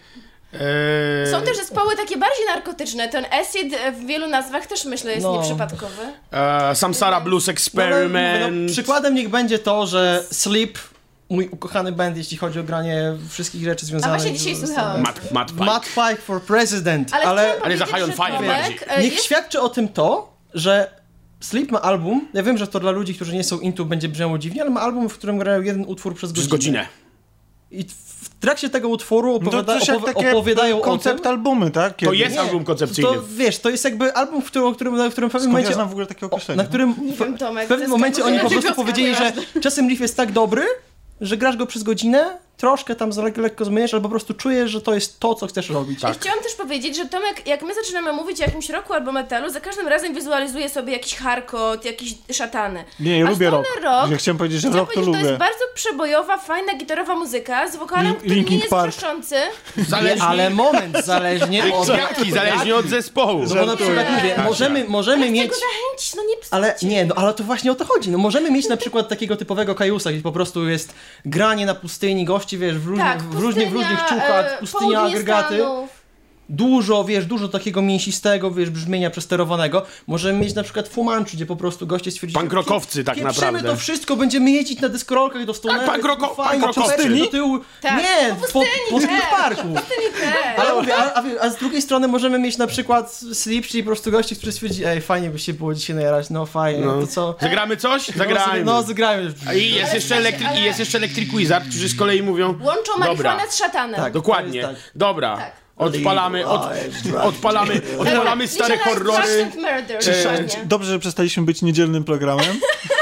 B: Są też zespoły takie bardziej narkotyczne. Ten acid w wielu nazwach też myślę jest
C: No.
B: nieprzypadkowy.
E: Samsara Blues
C: No,
E: Experiment.
C: przykładem niech będzie to, że Sleep, mój ukochany band, jeśli chodzi o granie wszystkich rzeczy
B: A
C: związanych
B: właśnie dzisiaj
C: z...
B: słuchałam.
E: Matt Pike.
C: Matt Pike for President,
B: Ale,
C: ale
B: chciałam
E: ale za
B: powiedzieć,
E: High on
B: że
E: Fire
B: Tomek,
E: bardziej.
C: niech
B: jest
C: świadczy o tym to, że Sleep ma album, ja wiem, że to dla ludzi, którzy nie są into będzie brzmiało dziwnie, ale ma album, w którym grają jeden utwór przez
E: Przez
C: godzinę.
E: godzinę.
C: I w trakcie tego utworu
A: No to też jak takie
C: opowiadają
A: koncept
C: o tym.
A: albumy, tak?
E: To jest
C: Nie,
E: album koncepcyjny.
C: To wiesz, to jest jakby album, w którym w pewnym
A: Skąd
C: momencie...
A: ja znam w ogóle takie określenie?
C: Na którym
B: Nie wiem, Tomek,
C: w pewnym momencie oni po prostu powiedzieli, że
B: zaskakujesz.
C: czasem riff jest tak dobry, że grasz go przez godzinę, troszkę tam lekko zmieniasz, ale po prostu czujesz, że to jest to, co chcesz robić.
B: I chciałam też powiedzieć, że Tomek, jak my zaczynamy mówić o jakimś rocku albo metalu, za każdym razem wizualizuje sobie jakiś hardcore, jakieś szatany.
A: Nie, ja
B: A
A: lubię rock.
B: stoner rock,
A: Ja chciałem powiedzieć, że
B: chciałam
A: rock to
B: powiedzieć, że
A: lubię.
B: to jest bardzo przebojowa, fajna, gitarowa muzyka z wokalem, który
A: Linkin
B: nie jest
A: Park.
B: wrzeszczący.
E: Zależnie,
C: Ale moment, zależnie od...
E: jaki, zależnie od zespołu.
C: No bo na przykład mówię, możemy mieć...
B: Chcę go zachęcić, no nie psuć.
C: Ale nie, no ale to właśnie o to chodzi. No możemy mieć na przykład takiego typowego kajusa, gdzie po prostu jest granie na pustyni, gościu gości, wiesz, w różnych
B: pustynia,
C: czukach, pustynia,
B: południe
C: agregaty.
B: Stanów.
C: Dużo takiego mięsistego, wiesz, brzmienia przesterowanego. Możemy mieć na przykład Fu Manchu, gdzie po prostu goście stwierdzili...
E: Punk rockowcy tak naprawdę.
C: to wszystko, będziemy jeździć na deskorolkach do Stonery.
E: Tak, punk rockowcy.
C: do tyłu.
B: Tak,
C: Nie, po parku.
B: Tak.
C: Ale mówię, a z drugiej strony możemy mieć na przykład Sleep, czyli po prostu gości, którzy stwierdzili, ej, fajnie by się było dzisiaj najarać, no fajnie, to co?
E: Zagramy coś? Zagrajmy.
C: No, zagrajmy.
E: I jest jeszcze Electric Wizard, którzy z kolei mówią...
B: Łączą marihuanę z szatanem.
C: Tak.
E: Dokładnie.
C: To jest
E: dobra.
B: Tak.
E: Odpalamy stare
B: I że
E: horrory.
B: Constant Murder, dokładnie.
A: Dobrze, że przestaliśmy być niedzielnym programem.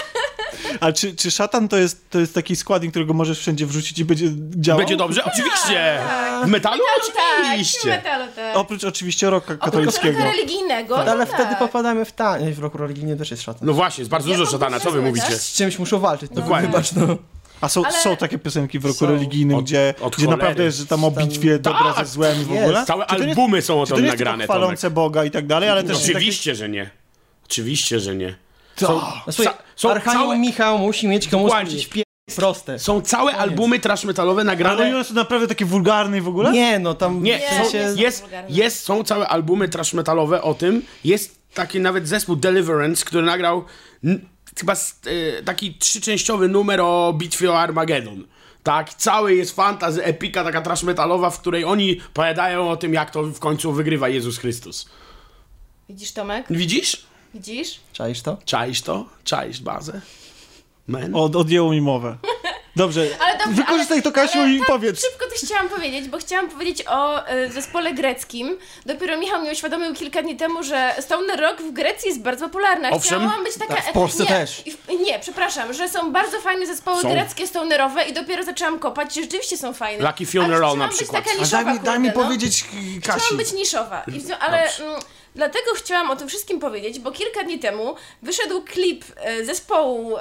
A: A czy szatan to jest taki składnik, którego możesz wszędzie wrzucić i będzie działał?
E: Będzie dobrze? Oczywiście. W metalu? Oczywiście.
B: Tak, metalu, tak.
A: Oprócz oczywiście rocka
B: Oprócz
A: katolickiego.
B: roka religijnego,
C: Ale
B: no
C: wtedy
B: tak.
C: popadamy w nie, w roku religijnym też jest szatan.
E: No właśnie, jest bardzo dużo szatana, co wy mówicie?
C: Z czymś muszą walczyć, no
E: Dokładnie.
C: wybacz, no.
A: A są takie piosenki w roku religijnym,
E: Od
A: gdzie
E: cholery.
A: naprawdę jest, że tam o bitwie dobra ze złem w ogóle?
E: Całe
A: Czy to nie-
E: albumy są o
A: Czy to
E: tym
A: nie jest
E: nagrane,
A: tylko chwalące
E: Tomek.
A: Boga i tak dalej, ale też
E: Oczywiście, że nie. Oczywiście, że nie.
C: No, słuchaj,
E: są
C: Archanioł
E: całe-
C: Michał musi mieć komuś
E: Dokładnie.
C: powiedzieć proste.
E: Są całe albumy trash metalowe
A: Ale
E: nagrane...
A: one są naprawdę takie wulgarne i w ogóle?
C: Nie, no tam...
E: Nie,
B: Nie,
E: są, są całe albumy trash metalowe o tym. Jest taki nawet zespół Deliverance, który nagrał chyba taki 3-częściowy numer o bitwie o Armagedon. Tak, cały jest fantasy, epika taka trash metalowa, w której oni opowiadają o tym, jak to w końcu wygrywa Jezus Chrystus.
B: Widzisz, Tomek?
E: Widzisz?
B: Widzisz?
C: Czaisz to?
E: Czaisz to? Czaisz bazę? Man.
A: Odjęło mi mowę. Dobrze,
B: Ale dobrze,
A: wykorzystaj to, Kasiu,
B: ale
A: i
B: tak
A: powiedz.
B: Szybko coś chciałam powiedzieć, bo chciałam powiedzieć o zespole greckim. Dopiero Michał mnie uświadomił kilka dni temu, że Stoner Rock w Grecji jest bardzo popularny.
E: Owszem.
B: Chciałam być taka...
C: Tak, w Polsce
B: nie,
C: też.
B: Nie, przepraszam, że są bardzo fajne zespoły
E: Są.
B: greckie stonerowe i dopiero zaczęłam kopać, że rzeczywiście są fajne.
E: Lucky Funeral
B: Ale
E: na
B: chciałam
E: przykład.
B: Być taka
A: A
B: niszowa,
A: daj mi
B: kurde, no.
A: powiedzieć, Kasi.
B: Chciałam być niszowa, ale dlatego chciałam o tym wszystkim powiedzieć, bo kilka dni temu wyszedł klip zespołu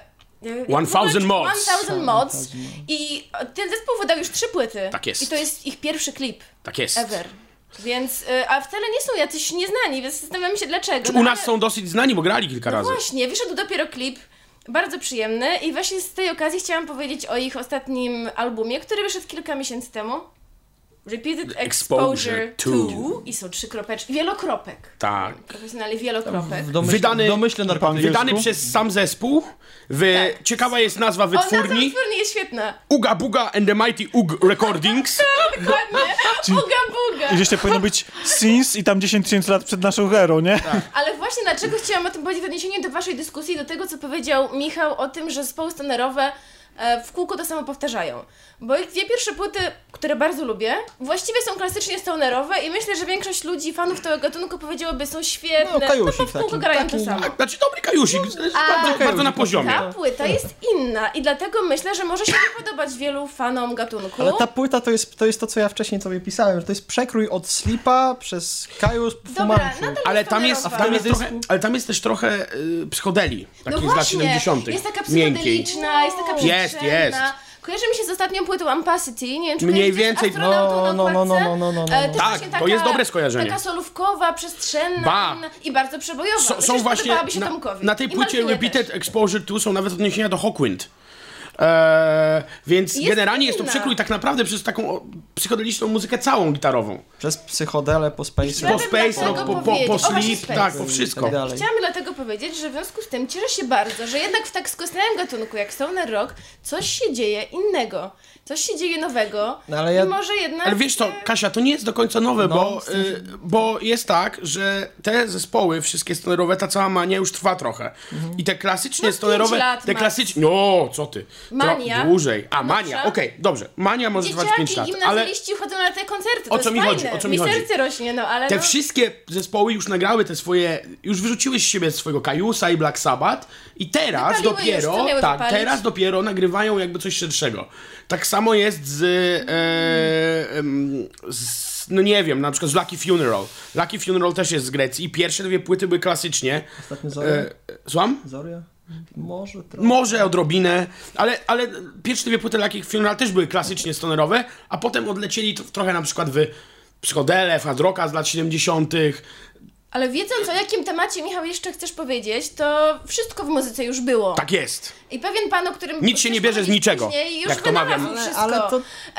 E: 1000 Mods.
B: 1000 Mods i ten zespół wydał już 3 płyty.
E: Tak jest.
B: I to jest ich pierwszy klip
E: Tak jest.
B: ever. Więc, a wcale nie są jacyś nieznani, więc zastanawiam się dlaczego.
E: U nas są dosyć znani, bo grali kilka razy.
B: Właśnie, wyszedł dopiero klip, bardzo przyjemny i właśnie z tej okazji chciałam powiedzieć o ich ostatnim albumie, który wyszedł kilka miesięcy temu. Repeated Exposure 2 i są 3 kropeczki, wielokropek.
E: Tak.
B: Profesjonalnie wielokropek.
C: W
E: Wydany
C: domyśle narkotyki.
E: Wydany przez sam zespół. Ciekawa jest nazwa
B: Nazwa
E: wytwórni.
B: wytwórni jest świetna.
E: Uga Buga and the Mighty Ug Recordings.
B: Dokładnie. Uga buga.
A: I jeszcze powinno być Sins i tam 10 000 lat przed naszą erą, nie?
B: Ale właśnie dlaczego chciałam o tym powiedzieć w odniesieniu do waszej dyskusji, do tego co powiedział Michał o tym, że zespoły stonerowe w kółko to samo powtarzają. Bo ich 2 pierwsze płyty, które bardzo lubię, właściwie są klasycznie stonerowe i myślę, że większość ludzi, fanów tego gatunku powiedziałaby, są świetne,
C: No, Kajusik
B: bo w kółko
C: taki,
B: grają to samo.
E: Znaczy dobry Kajusik, bardzo na poziomie.
B: Ta płyta jest inna i dlatego myślę, że może się nie podobać wielu fanom gatunku.
C: Ale ta płyta to jest to, co ja wcześniej sobie pisałem, że to jest przekrój od Sleepa przez Kaius po Fu
B: Dobra,
C: Manchu.
B: nadal
E: Ale tam jest,
B: stonerowa.
E: ale tam jest też trochę psychodeli, takich
B: No
E: z lat
B: właśnie,
E: 70.
B: jest taka
E: miękkiej.
B: psychodeliczna, jest taka
E: Jest,
B: przestrzenna.
E: jest.
B: Kojarzy mi się z ostatnią płytą Ampacity, nie wiem czy
E: Mniej
B: kojarzycie,
E: więcej-
B: z astronautą na okładce.
C: no.
B: Też
E: Tak,
B: właśnie
E: to jest dobre skojarzenie.
B: Taka solówkowa, przestrzenna
E: Ba.
B: inna i bardzo przebojowa. Myślę,
E: Są
B: że
E: właśnie
B: podobałaby się Tomkowi.
E: na tej
B: I
E: płycie
B: Malwinie
E: Repeated
B: też.
E: Exposure 2 są nawet odniesienia do Hawkwind. Więc
B: Jest
E: generalnie jest to
B: inna.
E: przekrój tak naprawdę przez taką psychodeliczną muzykę całą gitarową.
C: Przez psychodele, po space.
E: Po
B: Chciałabym
E: space
B: dlatego
E: rock, po
B: powiedzieć- o, właśnie
E: sleep,
B: space.
E: tak, po wszystko.
C: Tak dalej.
B: Chciałam dlatego powiedzieć, że w związku z tym cieszę się bardzo, że jednak w tak skostniałym gatunku jak stoner rock coś się dzieje innego. Coś się dzieje nowego.
C: No, ale ja-
B: I może jednak...
E: Ale wiesz co, Kasia, to nie jest do końca nowe,
C: No,
E: bo jest tak, że te zespoły, wszystkie stonerowe, ta cała mania już trwa trochę. I te klasycznie
B: No,
E: stonerowe,
B: 5 lat
E: te
B: max.
E: klasycznie, no co ty,
B: Mania?
E: dłużej, a
B: Dobrze.
E: Mania, okej, dobrze, Mania może trwać 5
B: Dzieciaki,
E: lat, ale
B: gimnazjaliści chodzą na te koncerty,
E: O
B: to
E: co
B: jest
E: mi
B: fajne.
E: chodzi, o co mi chodzi?
B: serce rośnie, no ale
E: te
B: no...
E: wszystkie zespoły już nagrały te swoje, już wyrzuciły z siebie swojego Kajusa i Black Sabbath i teraz
B: Wypaliły już, co
E: dopiero,
B: miały
E: tak,
B: wypalić.
E: teraz dopiero nagrywają jakby coś szerszego. Tak samo jest no nie wiem, na przykład z Lucky Funeral. Lucky Funeral też jest z Grecji i pierwsze 2 płyty były klasycznie.
C: Ostatnio Zoria?
E: Słucham?
C: Zoria? Może trochę.
E: Może odrobinę, ale pierwsze 2 płyty Lucky Funeral też były klasycznie stonerowe, a potem odlecieli trochę na przykład w psychodele, w hard rocka z lat 70.
B: Ale wiedząc, o jakim temacie, Michał, jeszcze chcesz powiedzieć, to wszystko w muzyce już było.
E: Tak jest.
B: I pewien pan, o którym...
E: Nic się nie bierze z niczego,
B: Już
E: jak to mawiam.
B: wynalazł wszystko.
C: Ale to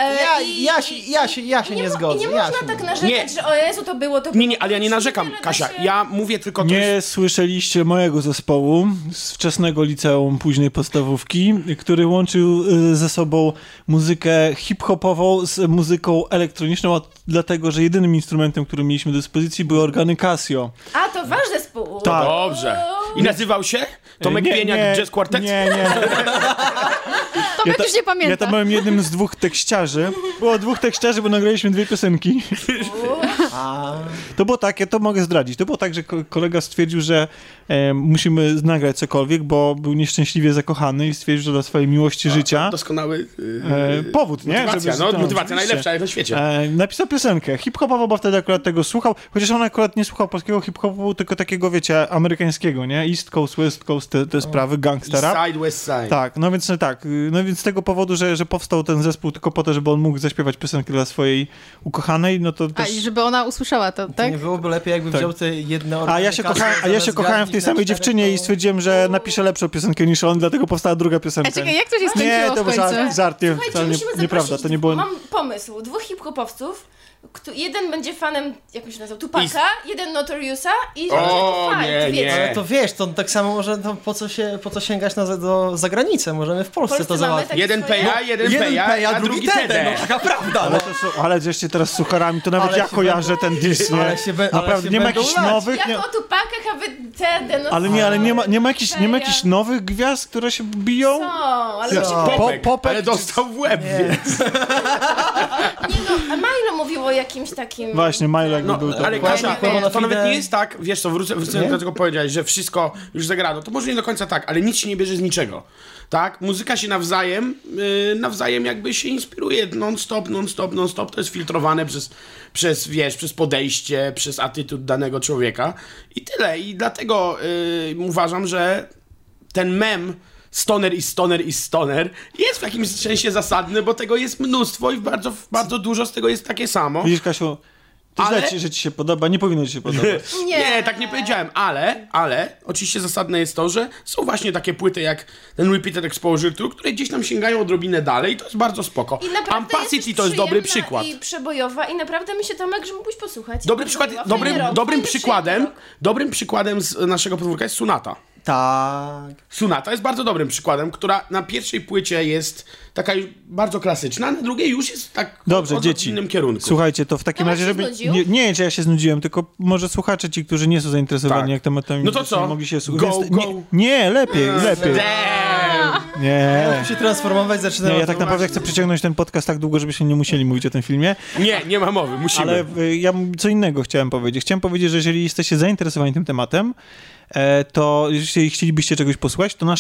C: ja się nie zgodzę.
B: Nie można tak narzekać, że o Jezu, to było.
E: Nie, ale ja nie narzekam, Kasia. Ja mówię tylko... to
A: Nie
E: jest-
A: słyszeliście mojego zespołu z wczesnego liceum, później podstawówki, który łączył ze sobą muzykę hip-hopową z muzyką elektroniczną, dlatego, że jedynym instrumentem, który mieliśmy do dyspozycji, były organy Casio.
B: A, to wasz zespół.
A: Tak.
E: Dobrze. I nazywał się? Tomek Pieniak Jazz Quartet?
A: Nie.
D: Tomek już nie pamięta.
A: Ja tam byłem jednym z 2 tekściarzy. Było 2 tekściarzy, bo nagraliśmy 2 piosenki. To było tak, ja to mogę zdradzić. To było tak, że kolega stwierdził, że musimy nagrać cokolwiek, bo był nieszczęśliwie zakochany i stwierdził, że dla swojej miłości życia
E: Doskonały
A: powód, nie?
E: motywacja,
A: Żeby-
E: motywacja
A: oczywiście.
E: najlepsza na świecie.
A: Napisał piosenkę hip-hopową, bo wtedy akurat tego słuchał, chociaż on akurat nie słuchał polskiego hip-hopu, tylko takiego, wiecie, amerykańskiego, nie? East Coast, West Coast, te sprawy, gangsta rap.
E: East Side, West Side.
A: Tak, no więc z tego powodu, że powstał ten zespół tylko po to, żeby on mógł zaśpiewać piosenkę dla swojej ukochanej, no to
D: A
A: też...
D: i żeby ona usłyszała to, tak?
C: Nie byłoby lepiej, jakby
A: Tak.
C: wziął te jedne
A: A ja się kochałem w tej samej dziewczynie i stwierdziłem, że napiszę lepszą piosenkę niż on, dlatego powstała druga piosenka.
D: A czekaj, jak to się skończyło
A: Nie, to
D: w
A: był
D: końcu?
A: żart, nie,
B: Słuchajcie,
A: wcale
B: musimy
A: nieprawda,
B: zaprosić,
A: to nie było...
B: Mam pomysł. 2 hip-hopowców. Jeden będzie fanem, jak on się nazywał, Tupaca, jeden Notoriousa i
E: O,
B: fight,
E: nie,
B: wiecie.
E: nie.
C: Ale to wiesz, to tak samo może, to po co sięgać do zagranicy? Możemy w Polsce
B: Polsce
C: to
B: mamy
C: załatwić.
B: takie
E: Jeden
B: swoje-
E: peja, jeden peja, a drugi
C: Tede,
E: tede.
C: no taka prawda.
A: Ale, ale żeście teraz z sucharami, to nawet
C: Ale
A: ja
C: się
A: kojarzę ten diss, nie?
C: ale
A: Naprawdę,
C: się
A: nie ma
C: będą
A: jakichś
C: lać.
A: nowych... Nie,
B: Jak o Tupacach, a wy Tede, no
A: ale nie ma jakichś nowych gwiazd, które się biją?
B: Co? Ale
C: Co?
B: musimy...
E: Popek, ale dostał w łeb, więc...
B: Nie no, a Milo mówił o jakimś takim...
A: Właśnie, Milo jakby
E: No,
A: był to.
E: ale
C: dokładnie.
E: Kasia,
C: Chyba na
E: to nawet
C: fide-
E: nie jest tak, wiesz co, wrócę do tego powiedziałeś, że wszystko już zagrano. To może nie do końca tak, ale nic się nie bierze z niczego. Tak? Muzyka się nawzajem jakby się inspiruje non-stop. To jest filtrowane przez podejście, przez attitude danego człowieka. I tyle. I dlatego uważam, że ten mem stoner jest w jakimś sensie zasadny, bo tego jest mnóstwo i bardzo dużo z tego jest takie samo.
A: Widzisz, Kasiu, to
E: Ale-
A: źle, że ci się podoba, nie powinno ci się podobać.
E: Nie, tak nie powiedziałem, ale oczywiście zasadne jest to, że są właśnie takie płyty jak ten Repeated Exposure, które gdzieś tam sięgają odrobinę dalej i to jest bardzo spoko.
B: I naprawdę
E: Ampacity
B: jest
E: to jest dobry
B: przyjemna
E: przykład.
B: I przebojowa i naprawdę mi się Tomek, że mógłbyś posłuchać.
E: Dobry
B: Bardzo
E: przykład,
B: miła. Fajny rok,
E: dobrym
B: fajny,
E: przykładem,
B: przyjemny rok.
E: dobrym przykładem z naszego podwórka jest Sonata.
C: Tak.
E: Sonata jest bardzo dobrym przykładem, która na pierwszej płycie jest taka już bardzo klasyczna, na drugiej już jest tak
A: Dobrze,
E: w
A: dzieci.
E: innym kierunku.
A: Słuchajcie, to w takim
B: Tomek
A: razie,
B: się
A: żeby...
B: znudził?
A: Nie, że ja się znudziłem, tylko może słuchacze ci, którzy nie są zainteresowani
E: Tak.
A: jak tematami
E: No to
A: muzycznymi,
E: co?
A: mogli się
E: Go,
A: słuchać.
E: go.
A: Nie, lepiej.
E: Damn.
A: Nie.
C: Się transformować zaczyna.
A: Nie, ja tak naprawdę chcę przyciągnąć ten podcast tak długo, żebyśmy nie musieli mówić o tym filmie,
E: Nie ma mowy, musimy.
A: ale ja co innego chciałem powiedzieć. Chciałem powiedzieć, że jeżeli jesteście zainteresowani tym tematem, to jeśli chcielibyście czegoś posłuchać, to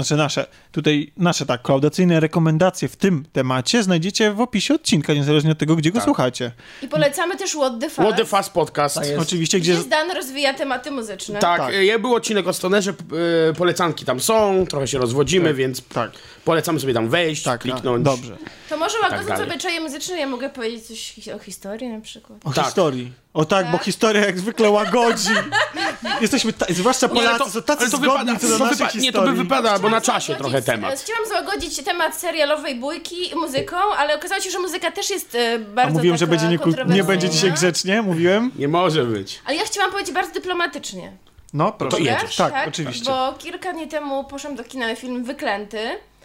A: nasze klaudacyjne rekomendacje w tym temacie znajdziecie w opisie odcinka, niezależnie od tego, gdzie go słuchacie.
B: I polecamy też What the Fuzz.
E: What the Fuzz podcast.
C: Tak jest.
A: Oczywiście,
B: Gdzie
A: gdzie...
B: Zdan rozwija tematy muzyczne.
E: Tak,
A: Tak.
E: był odcinek o stonerze, polecanki tam są, trochę się rozwodzimy, więc
A: Tak,
E: polecamy sobie tam wejść,
A: tak,
E: kliknąć.
A: dobrze.
B: To może łagodząc
E: dalej.
B: obyczaje muzyczne, ja mogę powiedzieć coś o historii na przykład.
A: O
E: Tak.
A: historii. O tak, bo historia jak zwykle łagodzi. Jesteśmy, zwłaszcza
E: Nie, ale
A: Polacy, są tacy
E: ale to
A: zgodni
E: wypada,
A: co do naszej
E: nie, to
A: historii.
E: by wypada, bo na czasie
B: Chciałam
E: trochę
B: złagodzić-
E: temat.
B: Chciałam złagodzić temat serialowej bójki muzyką, ale okazało się, że muzyka też jest bardzo
A: A mówiłem, że
B: taka
A: będzie nie
B: kontrowersyjna.
A: będzie dzisiaj grzecznie, mówiłem.
E: Nie może być.
B: Ale ja chciałam powiedzieć bardzo dyplomatycznie.
A: No, proszę.
E: To jedziesz.
B: Wiesz?
A: Tak, oczywiście.
B: Bo kilka dni temu poszłam do kina na film Wyklęty,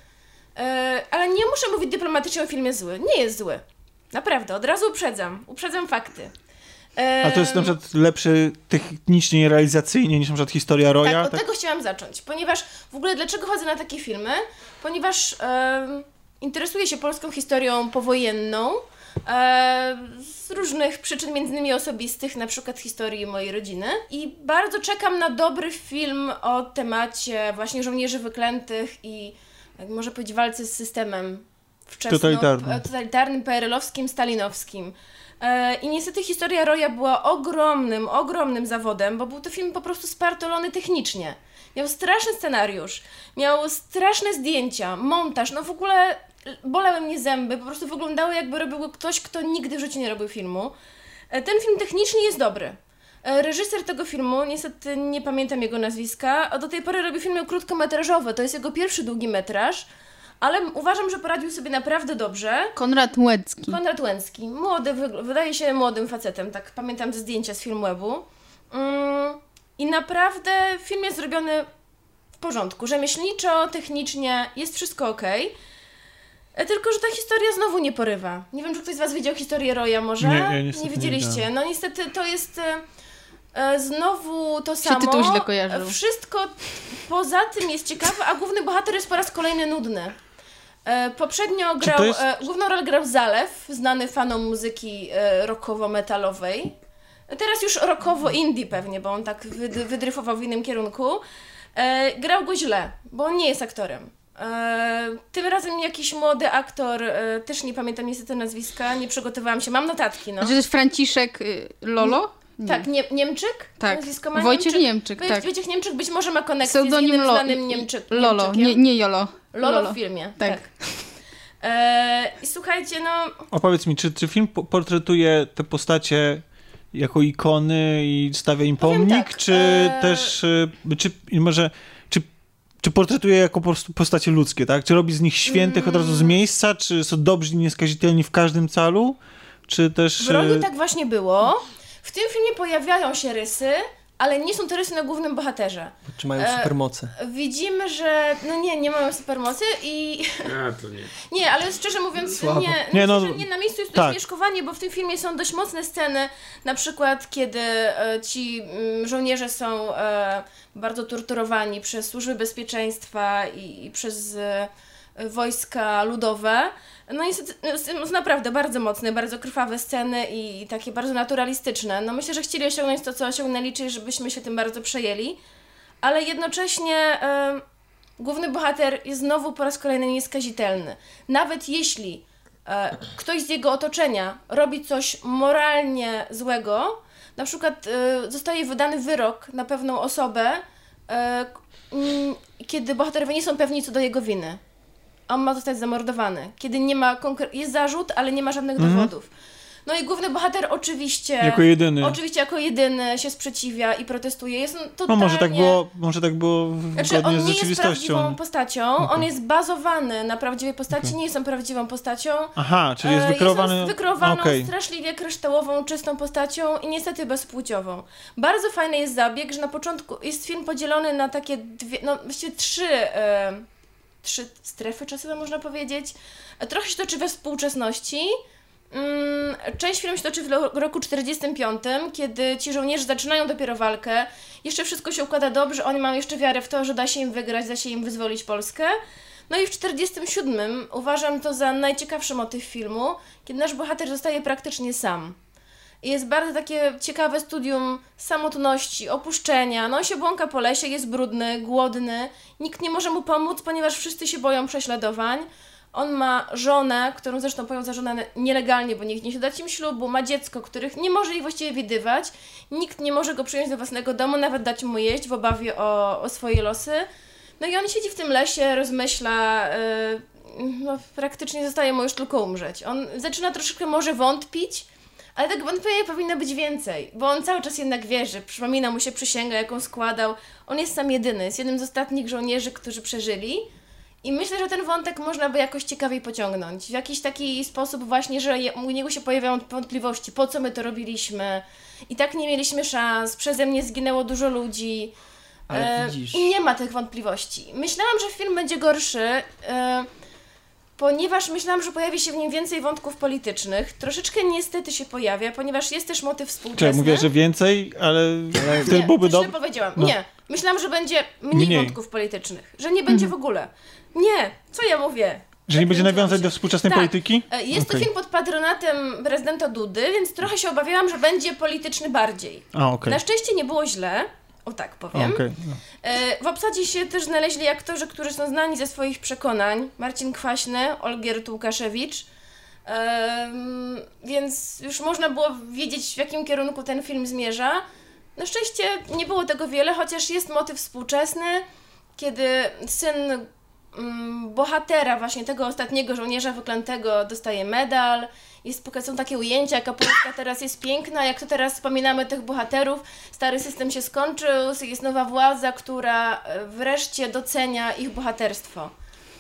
B: ale nie muszę mówić dyplomatycznie o filmie zły. Nie jest zły. Naprawdę, od razu uprzedzam fakty.
A: A to jest na przykład lepszy technicznie i realizacyjnie niż na przykład historia Roya.
B: Tak, od tego chciałam zacząć, ponieważ w ogóle dlaczego chodzę na takie filmy? Ponieważ interesuję się polską historią powojenną z różnych przyczyn, między innymi osobistych, na przykład historii mojej rodziny i bardzo czekam na dobry film o temacie właśnie żołnierzy wyklętych i jak można powiedzieć walce z systemem totalitarnym, PRL-owskim, stalinowskim. I niestety historia Roya była ogromnym zawodem, bo był to film po prostu spartolony technicznie. Miał straszny scenariusz, miał straszne zdjęcia, montaż, no w ogóle bolały mnie zęby, po prostu wyglądało jakby robił go ktoś, kto nigdy w życiu nie robił filmu. Ten film technicznie jest dobry, Reżyser tego filmu, niestety nie pamiętam jego nazwiska, a do tej pory robi filmy krótkometrażowe, to jest jego pierwszy długi metraż, ale uważam, że poradził sobie naprawdę dobrze.
D: Konrad Łęcki.
B: Konrad Łęcki, młody, wydaje się młodym facetem, tak pamiętam ze zdjęcia z Filmwebu. I naprawdę film jest zrobiony w porządku, rzemieślniczo, technicznie, jest wszystko okej. Tylko, że ta historia znowu nie porywa. Nie wiem, czy ktoś z was widział historię Roya może?
A: Nie
B: widzieliście. No niestety to jest znowu to samo.
D: Czy tytuł źle kojarzył?
B: Wszystko poza tym jest ciekawe, a główny bohater jest po raz kolejny nudny. Poprzednio grał, główną rolę grał Zalew, znany fanom muzyki rockowo-metalowej. Teraz już rockowo-indie pewnie, bo on tak wydryfował w innym kierunku. Grał go źle, bo on nie jest aktorem. Tym razem jakiś młody aktor, też nie pamiętam niestety nazwiska, nie przygotowałam się, mam notatki, no.
D: Czy to jest Franciszek Lolo? Nie.
B: Tak, Niemczyk?
D: Tak,
B: Nazwisko ma
D: Wojciech Niemczyk, tak.
B: Wojciech Niemczyk być może ma konekcję
D: Pseudonim
B: z innym znanym
D: Lolo,
B: Niemczykiem.
D: nie Jolo.
B: Lolo w filmie,
D: tak.
B: I słuchajcie, no...
A: Opowiedz mi, czy film portretuje te postacie jako ikony i stawia im pomnik,
B: tak,
A: czy też, czy portretuje jako po prostu postacie ludzkie, tak? Czy robi z nich świętych od razu z miejsca, czy są dobrzy i nieskazitelni w każdym calu, czy też...
B: W roli tak właśnie było. W tym filmie pojawiają się rysy, ale nie są to rysy na głównym bohaterze.
C: Czy mają supermoce?
B: Widzimy, że... No nie mają supermocy i...
E: A, to nie.
B: Nie, ale szczerze mówiąc,
C: Słabo.
B: nie,
A: no,
B: myślę, że nie na miejscu jest
A: tak.
B: śmieszkowanie, bo w tym filmie są dość mocne sceny, na przykład kiedy ci żołnierze są bardzo torturowani przez służby bezpieczeństwa i przez wojska ludowe. No niestety, są naprawdę bardzo mocne, bardzo krwawe sceny i takie bardzo naturalistyczne. No myślę, że chcieli osiągnąć to, co osiągnęli, czyli żebyśmy się tym bardzo przejęli, ale jednocześnie główny bohater jest znowu po raz kolejny nieskazitelny. Nawet jeśli ktoś z jego otoczenia robi coś moralnie złego, na przykład zostaje wydany wyrok na pewną osobę, kiedy bohaterowie nie są pewni co do jego winy. On ma zostać zamordowany. Kiedy nie ma jest zarzut, ale nie ma żadnych dowodów. No i główny bohater oczywiście jako jedyny się sprzeciwia i protestuje. Jest on totalnie...
A: No może tak było
B: Znaczy, on
A: z
B: nie jest
A: rzeczywistością.
B: prawdziwą postacią, on jest bazowany na prawdziwej postaci, nie jest on prawdziwą postacią.
A: Aha, czyli jest wykreowany...
B: Jest on wykreowaną, straszliwie kryształową, czystą postacią i niestety bezpłciową. Bardzo fajny jest zabieg, że na początku jest film podzielony na takie dwie, no właściwie trzy strefy czasowe, można powiedzieć. Trochę się toczy we współczesności. Część filmu się toczy w roku 45, kiedy ci żołnierze zaczynają dopiero walkę. Jeszcze wszystko się układa dobrze, oni mają jeszcze wiarę w to, że da się im wygrać, da się im wyzwolić Polskę. No i w 47 uważam to za najciekawszy motyw filmu, kiedy nasz bohater zostaje praktycznie sam. I jest bardzo takie ciekawe studium samotności, opuszczenia. No on się błąka po lesie, jest brudny, głodny, nikt nie może mu pomóc, ponieważ wszyscy się boją prześladowań. On ma żonę, którą zresztą pojął za żonę nielegalnie, bo nikt nie chce dać im ślubu, ma dziecko, których nie może ich właściwie widywać, nikt nie może go przyjąć do własnego domu, nawet dać mu jeść w obawie o swoje losy. No i on siedzi w tym lesie, rozmyśla, no praktycznie zostaje mu już tylko umrzeć. On zaczyna troszeczkę może wątpić, ale tego wątpienia powinno być więcej, bo on cały czas jednak wierzy, przypomina mu się przysięga, jaką składał. On jest sam jedyny, jest jednym z ostatnich żołnierzy, którzy przeżyli. I myślę, że ten wątek można by jakoś ciekawiej pociągnąć. W jakiś taki sposób właśnie, że u niego się pojawiają wątpliwości, po co my to robiliśmy. I tak nie mieliśmy szans, przeze mnie zginęło dużo ludzi.
C: Ale widzisz...
B: I nie ma tych wątpliwości. Myślałam, że film będzie gorszy, ponieważ myślałam, że pojawi się w nim więcej wątków politycznych. Troszeczkę niestety się pojawia, ponieważ jest też motyw współczesny.
A: Czyli mówię, że więcej, ale wtedy byłby
B: dobrze. Powiedziałam. No. Nie, myślałam, że będzie mniej wątków politycznych. Że nie będzie w ogóle. Nie, co ja mówię?
A: Że nie będzie nawiązać do współczesnej polityki?
B: Jest to film pod patronatem prezydenta Dudy, więc trochę się obawiałam, że będzie polityczny bardziej. Na szczęście nie było źle, o tak powiem. W obsadzie się też znaleźli aktorzy, którzy są znani ze swoich przekonań. Marcin Kwaśny, Olgierd Łukaszewicz. Więc już można było wiedzieć, w jakim kierunku ten film zmierza. Na szczęście nie było tego wiele, chociaż jest motyw współczesny, kiedy syn bohatera, właśnie tego ostatniego żołnierza wyklętego dostaje medal. Są takie ujęcia, jaka Polska teraz jest piękna, jak to teraz wspominamy tych bohaterów. Stary system się skończył, jest nowa władza, która wreszcie docenia ich bohaterstwo.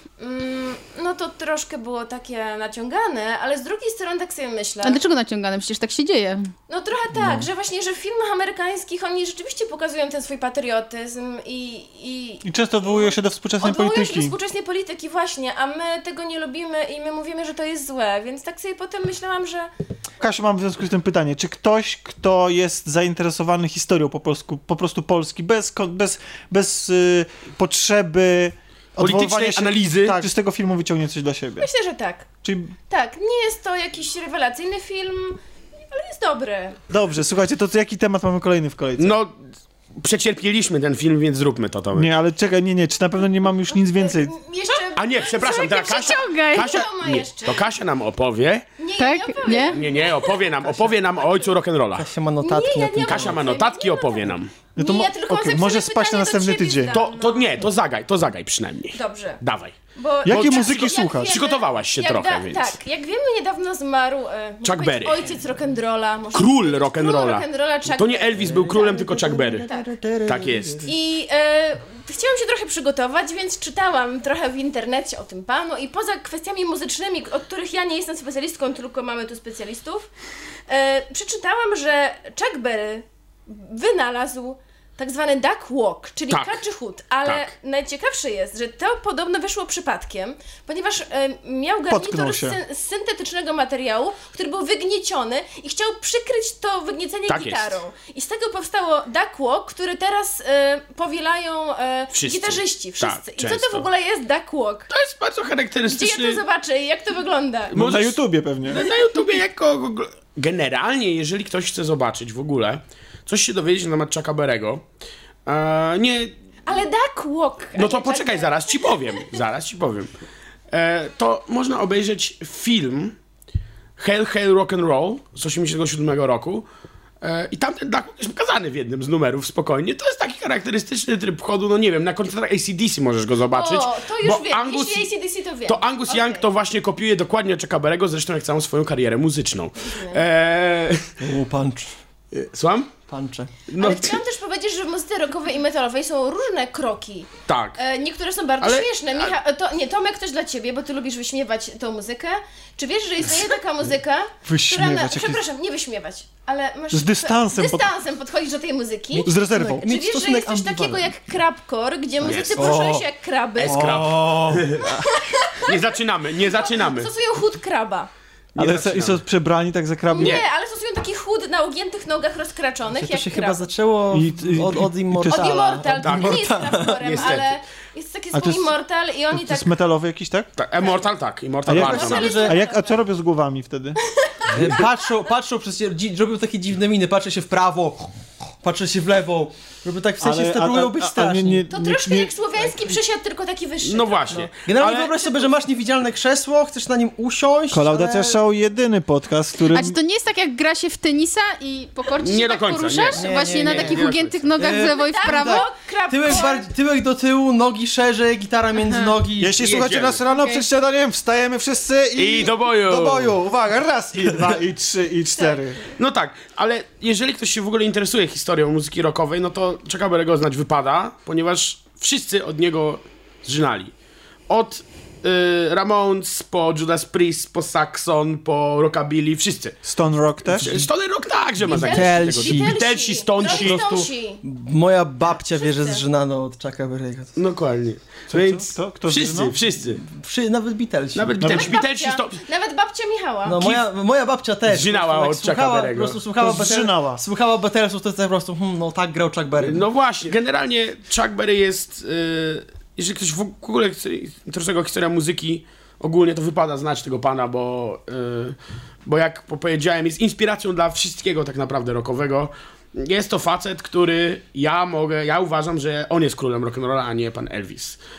B: No to troszkę było takie naciągane, ale z drugiej strony tak sobie myślę.
D: A dlaczego naciągane? Przecież tak się dzieje.
B: No trochę tak, że właśnie, że w filmach amerykańskich oni rzeczywiście pokazują ten swój patriotyzm
A: I często odwołują się do współczesnej polityki.
B: do współczesnej polityki, właśnie, a my tego nie lubimy i my mówimy, że to jest złe, więc tak sobie potem myślałam, że...
A: Kasiu, mam w związku z tym pytanie. Czy ktoś, kto jest zainteresowany historią po prostu Polski, bez potrzeby
E: politycznej analizy.
A: Tak, czy z tego filmu wyciągnie coś dla siebie?
B: Myślę, że tak.
A: Czyli...
B: Tak, nie jest to jakiś rewelacyjny film, ale jest dobry.
A: Dobrze, słuchajcie, to jaki temat mamy kolejny w kolejce?
E: No, przecierpieliśmy ten film, więc zróbmy to.
A: Nie, ale czekaj, nie, czy na pewno nie mamy już nic więcej?
B: Jeszcze...
E: A nie, przepraszam, teraz Kasia
B: To
E: Kasia nam opowie.
B: Nie,
D: Tak?
B: nie opowiem.
D: Nie?
E: Opowie nam o ojcu rock'n'rolla.
C: Kasia ma notatki
B: Nie,
C: na ten
B: nie
C: temat.
E: Kasia ma notatki, opowie nam.
A: No to
B: Nie, ja tylko mam
A: okej,
B: zapisane
A: może spaść na
B: pytanie do
A: następny
B: ciebie
A: tydzień.
B: zdam.
E: To zagaj przynajmniej.
B: Dobrze.
E: Dawaj.
B: Bo
A: Jakie
B: bo
A: muzyki
B: jak
A: słuchasz?
B: wiemy-
E: Przygotowałaś się trochę, więc...
B: Tak, jak wiemy, niedawno zmarł
E: Chuck Berry.
B: ojciec rock'n'rolla. może
E: Król
B: powiedzieć,
E: rock'n'rolla.
B: Król rock'n'rolla Chuck
E: To nie
B: Berry.
E: Elvis był królem, tylko Chuck Berry.
B: Tak.
E: Tak jest.
B: I chciałam się trochę przygotować, więc czytałam trochę w internecie o tym panu i poza kwestiami muzycznymi, o których ja nie jestem specjalistką, tylko mamy tu specjalistów, przeczytałam, że Chuck Berry wynalazł tak zwany duck walk, czyli
E: Tak.
B: kaczy chód, ale
E: Tak.
B: najciekawsze jest, że to podobno wyszło przypadkiem, ponieważ miał
A: Potknął
B: garnitur
A: się.
B: z syntetycznego materiału, który był wygnieciony i chciał przykryć to wygniecenie
E: Tak
B: gitarą. I z tego powstało duck walk, który teraz powielają
E: Wszyscy.
B: gitarzyści,
E: Tak,
B: wszyscy. I co to
E: często.
B: w ogóle jest duck walk?
E: To jest bardzo
B: Gdzie
E: charakterystyczny...
B: ja to zobaczę i jak to wygląda?
A: No, na
E: Możesz-
A: YouTubie pewnie.
E: Na YouTubie jako... Generalnie, jeżeli ktoś chce zobaczyć w ogóle, coś się dowiedzieć na temat Chucka Berry'ego, nie...
B: Ale duck walk!
E: No to poczekaj, zaraz ci powiem. To można obejrzeć film Hail, Hail, Rock'n'Roll z 1987 roku. I tam ten duck walk jest pokazany w jednym z numerów spokojnie. To jest taki charakterystyczny tryb chodu, no nie wiem, na koncertach AC/DC możesz go zobaczyć.
B: O, to już
E: bo
B: wiem, jeśli AC/DC to wiem.
E: To Angus Young
B: Okej.
E: to właśnie kopiuje dokładnie Chucka Berry'ego, zresztą jak całą swoją karierę muzyczną.
C: Punch.
E: Słucham?
C: Puncze.
E: No,
B: Ale chciałam też powiedzieć, że w muzyce rockowej i metalowej są różne kroki.
E: tak.
B: Niektóre są bardzo
E: Ale-
B: śmieszne. Tomek, coś dla ciebie, bo ty lubisz wyśmiewać tą muzykę. Czy wiesz, że istnieje taka muzyka,
A: Wyśmiewać,
B: która...
A: jakie-
B: Przepraszam, nie wyśmiewać, ale masz...
A: Z dystansem
B: podchodzisz do tej muzyki.
A: Z rezerwą.
B: Czy
C: Mieć
B: wiesz, że
C: stosunek
B: jest coś takiego
C: ambiwalentny.
B: jak crabcore, gdzie muzycy
E: Jest.
B: poruszają się jak kraby?
E: S-Krab. Nie zaczynamy.
B: Stosują chód kraba.
A: Ale
E: zaczynamy.
A: i są przebrani tak za kraby?
B: Nie, ale stosują taki chód na ugiętych nogach rozkraczonych,
C: To
B: jak
C: się
B: krab.
C: chyba zaczęło
A: to
C: od Immortala.
B: Od Immortal,
E: Tak.
B: to nie jest crabcorem,
E: Niestety.
B: ale jest taki
A: Ale to
B: zespół
A: jest-
B: Immortal i oni
A: To
B: tak...
A: jest metalowy jakiś, tak?
E: Immortal tak, Immortal
A: A jak-
E: bardzo.
B: Immortal
E: nawet.
B: jest-
A: A co robią z głowami wtedy?
C: Patrzą robią takie dziwne miny, patrzę się w prawo, patrzę się w lewo, robią tak w sensie, próbują być straszni.
B: To troszkę jak słowiański przysiad, tylko taki wyższy.
E: No właśnie.
C: Generalnie
E: Ale-
C: wyobraź sobie, że masz niewidzialne krzesło, chcesz na nim usiąść,
A: Kolaudacja
C: ale...
A: Show, jedyny podcast, który...
D: A czy to nie jest tak, jak gra się w tenisa i pokorcie
E: Nie
D: się
E: do
D: tak
E: końca,
D: poruszasz?
C: nie.
D: Właśnie
C: Nie,
D: na
C: nie,
D: takich
E: nie do
D: ugiętych
E: końca.
D: nogach w lewo i w prawo?
C: Tyłek do tyłu, nogi szerzej, gitara między nogi.
A: Jeśli
E: Jedziemy.
A: słuchacie nas rano przed śniadaniem, wstajemy wszyscy
E: I do boju.
A: Do boju, uwaga, raz, i dwa, i trzy, i cztery.
E: No tak, ale jeżeli ktoś się w ogóle interesuje historią muzyki rockowej, no to Chucka Berry'ego znać wypada, ponieważ wszyscy od niego zżynali. Od Ramones, po Judas Priest, po Saxon, po Rockabilly, wszyscy.
A: Stone Rock też?
E: Stoner Rock także ma
C: Beatlesi.
E: Beatlesi, Stonesi.
C: Moja babcia wie, że zżynano od Chucka Berry'ego.
E: Dokładnie. Więc
A: Kto zżynał?
E: wszyscy.
C: Nawet Beatlesi.
E: Nawet Beatlesi,
B: Nawet babcia Michała.
C: No moja babcia też.
E: Zżynała
C: po prostu,
E: od
C: jak
E: Chucka
C: Po
E: Berry'ego.
C: prostu słuchała
A: To zżynała.
C: Słuchała Beatlesów, to jest po prostu, no tak grał Chuck Berry.
E: No właśnie, generalnie Chuck Berry jest, jeżeli ktoś w ogóle interesuje go historia muzyki, ogólnie to wypada znać tego pana, bo jak powiedziałem, jest inspiracją dla wszystkiego tak naprawdę rockowego. Jest to facet, który ja uważam, że on jest królem rock'n'rolla, a nie pan Elvis.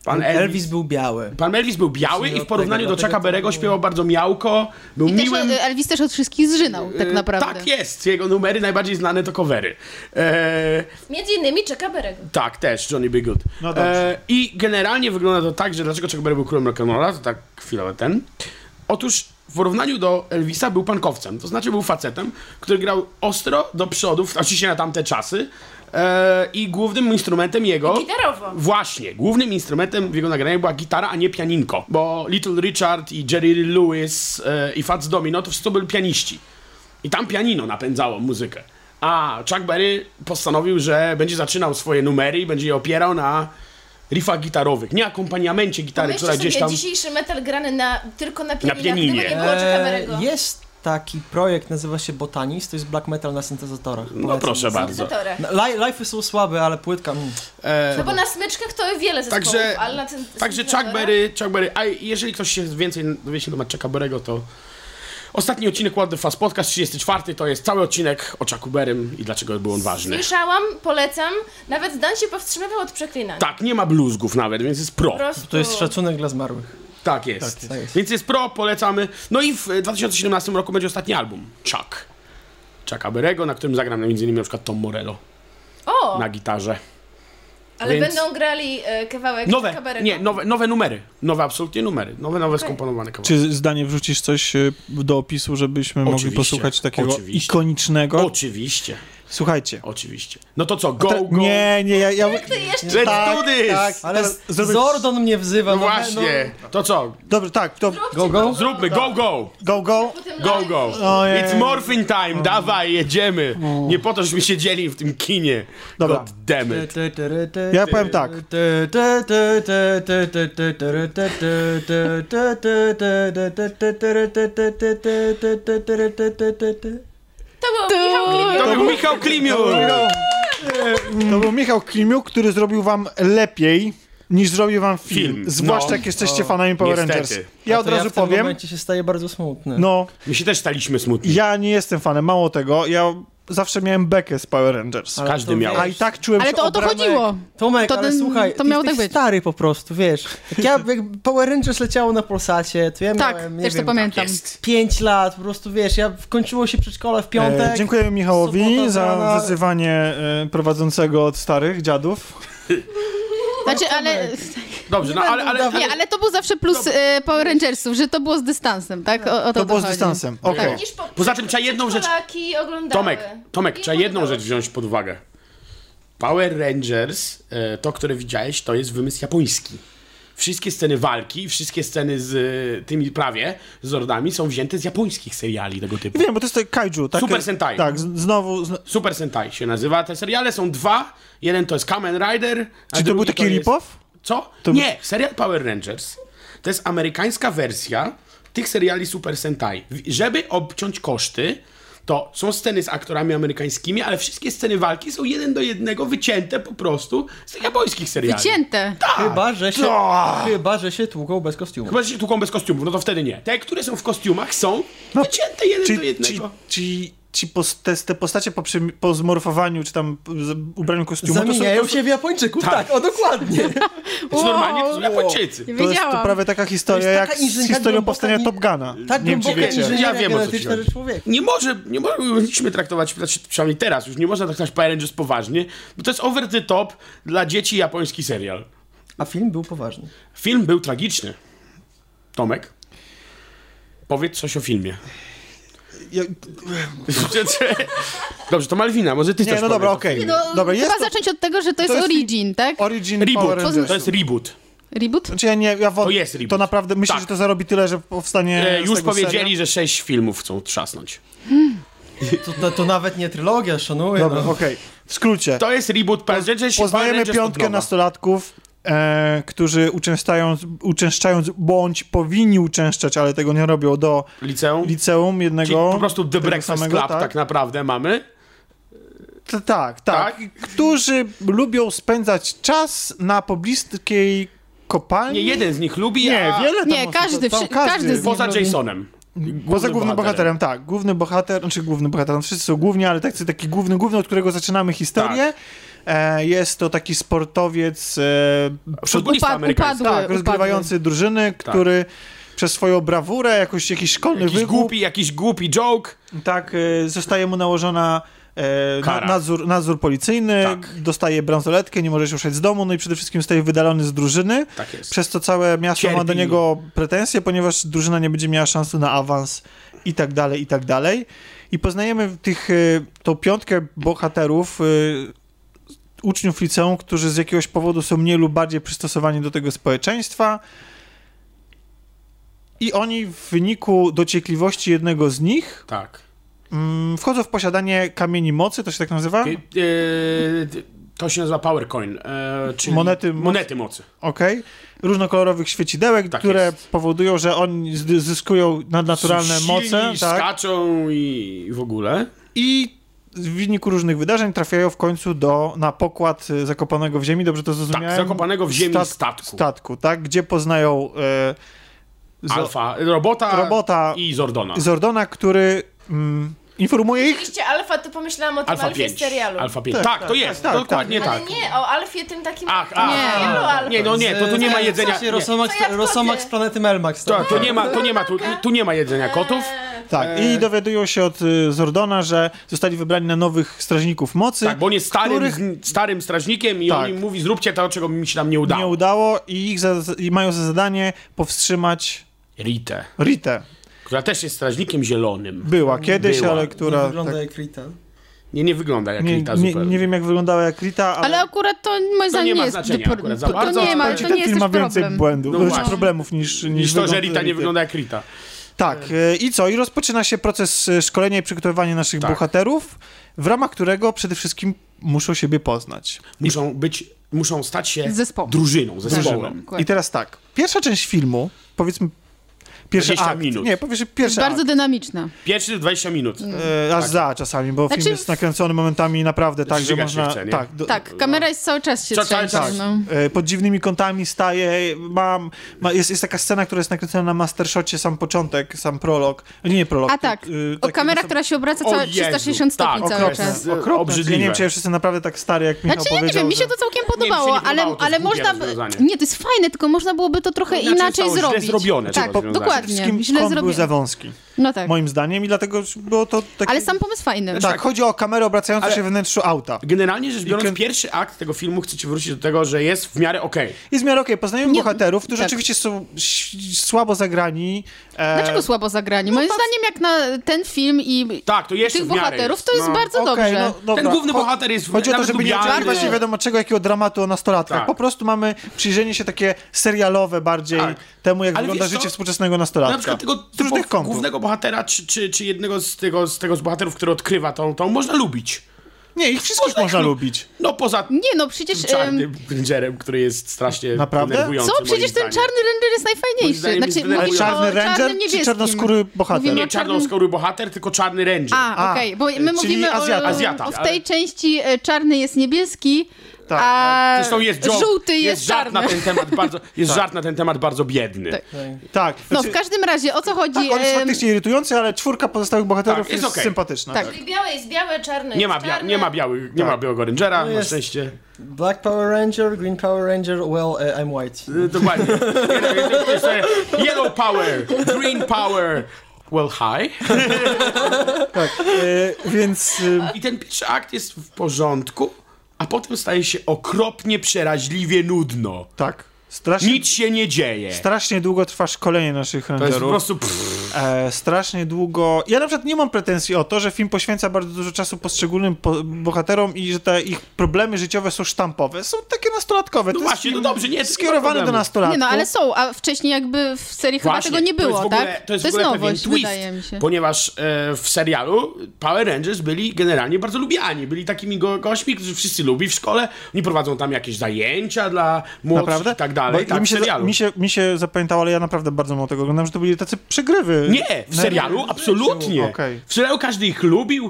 E: Pan
C: Elvis był biały.
E: Pan Elvis był biały i w porównaniu do Chucka Berry'ego śpiewał bardzo miałko, był
D: I też
E: miłym...
D: Elvis też od wszystkich zżynał, tak naprawdę.
E: Tak jest, jego numery najbardziej znane to covery.
B: Między innymi Chucka Berry'ego.
E: Tak, też, Johnny B. Good.
A: No dobrze.
E: I generalnie wygląda to tak, że dlaczego Chuck Berry był królem rock'n'rolla, to tak chwilę ten. Otóż w porównaniu do Elvisa był pankowcem, to znaczy był facetem, który grał ostro do przodu, oczywiście na tamte czasy, i głównym instrumentem jego...
B: Gitarowo.
E: Właśnie, głównym instrumentem w jego nagraniu była gitara, a nie pianinko, bo Little Richard i Jerry Lee Lewis i Fats Domino to wszyscy byli pianiści. I tam pianino napędzało muzykę. A Chuck Berry postanowił, że będzie zaczynał swoje numery i będzie je opierał na riffach gitarowych, nie akompaniamencie gitary,
B: Pomyślcie
E: która gdzieś
B: sobie
E: tam...
B: dzisiejszy metal grany tylko na pianinie.
E: pianinie.
B: Gdyby nie było Chucka Berry'ego.
C: Jest taki projekt, nazywa się Botanist, to jest black metal na syntezatorach.
E: No
C: Polecam.
E: proszę bardzo.
B: Syntezatorach.
C: Live są słabe, ale płytka...
B: No bo na smyczkach to wiele zespołów,
E: Także,
B: ale na
E: także Chuck Berry, a jeżeli ktoś się więcej dowie się na temat Chucka Berry'ego, to ostatni odcinek What the Fuzz Podcast, 34, to jest cały odcinek o Chucku Berrym i dlaczego był on ważny.
B: Słyszałam, polecam, nawet Dan się powstrzymywał od przeklinania.
E: Tak, nie ma bluzgów nawet, więc jest pro.
B: Po prostu...
C: To jest szacunek dla zmarłych.
E: Tak jest.
C: Tak jest.
E: Więc jest pro, polecamy. No i w 2017 roku będzie ostatni album, Chucka Berry'ego, na którym zagram m.in. na przykład Tom Morello
B: O,
E: na gitarze.
B: ale
E: więc-
B: będą grali kawałek
E: Nowe,
B: Chucka Berry'ego.
E: nie, nowe numery. Nowe absolutnie numery. Nowe skomponowane kawałki.
A: Czy zdanie wrzucisz coś do opisu, żebyśmy mogli
E: Oczywiście,
A: posłuchać takiego
E: oczywiście.
A: ikonicznego?
E: Oczywiście,
A: Słuchajcie.
E: oczywiście. No to co, go.
A: Nie, ja...
B: Ty jeszcze...
E: Let's do this!
A: tak.
C: Ale
A: Zrobię-
C: Zordon mnie wzywa.
E: No właśnie, to co?
A: Dobrze, tak, to
C: Go?
E: Zróbmy, go!
A: go.
E: Go!
A: Ojej.
E: It's morphin time, dawaj, jedziemy. Nie po to, żeśmy siedzieli w tym kinie.
A: Dobra.
E: God damn it.
A: Ja powiem tak.
B: To był Michał Klimiuk.
E: To był Michał Klimiuk.
A: To był Michał Klimiuk, który zrobił wam lepiej niż zrobił wam film. Zwłaszcza
E: No.
A: jak jesteście fanami Power
E: Niestety.
A: Rangers. Ja od razu
C: w tym
A: powiem,
C: momencie się staje bardzo smutny.
A: no,
E: My się też staliśmy smutni.
A: ja nie jestem fanem, mało tego, ja zawsze miałem bekę z Power Rangers.
C: Ale
E: Każdy
C: to
E: miał.
C: wiesz,
A: A i tak czułem
D: Ale
A: się
D: to o to
A: obrany.
D: chodziło.
C: Tomek,
D: To
C: ale
D: ten-
C: słuchaj,
D: to
C: ty
D: miało
C: jesteś
D: tak być.
C: stary po prostu, wiesz. Jak Power Rangers leciało na Polsacie, to ja
D: Tak,
C: miałem, nie
D: też to
C: wiem,
D: pamiętam.
E: Jest.
C: 5 lat, po prostu wiesz, kończyło się przedszkole w piątek.
A: Dziękujemy Michałowi
C: sobota
A: za
C: rana.
A: wyzywanie prowadzącego od starych dziadów.
D: Znaczy, ale...
E: Dobrze, no ale
D: Nie, ale to był zawsze plus Power Rangersów, że to było z dystansem, tak? O
A: To było z
D: chodzi.
A: dystansem. Okej.
B: Widzisz,
E: Poza tym trzeba jedną rzecz-
B: Polaki oglądały.
E: Tomek,
B: I
E: trzeba jedną
B: podobało.
E: rzecz wziąć pod uwagę. Power Rangers, to, które widziałeś, to jest wymysł japoński. Wszystkie sceny walki, wszystkie sceny z tymi prawie Zordami są wzięte z japońskich seriali tego typu.
A: Wiem, bo to jest to kaiju. Tak,
E: Super Sentai.
A: Tak, znowu...
E: Super Sentai się nazywa. Te seriale są dwa. Jeden to jest Kamen Rider. A
A: Czy to był
E: drugi
A: taki
E: jest...
A: rip-off?
E: Co?
A: To-
E: Nie, serial Power Rangers to jest amerykańska wersja tych seriali Super Sentai. Żeby obciąć koszty, to są sceny z aktorami amerykańskimi, ale wszystkie sceny walki są 1:1 wycięte po prostu z tych japońskich seriali.
D: Wycięte.
C: Chyba, że się tłuką bez kostiumu.
E: Chyba, że się tłuką bez kostiumów, no to wtedy nie. Te, które są w kostiumach, są wycięte 1:1.
A: Te postacie po zmorfowaniu, czy tam ubraniu kostiumu,
C: Zamieniają się w Japończyków, tak, o dokładnie.
E: To normalnie to są Japończycy.
D: Nie
A: to jest
D: wiedziałam.
A: to prawie taka historia
C: To jest
A: jak
C: taka
A: z historią
C: głęboka
A: powstania Top Guna.
C: Tak
A: Nie wiem, czy
C: głęboka
A: wiecie.
C: inżynieria
E: Ja wiem, o co ci
C: genetyczna,
E: chodzi.
C: że człowiek.
E: Nie mogliśmy traktować, znaczy, przynajmniej teraz już, nie można traktować Power Rangers poważnie, bo to jest over the top dla dzieci japoński serial.
C: A film był poważny.
E: Film był tragiczny. Tomek, powiedz coś o filmie. Dobrze, to Malwina, może ty
A: Nie,
E: coś
A: no dobra,
E: powiedz o
A: okej.
E: filmie.
D: No,
A: Dobra, jest
D: trzeba
A: to-
D: zacząć od tego, że to jest
A: jest
D: origin, tak?
A: Origin Power
E: Reboot,
A: Rangers.
E: to jest reboot.
D: Reboot?
A: Znaczy to
E: jest reboot.
A: To naprawdę, myślę,
E: Tak.
A: że to zarobi tyle, że powstanie z
E: Już
A: tego
E: powiedzieli,
A: seria.
E: że 6 filmów chcą trzasnąć.
C: To nawet nie trylogia, szanuję.
A: Dobra,
C: no.
A: okej. W skrócie.
E: To jest reboot Power Rangers.
A: Poznajemy
E: Power Rangers od
A: piątkę
E: nowa.
A: nastolatków, którzy uczęszczając, bądź powinni uczęszczać, ale tego nie robią, do
E: Liceum.
A: liceum
E: Czyli
A: jednego.
E: po prostu The
A: tego
E: Breakfast
A: samego,
E: Club tak naprawdę mamy.
A: Tak.
E: Tak?
A: Którzy lubią spędzać czas na pobliskiej kopalni.
E: Nie jeden z nich lubi,
A: Nie,
E: a
A: wiele tam
D: Nie,
A: osób,
D: każdy,
A: tam
D: każdy z nich
E: poza
D: lubi.
E: Jasonem.
A: Poza głównym bohaterem, tak. Główny bohater, no wszyscy są główni, ale wszyscy są główni, ale wszyscy taki główny, od którego zaczynamy historię. Jest to taki sportowiec
E: Futbolista amerykański.
A: tak, rozgrywający drużyny, który przez swoją brawurę, jakiś szkolny wygłup,
E: Jakiś głupi joke.
A: tak, zostaje mu nałożona
E: Kara.
A: nadzór policyjny,
E: Tak.
A: dostaje bransoletkę, nie może się ruszać z domu, no i przede wszystkim zostaje wydalony z drużyny,
E: Tak jest.
A: przez co całe miasto ma do
E: Cierpi.
A: niego pretensje, ponieważ drużyna nie będzie miała szansy na awans i tak dalej, i tak dalej. I poznajemy tą piątkę bohaterów, uczniów liceum, którzy z jakiegoś powodu są mniej lub bardziej przystosowani do tego społeczeństwa. I oni w wyniku dociekliwości jednego z nich
E: Tak.
A: wchodzą w posiadanie kamieni mocy, to się tak nazywa?
E: To się nazywa Powercoin, czyli
A: Monety
E: mocy.
A: Okej. Różnokolorowych świecidełek,
E: Tak
A: które
E: jest.
A: powodują, że oni zyskują nadnaturalne
E: Są
A: moce.
E: silni,
A: Tak?
E: skaczą i w ogóle.
A: I w wyniku różnych wydarzeń trafiają w końcu na pokład zakopanego w ziemi, dobrze to zrozumiałem?
E: Tak, zakopanego w ziemi statku.
A: Tak, gdzie poznają robota
E: i Zordona.
A: Zordona, który informuje ich.
B: Oczywiście Alfa, to pomyślałam o tym
E: Alfa
B: Alfie
E: 5.
B: z serialu.
E: Alfa 5.
A: Tak,
E: Tak,
A: tak,
E: to jest,
A: tak,
E: dokładnie
B: Ale
E: tak.
B: nie, o Alfie tym takim...
E: Ach,
B: serialu Alfa.
E: nie, no nie, to tu nie ma jedzenia.
C: Coś Rosomach,
B: To jak
C: Rosomach
B: koty.
C: z planety Melmax.
E: Tu nie ma jedzenia kotów.
A: Tak, i dowiadują się od Zordona, że zostali wybrani na nowych strażników mocy.
E: Tak, bo on jest
A: których
E: starym strażnikiem i
A: Tak.
E: on im mówi, zróbcie to, czego mi się tam nie udało.
A: nie udało i i mają za zadanie powstrzymać
E: Ritę,
A: Ritę.
E: która też jest strażnikiem zielonym.
A: Była kiedyś,
E: Była.
A: ale która...
C: Nie wygląda
A: tak,
C: jak Rita.
E: Nie wygląda jak Rita zupełnie.
A: nie wiem, jak wyglądała jak Rita,
D: Ale akurat to moim zdaniem
E: nie ma
D: jest...
E: znaczenia akurat za bardzo.
D: To nie ma,
A: Powiem
D: to
A: ci,
D: nie
A: ten
D: jest
A: film ma
D: też
A: więcej
D: problem.
A: błędów,
E: No
A: znaczy
E: właśnie.
A: problemów niż
E: Niż to, że
A: wygląd
E: Rita nie
A: Rity.
E: wygląda jak Rita.
A: Tak, i co? I rozpoczyna się proces szkolenia i przygotowywania naszych
E: Tak.
A: bohaterów, w ramach którego przede wszystkim muszą siebie poznać.
E: Muszą stać się
D: Zespołem.
E: drużyną, zespołem.
D: Dokładnie.
A: I teraz tak, pierwsza część filmu, powiedzmy, pierwszy
E: 20
A: akt,
E: minut.
A: nie, powiedzmy
D: Jest
A: pierwszy
D: bardzo
A: akt,
D: dynamiczna.
E: Pierwszy 20 minut.
A: aż za czasami, bo film
D: Znaczy,
A: jest nakręcony momentami naprawdę tak, że
E: żygać się
A: można...
E: chce, nie?
D: Tak, kamera jest cały czas się
E: Cały
D: trzęsie.
E: czas.
D: No.
A: Pod dziwnymi kątami staje, jest taka scena, która jest nakręcona na Mastershocie, sam początek, sam prolog, nie prolog.
D: A tak, kamera, która się obraca całe
E: O Jezu,
D: 360 stopni
E: tak,
D: cały
E: okropne.
D: czas.
A: Okropne.
E: Obrzydliwe.
A: Ja nie wiem, czy ja wszyscy naprawdę tak stary, jak Michał
D: Znaczy, ja nie
A: powiedział.
D: wiem, mi się
A: że-
D: to całkiem
E: mi się
D: podobało,
E: nie podobało, to
D: ale
E: jest głupie
D: można...
E: rozwiązanie.
D: Nie, to jest fajne, tylko można byłoby to trochę
E: Inaczej
D: inaczej
E: zostało źle
D: zrobić.
E: zrobione, to
D: Tak,
E: rozwiązanie.
D: dokładnie.
A: Wszystkim
D: Źle
A: kąt był
D: zrobione.
A: za wąski,
D: No tak.
A: moim zdaniem, i dlatego było to takie...
D: Ale sam pomysł fajny.
A: Tak, chodzi o kamerę obracającą
E: Ale-
A: się we wnętrzu auta.
E: Generalnie rzecz biorąc,
A: I
E: pierwszy akt tego filmu, chcę ci wrócić do tego, że jest w miarę okej.
A: Jest w miarę okej, poznajemy
D: Nie,
A: bohaterów, którzy
D: tak.
A: oczywiście są słabo zagrani.
D: Dlaczego słabo zagrani? Moim zdaniem jak na ten film i
E: Tak, to jeszcze
D: tych
E: w miarę
D: bohaterów,
E: jest.
D: to jest
E: No.
D: bardzo
A: Okej,
D: dobrze.
A: no, dobra.
E: Ten główny bohater jest
A: Chodzi o to,
E: nawet
A: żeby nie
E: lubiany.
A: oczekiwać nie wiadomo czego, jakiego dramatu o nastolatkach.
E: Tak.
A: Po prostu mamy przyjrzenie się takie serialowe bardziej
E: Tak.
A: temu, jak
E: Ale
A: wygląda
E: wiesz co?
A: życie współczesnego nastolatka.
E: Na przykład tego
A: z różnych kątów.
E: głównego bohatera, czy jednego z tego z bohaterów, który odkrywa tą można lubić.
A: Nie, ich wszystkich można lubić.
E: No poza
D: Nie no, przecież...
E: czarnym rangerem, który jest strasznie
A: Naprawdę?
E: denerwujący.
D: Co? Przecież
E: moim
D: ten
E: zdaniem.
D: czarny ranger jest
E: Moim
D: najfajniejszy.
E: zdaniem jest
D: Znaczy,
A: Ale
D: mówimy
E: denerwujący.
A: czarny
D: o czarnym
A: ranger czy
D: niebieskim.
A: czarnoskóry bohater?
D: Mówimy
E: Nie czarnoskóry bohater, tylko czarny ranger.
D: A, okej, bo my
A: czyli
D: mówimy
E: Azjata,
D: o w
E: ale-
D: tej części czarny jest niebieski,
A: Tak.
D: a
E: Zresztą jest joke,
D: żółty jest
E: żart
D: czarny.
E: na ten temat bardzo, żart na ten temat bardzo biedny.
D: Tak.
A: Tak.
D: No
A: Znaczy,
D: w każdym razie, o co chodzi?
A: tak, on jest faktycznie irytujący, ale czwórka pozostałych bohaterów
E: Tak, jest
A: jest
E: okej.
A: sympatyczna.
D: Tak.
B: Czyli białe jest białe, czarne
E: Nie ma,
B: jest czarne.
E: nie ma
A: Tak.
E: białego rangera,
C: To
E: na
C: jest-
E: szczęście.
C: Black Power Ranger, Green Power Ranger, I'm white.
E: Dokładnie. Yellow power, green power, high.
A: Tak, więc...
E: I ten pierwszy akt jest w porządku, a potem staje się okropnie, przeraźliwie nudno.
A: tak. Strasznie,
E: Nic się nie dzieje.
A: strasznie długo trwa szkolenie naszych
E: To jest
A: rangerów.
E: po prostu...
A: Strasznie długo. Ja na przykład nie mam pretensji o to, że film poświęca bardzo dużo czasu poszczególnym bohaterom i że te ich problemy życiowe są sztampowe. Są takie nastolatkowe.
E: No
A: To jest
E: właśnie,
A: film
E: no dobrze, nie, to nie ma
A: skierowany do
E: problemu.
A: nastolatków.
D: Nie no, ale są, a wcześniej jakby w serii chyba
E: Właśnie,
D: tego nie było,
E: to jest w ogóle,
D: tak?
E: To jest w ogóle
D: nowość,
E: pewien twist,
D: wydaje mi się.
E: ponieważ w serialu Power Rangers byli generalnie bardzo lubiani. Byli takimi gośćmi, którzy wszyscy lubi w szkole. Oni prowadzą tam jakieś zajęcia dla młodszych
A: Naprawdę?
E: i tak dalej. dalej, tak, w serialu.
A: Mi się zapamiętało, ale ja naprawdę bardzo mało tego oglądam, że to byli tacy przegrywy.
E: Nie, w serialu absolutnie.
A: Okej.
E: W serialu każdy ich lubił.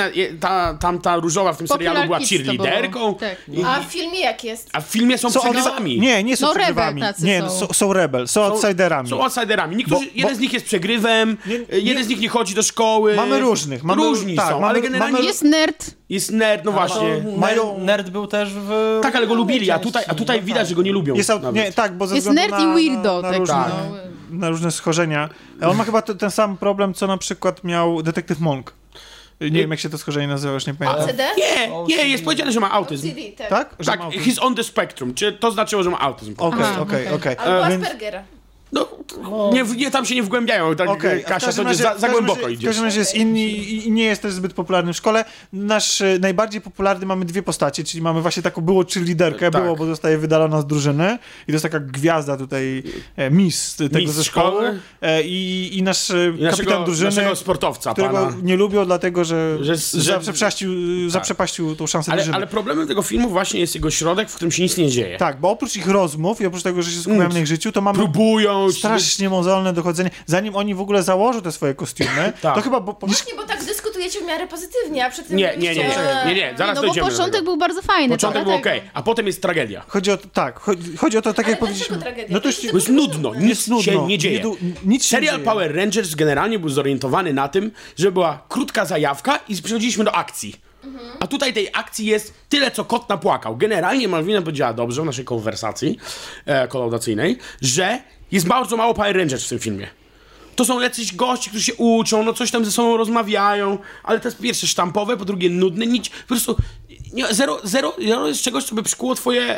E: Ta różowa w tym serialu była
D: Popular Kids to było.
E: cheerleaderką.
D: Tak.
B: A w filmie jak jest?
E: A w filmie są przegrywami.
A: Nie są
D: No, rebel
A: przegrywami.
D: tacy
A: Nie,
D: są.
A: są rebel, są outsiderami.
E: Są outsiderami. Niektórzy, jeden z nich jest przegrywem, jeden z nich nie chodzi do szkoły.
A: Mamy różnych.
E: Różni są, ale generalnie
D: Jest nerd.
E: jest nerd, no właśnie.
C: Nerd był też w...
E: Tak, ale go lubili, a tutaj
C: No
E: widać,
C: tak.
E: że go nie lubią.
A: Nie, tak, bo ze
D: Jest
A: względu
D: nerd i weirdo.
A: na różne,
E: tak.
A: na różne schorzenia. A on ma chyba ten sam problem, co na przykład miał detektyw Monk. Nie wiem, jak się to schorzenie nazywa, już nie pamiętam.
B: CD?
E: Nie, jest powiedziane, że ma autyzm.
B: CD, tak.
A: Tak? Że
E: Tak,
A: ma autyzm?
E: he's on the spectrum, czy to znaczyło, że ma autyzm.
A: Okej.
B: Albo
A: Więc-
B: Aspergera.
E: No, nie, tam się nie wgłębiają, tak
A: Okej,
E: Kasia, to za głęboko
A: W
E: idzie.
A: każdym razie jest inny i nie jest też zbyt popularny w szkole. Nasz najbardziej popularny mamy dwie postacie, czyli mamy właśnie taką cheerleaderkę,
E: Tak.
A: bo zostaje wydalona z drużyny i to jest taka gwiazda tutaj, miss tego
E: Miss
A: zespołu
E: szkoły.
A: i nasz
E: I
A: kapitan drużyny,
E: naszego sportowca,
A: którego
E: pana.
A: nie lubią, dlatego że
E: Że-
A: zaprzepaścił tą szansę drużyny.
E: Ale problemem tego filmu właśnie jest jego środek, w którym się nic nie dzieje.
A: Tak, bo oprócz ich rozmów i oprócz tego, że się skupiamy na ich życiu, to mamy
E: Próbują...
A: strasznie mozolne dochodzenie. Zanim oni w ogóle założą te swoje kostiumy,
E: Tak.
A: to chyba...
B: Właśnie, bo tak dyskutujecie w miarę pozytywnie, a przed tym
E: Nie, zaraz
D: No bo
E: dojdziemy do
D: początek
E: tego.
D: był bardzo fajny.
E: Początek był
D: dlatego.
E: okej, a potem jest tragedia.
A: Chodzi o to, tak
B: Ale
A: jak
B: dlaczego
A: powiedzieliśmy.
B: tragedia?
A: No to już
B: To
E: Bo jest nudno, nic
A: jest nudno.
E: się nie dzieje.
A: Nic się
E: Serial
A: nie dzieje.
E: Power Rangers generalnie był zorientowany na tym, że była krótka zajawka i przechodziliśmy do akcji. A tutaj tej akcji jest tyle, co kot napłakał. Generalnie Malwina powiedziała dobrze w naszej konwersacji kolaudacyjnej, że jest bardzo mało Power Rangers w tym filmie. To są jacyś gości, którzy się uczą, no coś tam ze sobą rozmawiają, ale to jest po pierwsze sztampowe, po drugie nudne, nic, po prostu zero jest czegoś, co by przykuło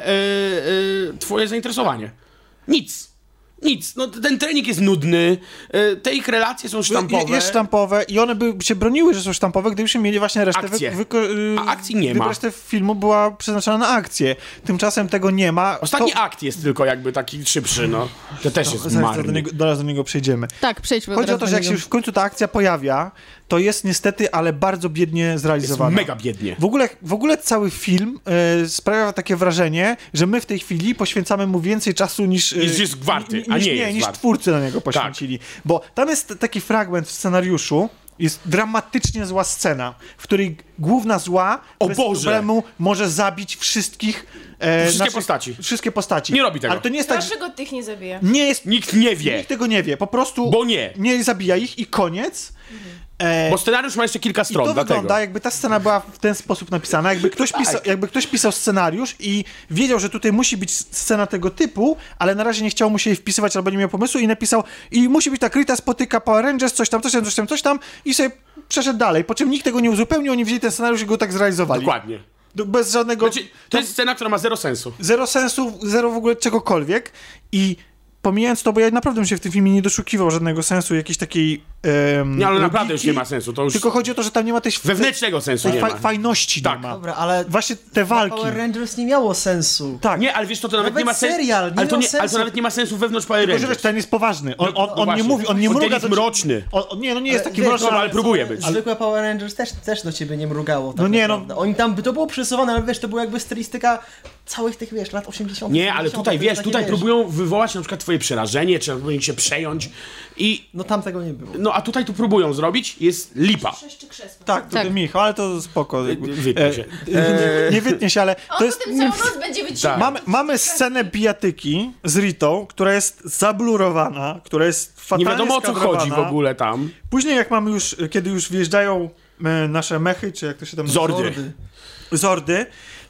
E: twoje zainteresowanie. Nic. No ten trening jest nudny, te ich relacje są sztampowe.
A: Jest sztampowe i one by się broniły, że są sztampowe, gdybyśmy mieli właśnie resztę.
E: Akcje. A akcji nie
A: gdyby
E: ma.
A: Resztę filmu była przeznaczona na akcję. Tymczasem tego nie ma.
E: Ostatni akt jest tylko jakby taki szybszy, no. To też jest
A: Zaraz
E: marny.
A: do niego przejdziemy.
D: Tak, przejdźmy
A: Chodzi o
D: od
A: to,
D: razu
A: że
D: do
A: jak się
D: niego.
A: już w końcu ta akcja pojawia, to jest niestety, ale bardzo biednie
E: Jest
A: zrealizowana.
E: mega biednie.
A: W ogóle cały film sprawia takie wrażenie, że my w tej chwili poświęcamy mu więcej czasu niż
E: jest warty, a nie jest
A: niż
E: warty.
A: twórcy na niego poświęcili. Bo tam jest taki fragment w scenariuszu, jest dramatycznie zła scena, w której główna zła bez
E: Boże!
A: problemu może zabić wszystkich
E: Wszystkie postaci.
A: Nie
E: robi tego.
A: Ale to nie jest tak, że
B: Dlaczego tych nie zabija?
A: nie jest...
E: Nikt nie wie,
A: Nikt tego nie wie, po prostu
E: bo nie.
A: nie zabija ich i koniec.
E: Bo scenariusz ma jeszcze kilka
A: I
E: stron,
A: to
E: dlatego.
A: wygląda, jakby ta scena była w ten sposób napisana, jakby ktoś pisał scenariusz i wiedział, że tutaj musi być scena tego typu, ale na razie nie chciał mu się jej wpisywać albo nie miał pomysłu i napisał i musi być tak, Rita spotyka Power Rangers, coś tam i sobie przeszedł dalej, po czym nikt tego nie uzupełnił, oni wzięli ten scenariusz i go tak zrealizowali.
E: Dokładnie.
A: Bez żadnego...
E: Znaczy, to jest scena, która ma zero sensu.
A: Zero sensu, zero w ogóle czegokolwiek i pomijając to, bo ja naprawdę bym się w tym filmie nie doszukiwał żadnego sensu, jakiejś takiej
E: Nie, ale naprawdę
A: logiki,
E: już nie ma sensu. To już
A: tylko chodzi o to, że tam nie ma tej
E: wewnętrznego sensu
A: tej
E: nie ma.
A: fajności
E: Tak.
A: nie ma.
C: Dobra, ale
A: Właśnie te walki.
C: Power Rangers nie miało sensu.
A: Tak.
E: Nie, ale wiesz, to nawet
C: Nawet
E: nie ma sensu.
C: serial nie
E: ale, to
C: miał
E: ale to
C: sensu.
E: nawet nie ma sensu wewnątrz Power
A: Tylko, że
E: Rangers.
A: wiesz, ten jest poważny. On nie
E: właśnie.
A: mówi, on nie
E: Ten
A: mruga.
E: jest mroczny.
A: Nie, no nie jest taki
C: wiesz,
A: mroczny,
E: no, ale próbuje być.
C: Zwykłe Power Rangers też do ciebie nie mrugało. Tak
A: No nie,
C: naprawdę. Oni tam, to było przesuwane, ale wiesz, to była jakby stylistyka całych tych, wiesz, lat 80.
E: Nie, ale
C: 90.,
E: tutaj,
C: to
E: wiesz,
C: takie,
E: tutaj próbują wywołać na przykład twoje przerażenie, czy próbują się przejąć i...
C: No tam tego nie było.
E: No, a tutaj tu próbują zrobić, jest lipa.
B: Sześć krzesła.
A: Tak, to
D: Tak.
A: Michał, ale to spoko.
E: Wytnie się.
A: Nie wytnie się, ale
B: On
A: to jest...
B: potem całą noc będzie wycinał.
A: Mamy scenę bijatyki z Ritą, która jest zablurowana, która jest fatalnie
E: Nie wiadomo o co
A: skadrowana.
E: chodzi w ogóle tam.
A: Później jak mamy już, kiedy już wjeżdżają nasze mechy, czy jak to się tam
E: Zordy.
A: Zordy,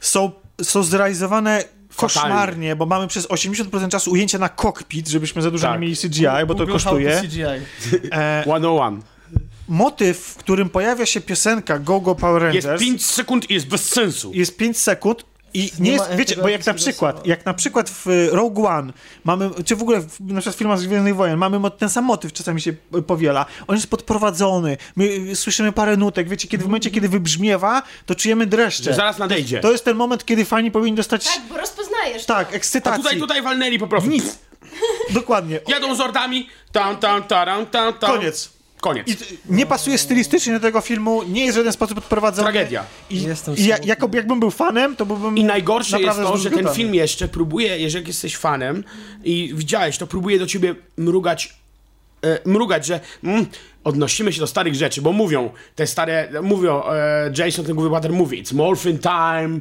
A: są zrealizowane koszmarnie, bo mamy przez 80% czasu ujęcia na kokpit, żebyśmy za dużo
E: Tak.
A: nie mieli CGI, bo to
C: Google
A: kosztuje.
C: How to CGI.
E: 101.
A: Motyw, w którym pojawia się piosenka Go Go Power
E: Jest
A: Rangers,
E: 5 sekund i jest bez sensu.
A: jest 5 sekund i
C: Nie
A: nie
C: ma
A: jest, wiecie,
C: tego
A: bo jak na
C: epickiego
A: przykład w Rogue One mamy, czy w ogóle na przykład w filmach z Gwiezdnych Wojen mamy ten sam motyw, czasami się powiela. On jest podprowadzony, my słyszymy parę nutek, wiecie, kiedy w momencie, kiedy wybrzmiewa, to czujemy dreszcze.
E: Że zaraz nadejdzie.
A: To jest ten moment, kiedy fani powinni dostać,
B: Tak, bo rozpoznajesz
A: tak,
B: to.
E: A
A: ekscytacji.
E: tutaj walnęli po prostu.
A: Nic. Dokładnie.
E: Jadą zordami. Tam.
A: Koniec.
E: Koniec.
A: Nie pasuje stylistycznie do tego filmu, nie jest w żaden sposób odprowadzony.
E: Tragedia.
A: Jakbym był fanem, to byłbym
E: I najgorsze jest
A: naprawdę
E: to, że ten
A: zgotowany.
E: film jeszcze próbuje, jeżeli jesteś fanem i widziałeś, to próbuje do ciebie mrugać, że odnosimy się do starych rzeczy, bo mówią, te stare, Jason, ten główny bohater mówi, it's morphin time,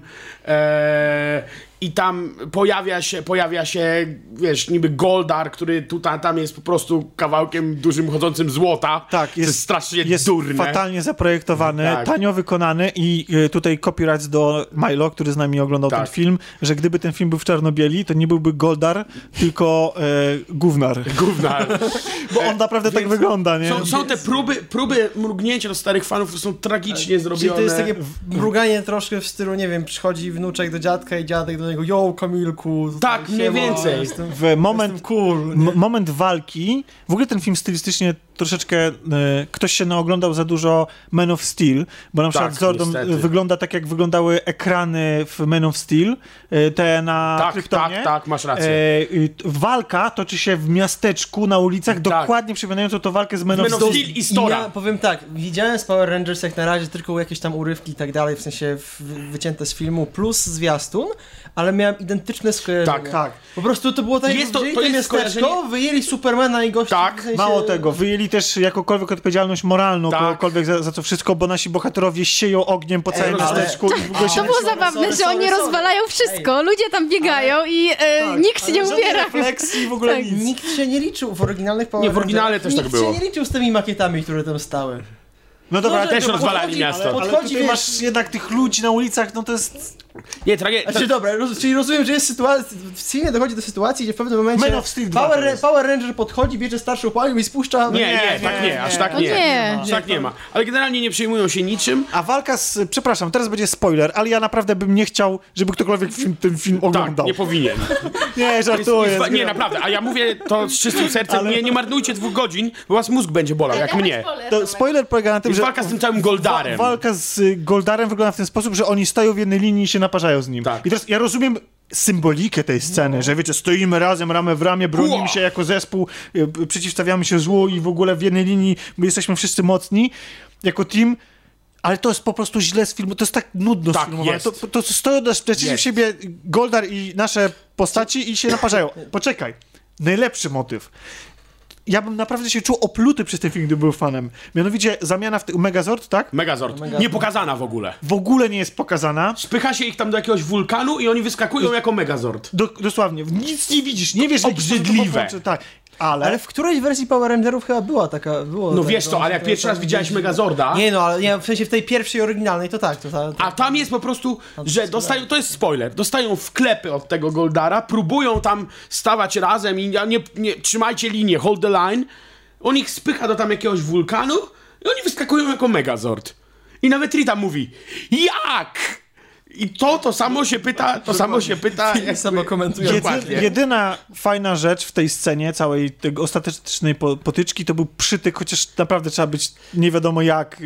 E: i tam pojawia się, wiesz, niby Goldar, który tam jest po prostu kawałkiem dużym, chodzącym złota.
A: Tak,
E: jest strasznie
A: jest
E: durne.
A: fatalnie zaprojektowany,
E: Tak.
A: tanio wykonany i tutaj copyright do Milo, który z nami oglądał
E: Tak.
A: ten film, że gdyby ten film był w czarno-bieli, to nie byłby Goldar, tylko Gównar.
E: Gównar.
A: Bo on naprawdę tak wygląda, nie?
E: Są te próby mrugnięcia do starych fanów, które są tragicznie zrobione.
C: Czyli to jest takie mruganie troszkę w stylu, nie wiem, przychodzi wnuczek do dziadka i dziadek do niego, yo, Kamilku.
E: Tak, mniej więcej.
C: Jestem
A: Cool, moment walki, w ogóle ten film stylistycznie troszeczkę ktoś się naoglądał za dużo Man of Steel, bo na przykład Zordon
E: niestety.
A: wygląda tak, jak wyglądały ekrany w Man of Steel, te na Kryptonie.
E: Tak, masz rację.
A: Walka toczy się w miasteczku, na ulicach, dokładnie przypominająco to walkę z Man of Steel.
E: Steel i Stora.
C: Ja powiem tak, widziałem z Power Rangers jak na razie tylko jakieś tam urywki i tak dalej, w sensie wycięte z filmu, plus zwiastun, ale miałem identyczne skojarzenia.
E: Tak.
C: Po prostu to było tak,
E: Jest
C: jak
E: to
C: wzięli miasteczko,
E: skojarzenie-
C: wyjęli Supermana i gościa.
E: Tak,
C: w sensie...
A: Mało tego, wyjęli też jakąkolwiek odpowiedzialność moralną,
E: Tak.
A: kogokolwiek za to wszystko, bo nasi bohaterowie sieją ogniem po całym
E: ale-
A: miasteczku i w ogóle się...
D: To było zabawne, że oni rozwalają wszystko. Ludzie tam biegają i nikt się nie ubiera.
A: refleksji w ogóle
D: Tak.
A: nic.
C: Nikt się nie liczył w oryginalnych Power
E: Nie, w oryginale
C: Rangersach.
E: też tak było.
C: Nikt się nie liczył z tymi makietami, które tam stały.
A: No dobra,
C: że
E: też
C: to
E: rozwalali
C: podchodzi-
E: miasto.
A: ale
C: Podchodzi,
A: tutaj
C: wiesz,
A: masz jednak tych ludzi na ulicach, no to jest...
E: Nie, tragedia.
C: Znaczy dobra, czyli rozumiem, że jest sytuacja, w filmie dochodzi do sytuacji, gdzie w pewnym momencie
A: Man of Steel 2 to jest.
C: Power Ranger podchodzi, bierze starszą panią i spuszcza...
E: Nie, tak nie, aż tak
D: No
E: nie.
D: nie.
E: Aż tak nie ma. Ale generalnie nie przejmują się niczym.
A: A walka z... Przepraszam, teraz będzie spoiler, ale ja naprawdę bym nie chciał, żeby ktokolwiek ten film
E: Tak,
A: oglądał.
E: nie powinien.
A: Nie, żartuję.
E: Nie, naprawdę. A ja mówię to z czystym sercem. Nie marnujcie 2 godzin, bo was mózg będzie bolał, jak mnie.
A: To spoiler polega na tym,
E: Jest
A: że...
E: walka z tym całym Goldarem.
A: Walka z Goldarem wygląda w ten sposób, że oni stoją w jednej linii i się naparzają z nim.
E: Tak.
A: I teraz ja rozumiem symbolikę tej sceny, że wiecie, stoimy razem, ramię w ramię, bronimy
E: Ło!
A: się jako zespół, przeciwstawiamy się złu i w ogóle w jednej linii, my jesteśmy wszyscy mocni, jako team, ale to jest po prostu źle sfilmowane, to jest tak nudno
E: Tak,
A: sfilmowane.
E: jest.
A: To stoją przeciw
E: Jest.
A: siebie Goldar i nasze postaci i się naparzają. Poczekaj, najlepszy motyw. Ja bym naprawdę się czuł opluty przez ten film, gdy był fanem. Mianowicie zamiana w Megazord, tak?
E: Megazord. Nie pokazana w ogóle.
A: W ogóle nie jest pokazana.
E: Spycha się ich tam do jakiegoś wulkanu i oni wyskakują jako Megazord.
A: Dosłownie, nic nie widzisz, nie wiesz, że
E: Obrzydliwe.
A: Tak, ale
C: w którejś wersji Power Rangerów chyba była taka...
E: No wiesz co, ale jak pierwszy raz widziałeś Megazorda...
C: Nie no, ale nie, w sensie w tej pierwszej oryginalnej to tak.
E: A tam jest po prostu, że dostają, to jest spoiler, dostają wklepy od tego Goldara, próbują tam stawać razem i nie trzymajcie linię, hold the line. On ich spycha do tam jakiegoś wulkanu i oni wyskakują jako Megazord. I nawet Rita mówi, jak? I to samo się pyta, jakby,
C: samo komentuje.
E: Dokładnie.
A: jedyna fajna rzecz w tej scenie, całej tej ostatecznej potyczki, to był przytyk, chociaż naprawdę trzeba być nie wiadomo jak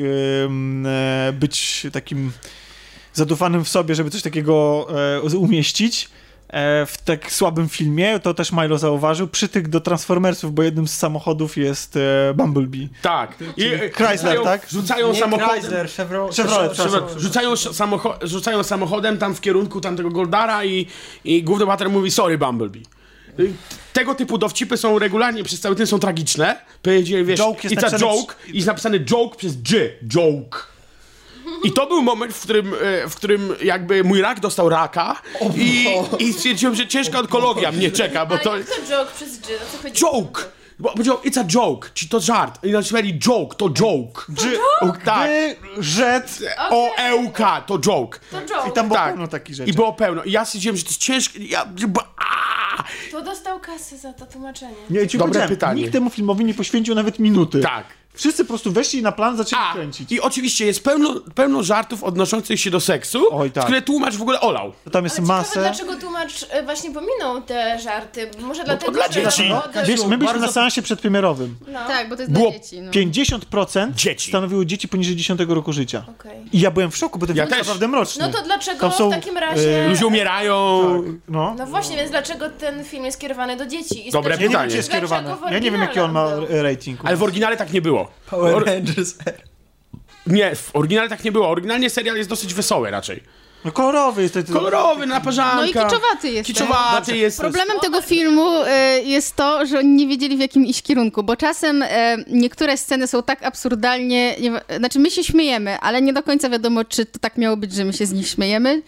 A: być takim zadufanym w sobie, żeby coś takiego umieścić. W tak słabym filmie, to też Milo zauważył, przytyk do Transformersów, bo jednym z samochodów jest Bumblebee.
E: Tak. I
A: Chrysler, tak?
E: Rzucają
C: Nie
E: samochodem.
C: Chrysler,
A: Chevrolet,
E: Rzucają samochodem tam w kierunku tamtego Goldara i główny bohater mówi sorry Bumblebee. Tego typu dowcipy są regularnie przez cały ten są tragiczne. Powiedzieli, wiesz,
A: Joke jest
E: it's a
A: napisany
E: joke i jest napisany joke przez joke. I to był moment, w którym jakby mój rak dostał raka i stwierdziłem, że ciężka onkologia mnie czeka, bo
B: Ale
E: to...
B: jak to joke przez G? O co chodzi?
E: Joke! Bo powiedział, it's a joke, czyli to żart. I napisali joke, to joke. Tak.
A: Rzet
E: O-E-U-K, to joke.
B: To joke.
A: i tam było
E: Tak.
A: pełno takich rzeczy.
E: I było pełno. I ja stwierdziłem, że to jest ciężkie.
B: To dostał kasę za to tłumaczenie.
A: Nie, ci
E: Dobre
A: powiedziałem,
E: pytanie.
A: nikt temu filmowi nie poświęcił nawet minuty.
E: Tak.
A: Wszyscy po prostu weszli na plan, zaczęli kręcić.
E: I oczywiście jest pełno żartów odnoszących się do seksu,
A: Oj, tak.
E: które tłumacz w ogóle olał.
A: Tam jest
B: Ale ciekawe,
A: masę.
B: dlaczego tłumacz właśnie pominął te żarty? Może dlatego,
E: dla
B: że...
E: dzieci.
A: Wiesz, my byliśmy
C: Bardzo-
A: na seansie przedpremierowym.
B: No.
D: Tak, bo to jest
E: Było
D: dla dzieci. No.
A: 50%
E: Dzieci.
A: stanowiły dzieci poniżej 10 roku życia.
B: Okej.
A: I ja byłem w szoku, bo ten
E: Ja
A: film jest
E: też.
A: naprawdę mroczny.
B: No to dlaczego
A: Tam są,
B: w takim razie...
E: Ludzie umierają.
A: No.
B: No właśnie, więc dlaczego ten film jest skierowany do dzieci? I
E: Dobre
A: Ja nie wiem,
E: pytanie.
A: czy jest
B: Dlaczego
A: skierowany.
B: w
A: Ja nie wiem, jaki on ma
B: oryginale był?
A: rating.
E: Ale w oryginale tak nie było. było.
C: Power Rangers.
E: Nie, w oryginale tak nie było. Oryginalnie serial jest dosyć wesoły raczej.
A: No kolorowy jest to.
E: Kolorowy, naparzanka.
D: No i kiczowaty jest.
E: Kiczowaty jest.
D: Problemem tego filmu jest to, że oni nie wiedzieli, w jakim iść kierunku, bo czasem niektóre sceny są tak absurdalnie... Znaczy, my się śmiejemy, ale nie do końca wiadomo, czy to tak miało być, że my się z nich śmiejemy.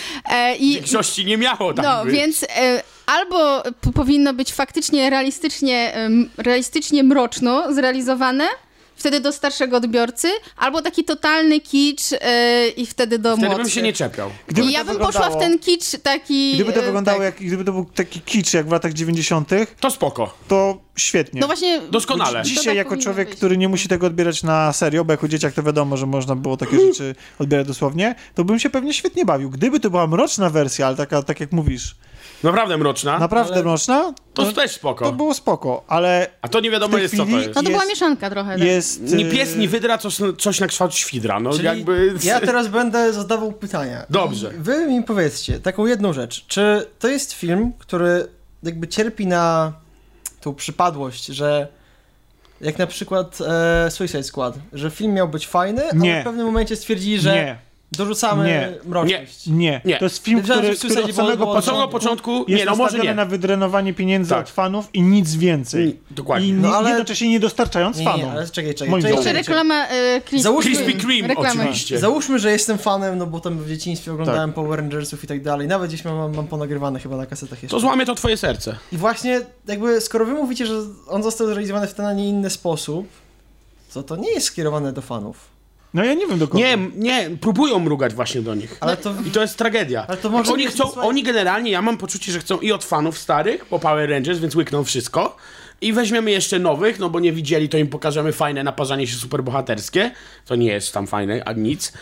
E: W większości nie miało tak
D: No,
E: być.
D: więc albo powinno być faktycznie realistycznie mroczno zrealizowane, wtedy do starszego odbiorcy, albo taki totalny kicz i wtedy do
E: Wtedy
D: młodszych.
E: bym się nie czepiał.
A: Gdyby
D: I ja
A: to
D: bym
A: wyglądało-
D: poszła w ten kicz taki...
A: Gdyby to wyglądało
D: tak.
A: gdyby to był taki kicz jak w latach 90.,
E: To spoko.
A: to świetnie.
D: No właśnie...
E: Doskonale.
A: Dzisiaj
D: tak
A: jako
D: powinno
A: człowiek,
D: być.
A: który nie musi tego odbierać na serio, bo jako dzieciak to wiadomo, że można było takie rzeczy odbierać dosłownie, to bym się pewnie świetnie bawił. Gdyby to była mroczna wersja, ale taka, tak jak mówisz,
E: Naprawdę mroczna.
A: naprawdę mroczna,
E: To też spoko.
A: to było spoko, ale
E: A to nie wiadomo
A: w tej
E: jest, co to
A: chwili-
E: jest.
D: No to była
A: jest-
D: mieszanka trochę. Tak.
A: jest...
E: Ni pies, ni wydra, coś na kształt świdra. No
C: Czyli
E: jakby...
C: ja teraz będę zadawał pytania.
E: Dobrze.
C: I wy mi powiedzcie taką jedną rzecz. Czy to jest film, który jakby cierpi na tą przypadłość, że jak na przykład Suicide Squad, że film miał być fajny,
A: Nie.
C: ale w pewnym momencie stwierdzili, że
A: Nie,
C: dorzucamy
A: Nie.
C: mroczność.
A: nie.
E: Nie.
A: To jest film,
C: Myślałem,
A: który
C: że w Suicide
A: od samego
C: było-
E: Od samego
A: początku
E: początku...
A: jest
E: Nie, no może
A: nastawiony
E: nie.
A: na wydrenowanie pieniędzy
E: Tak.
A: od fanów i nic więcej.
E: Dokładnie.
A: I
C: No ale-
A: jednocześnie nie dostarczając
C: Nie,
A: fanom.
C: ale czekaj.
A: Moim
C: czekaj,
A: zdaniem.
D: Jeszcze
C: czekaj.
D: reklama
C: Załóżmy-
E: Krispy Kreme
D: reklama.
E: oczywiście.
C: Załóżmy, że jestem fanem, no bo tam w dzieciństwie oglądałem Power Rangersów i tak dalej. Nawet gdzieś mam ponagrywane chyba na kasetach jeszcze.
E: To złamie to twoje serce.
C: I właśnie jakby skoro wy mówicie, że on został zrealizowany w ten, a nie inny sposób, to nie jest skierowane do fanów.
A: No ja nie wiem do kogo.
E: Nie, próbują mrugać właśnie do nich.
C: Ale to...
E: I to jest tragedia.
C: Ale to może
E: Oni
C: nie-
E: chcą,
C: słuchaj-
E: oni generalnie, ja mam poczucie, że chcą i od fanów starych, po Power Rangers, więc łykną wszystko. I weźmiemy jeszcze nowych, no bo nie widzieli, to im pokażemy fajne naparzanie się superbohaterskie. To nie jest tam fajne, ani nic.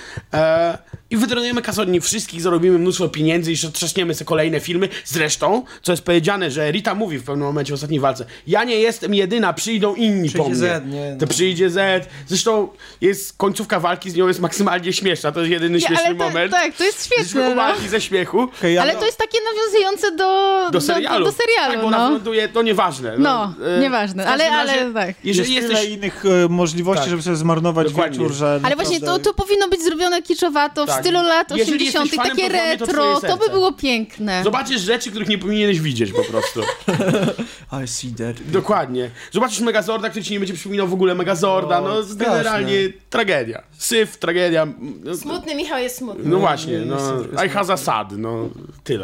E: I wydronujemy kasę od nich wszystkich, zarobimy mnóstwo pieniędzy i jeszcze trzaśniemy sobie kolejne filmy. Zresztą, co jest powiedziane, że Rita mówi w pewnym momencie w ostatniej walce, ja nie jestem jedyna, przyjdą inni po mnie.
C: Z, nie.
E: To przyjdzie Z. Zresztą jest końcówka walki z nią jest maksymalnie śmieszna. To jest jedyny śmieszny
D: ale to,
E: moment.
D: tak, to jest
E: Jesteśmy
D: świetne. No.
E: umarli ze śmiechu.
A: Okej,
D: Ale to jest takie nawiązujące
E: Do serialu.
D: Do serialu,
E: tak, bo ona
D: no.
E: wyląduje, to nieważne.
D: No, nieważne,
E: w każdym
D: ale
E: razie,
D: tak.
E: Jeżeli
A: jest
E: jesteś...
A: tyle innych możliwości,
E: Tak.
A: żeby sobie zmarnować
E: Dokładnie.
A: wieczór, że
D: Ale właśnie
A: naprawdę-
D: to powinno być zrobione kiczowato, w
E: Tak.
D: stylu lat
E: Jeżeli
D: 80.,
E: jesteś fanem,
D: takie
E: to złamie to twoje
D: retro, to by
E: serce.
D: było piękne.
E: Zobaczysz rzeczy, których nie powinieneś widzieć po prostu.
C: I see that.
E: Dokładnie. Zobaczysz Megazorda, który ci nie będzie przypominał w ogóle Megazorda. No,
C: straszne.
E: generalnie tragedia. Syf, tragedia. No,
B: Smutny Michał jest smutny.
E: no właśnie,
C: nie,
E: no.
C: nie,
E: I has a sad, no. Tyle.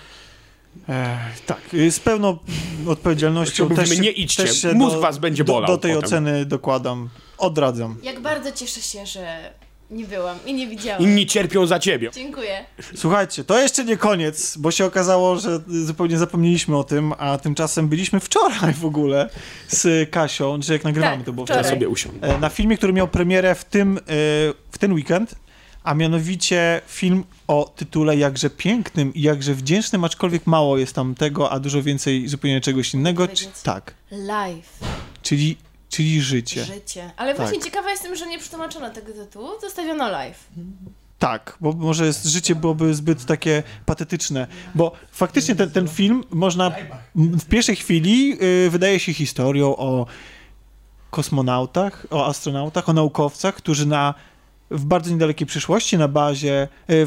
A: Tak, z pełną odpowiedzialnością
E: Mówimy,
A: też,
E: nie idźcie,
A: też się
E: mózg was będzie bolał
A: do tej
E: potem.
A: oceny dokładam, odradzam.
B: Jak bardzo cieszę się, że nie byłam i nie widziałam.
E: Inni cierpią za ciebie.
B: Dziękuję.
A: Słuchajcie, to jeszcze nie koniec, bo się okazało, że zupełnie zapomnieliśmy o tym, a tymczasem byliśmy wczoraj w ogóle z Kasią, czy jak nagrywamy
B: Tak,
A: to było
B: wczoraj.
E: Ja sobie usiądę.
A: na filmie, który miał premierę w ten weekend, a mianowicie film o tytule jakże pięknym i jakże wdzięcznym, aczkolwiek mało jest tam tego, a dużo więcej zupełnie czegoś innego.
B: powiedzieć?
A: Tak,
B: Life.
A: czyli życie.
B: Życie. Ale właśnie
A: Tak.
B: ciekawa jestem, że nie przetłumaczono tego tytułu, zostawiono life.
A: Tak, bo może życie byłoby zbyt takie patetyczne, bo faktycznie ten film można w pierwszej chwili wydaje się historią o kosmonautach, o astronautach, o naukowcach, którzy w bardzo niedalekiej przyszłości na bazie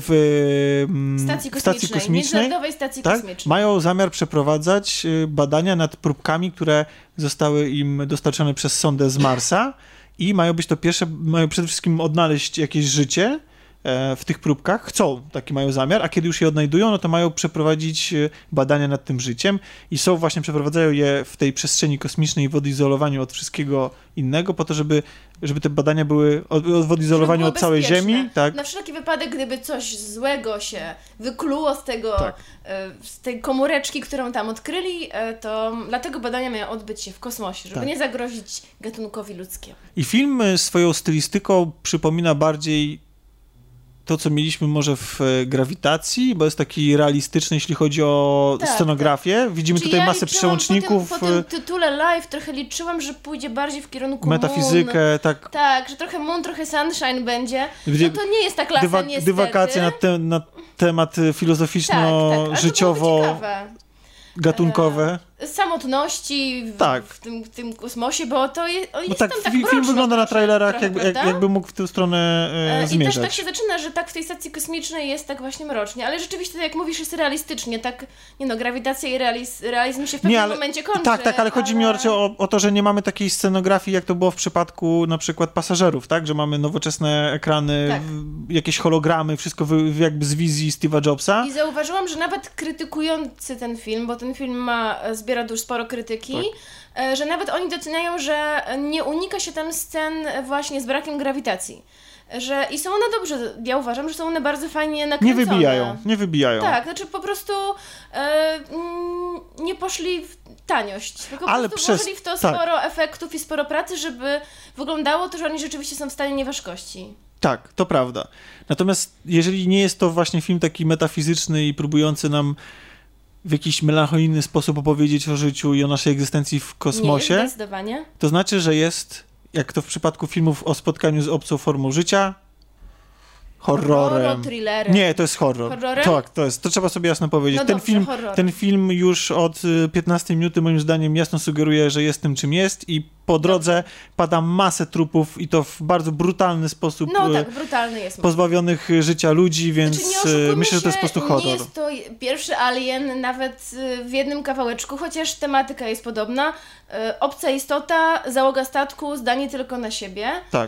B: Stacji
A: w stacji kosmicznej
B: Międzynarodowej Stacji
A: tak,
B: Kosmicznej.
A: mają zamiar przeprowadzać badania nad próbkami, które zostały im dostarczone przez sondę z Marsa i mają być to mają przede wszystkim odnaleźć jakieś życie w tych próbkach, mają zamiar, a kiedy już je odnajdują, no to mają przeprowadzić badania nad tym życiem i przeprowadzają je w tej przestrzeni kosmicznej w odizolowaniu od wszystkiego innego, po to, żeby te badania były w odizolowaniu
B: Żeby
A: od
B: było
A: całej
B: bezpieczne.
A: Ziemi, tak?
B: Na wszelki wypadek, gdyby coś złego się wykluło z tego,
A: Tak.
B: z tej komóreczki, którą tam odkryli, to dlatego badania mają odbyć się w kosmosie, żeby
A: Tak.
B: nie zagrozić gatunkowi ludzkiemu.
A: I film swoją stylistyką przypomina bardziej to, co mieliśmy może w Grawitacji, bo jest taki realistyczny, jeśli chodzi o
B: Tak,
A: scenografię. Widzimy
B: Czyli
A: tutaj
B: ja
A: masę
B: liczyłam
A: przełączników,
B: Po tym tytule live trochę liczyłam, że pójdzie bardziej w kierunku Moon.
A: metafizykę, tak.
B: Tak, że trochę Moon, trochę Sunshine będzie.
A: Gdzie
B: No to nie jest ta klasa niestety.
A: dywagacje na temat
B: Tak, tak, ale to byłoby
A: filozoficzno-życiowo
B: ciekawe.
A: gatunkowe.
B: samotności
A: Tak.
B: w tym kosmosie, bo to jest,
A: Bo tak,
B: tam tak
A: film
B: mroczno
A: wygląda na
B: trochę,
A: trailerach,
B: prawda?
A: jakby mógł w tę stronę
B: I
A: zmierzać.
B: też tak się zaczyna, że tak w tej stacji kosmicznej jest tak właśnie mrocznie, ale rzeczywiście, tak jak mówisz, jest realistycznie, tak, grawitacja i realizm się w pewnym momencie kończy.
A: Tak, ale chodzi mi raczej o to, że nie mamy takiej scenografii, jak to było w przypadku na przykład Pasażerów, tak, że mamy nowoczesne ekrany,
B: Tak.
A: jakieś hologramy, wszystko jakby z wizji Steve'a Jobsa.
B: I zauważyłam, że nawet krytykujący ten film, bo ten film zbiera już sporo krytyki, że nawet oni doceniają, że nie unika się tam scen właśnie z brakiem grawitacji. I są one dobrze, ja uważam, że są one bardzo fajnie nakręcone.
A: Nie wybijają.
B: Tak, znaczy po prostu nie poszli w taniość, tylko
A: Ale
B: po prostu włożyli w to
A: tak.
B: sporo efektów i sporo pracy, żeby wyglądało to, że oni rzeczywiście są w stanie nieważkości.
A: Tak, to prawda. Natomiast jeżeli nie jest to właśnie film taki metafizyczny i próbujący nam w jakiś melancholijny sposób opowiedzieć o życiu i o naszej egzystencji w kosmosie,
B: Nie, zdecydowanie.
A: to znaczy, że jest, jak to w przypadku filmów o spotkaniu z obcą formą życia, horrorem.
B: Thrillerem.
A: Nie, to jest horror.
B: Horrorem?
A: Tak, to trzeba sobie jasno powiedzieć.
B: No dobrze, horror.
A: Ten film już od 15 minuty moim zdaniem jasno sugeruje, że jest tym, czym jest i po drodze pada masę trupów i to w bardzo brutalny sposób
B: No tak, brutalny jest.
A: pozbawionych życia ludzi, więc
B: Znaczy,
A: myślę, że to jest po prostu horror.
B: Nie jest to pierwszy Alien nawet w jednym kawałeczku, chociaż tematyka jest podobna. Obca istota, załoga statku, zdanie tylko na siebie.
A: Tak.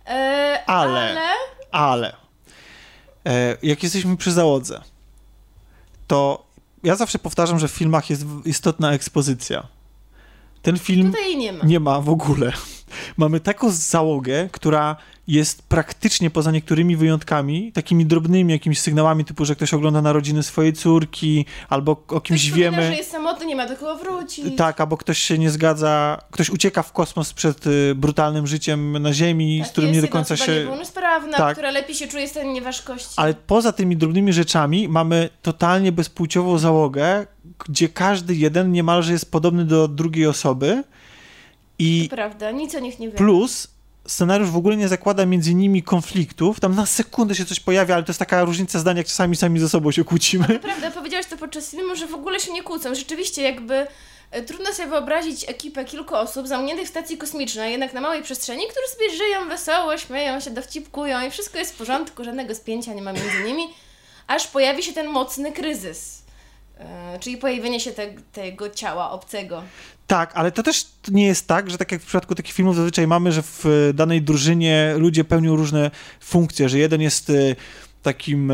A: Ale jak jesteśmy przy załodze, to ja zawsze powtarzam, że w filmach jest istotna ekspozycja. Ten film
B: Tutaj jej nie ma.
A: nie ma w ogóle. Mamy taką załogę, która jest praktycznie poza niektórymi wyjątkami, takimi drobnymi jakimiś sygnałami, typu, że ktoś ogląda narodziny swojej córki, albo o kimś
B: Ktoś
A: wiemy.
B: Wspomina, że jest samotny, nie ma do kogo wrócić.
A: Tak, albo ktoś się nie zgadza, ktoś ucieka w kosmos przed brutalnym życiem na Ziemi,
B: Tak,
A: z którym nie do końca
B: jest
A: się...
B: niepełnosprawna,
A: Tak.
B: która lepiej się czuje w stanie nieważkości.
A: Ale poza tymi drobnymi rzeczami mamy totalnie bezpłciową załogę, gdzie każdy jeden niemalże jest podobny do drugiej osoby i
B: To prawda, nic o nich nie wiem.
A: plus scenariusz w ogóle nie zakłada między nimi konfliktów, tam na sekundę się coś pojawia, ale to jest taka różnica zdań, jak czasami sami ze sobą się kłócimy.
B: To prawda, powiedziałaś to podczas filmu, że w ogóle się nie kłócą. Rzeczywiście jakby trudno sobie wyobrazić ekipę kilku osób zamkniętych w stacji kosmicznej, jednak na małej przestrzeni, które sobie żyją wesoło, śmieją się, dowcipkują i wszystko jest w porządku, żadnego spięcia nie ma między nimi, aż pojawi się ten mocny kryzys. Czyli pojawienie się tego ciała obcego.
A: Tak, ale to też nie jest tak, że tak jak w przypadku takich filmów zazwyczaj mamy, że w danej drużynie ludzie pełnią różne funkcje, że jeden jest takim,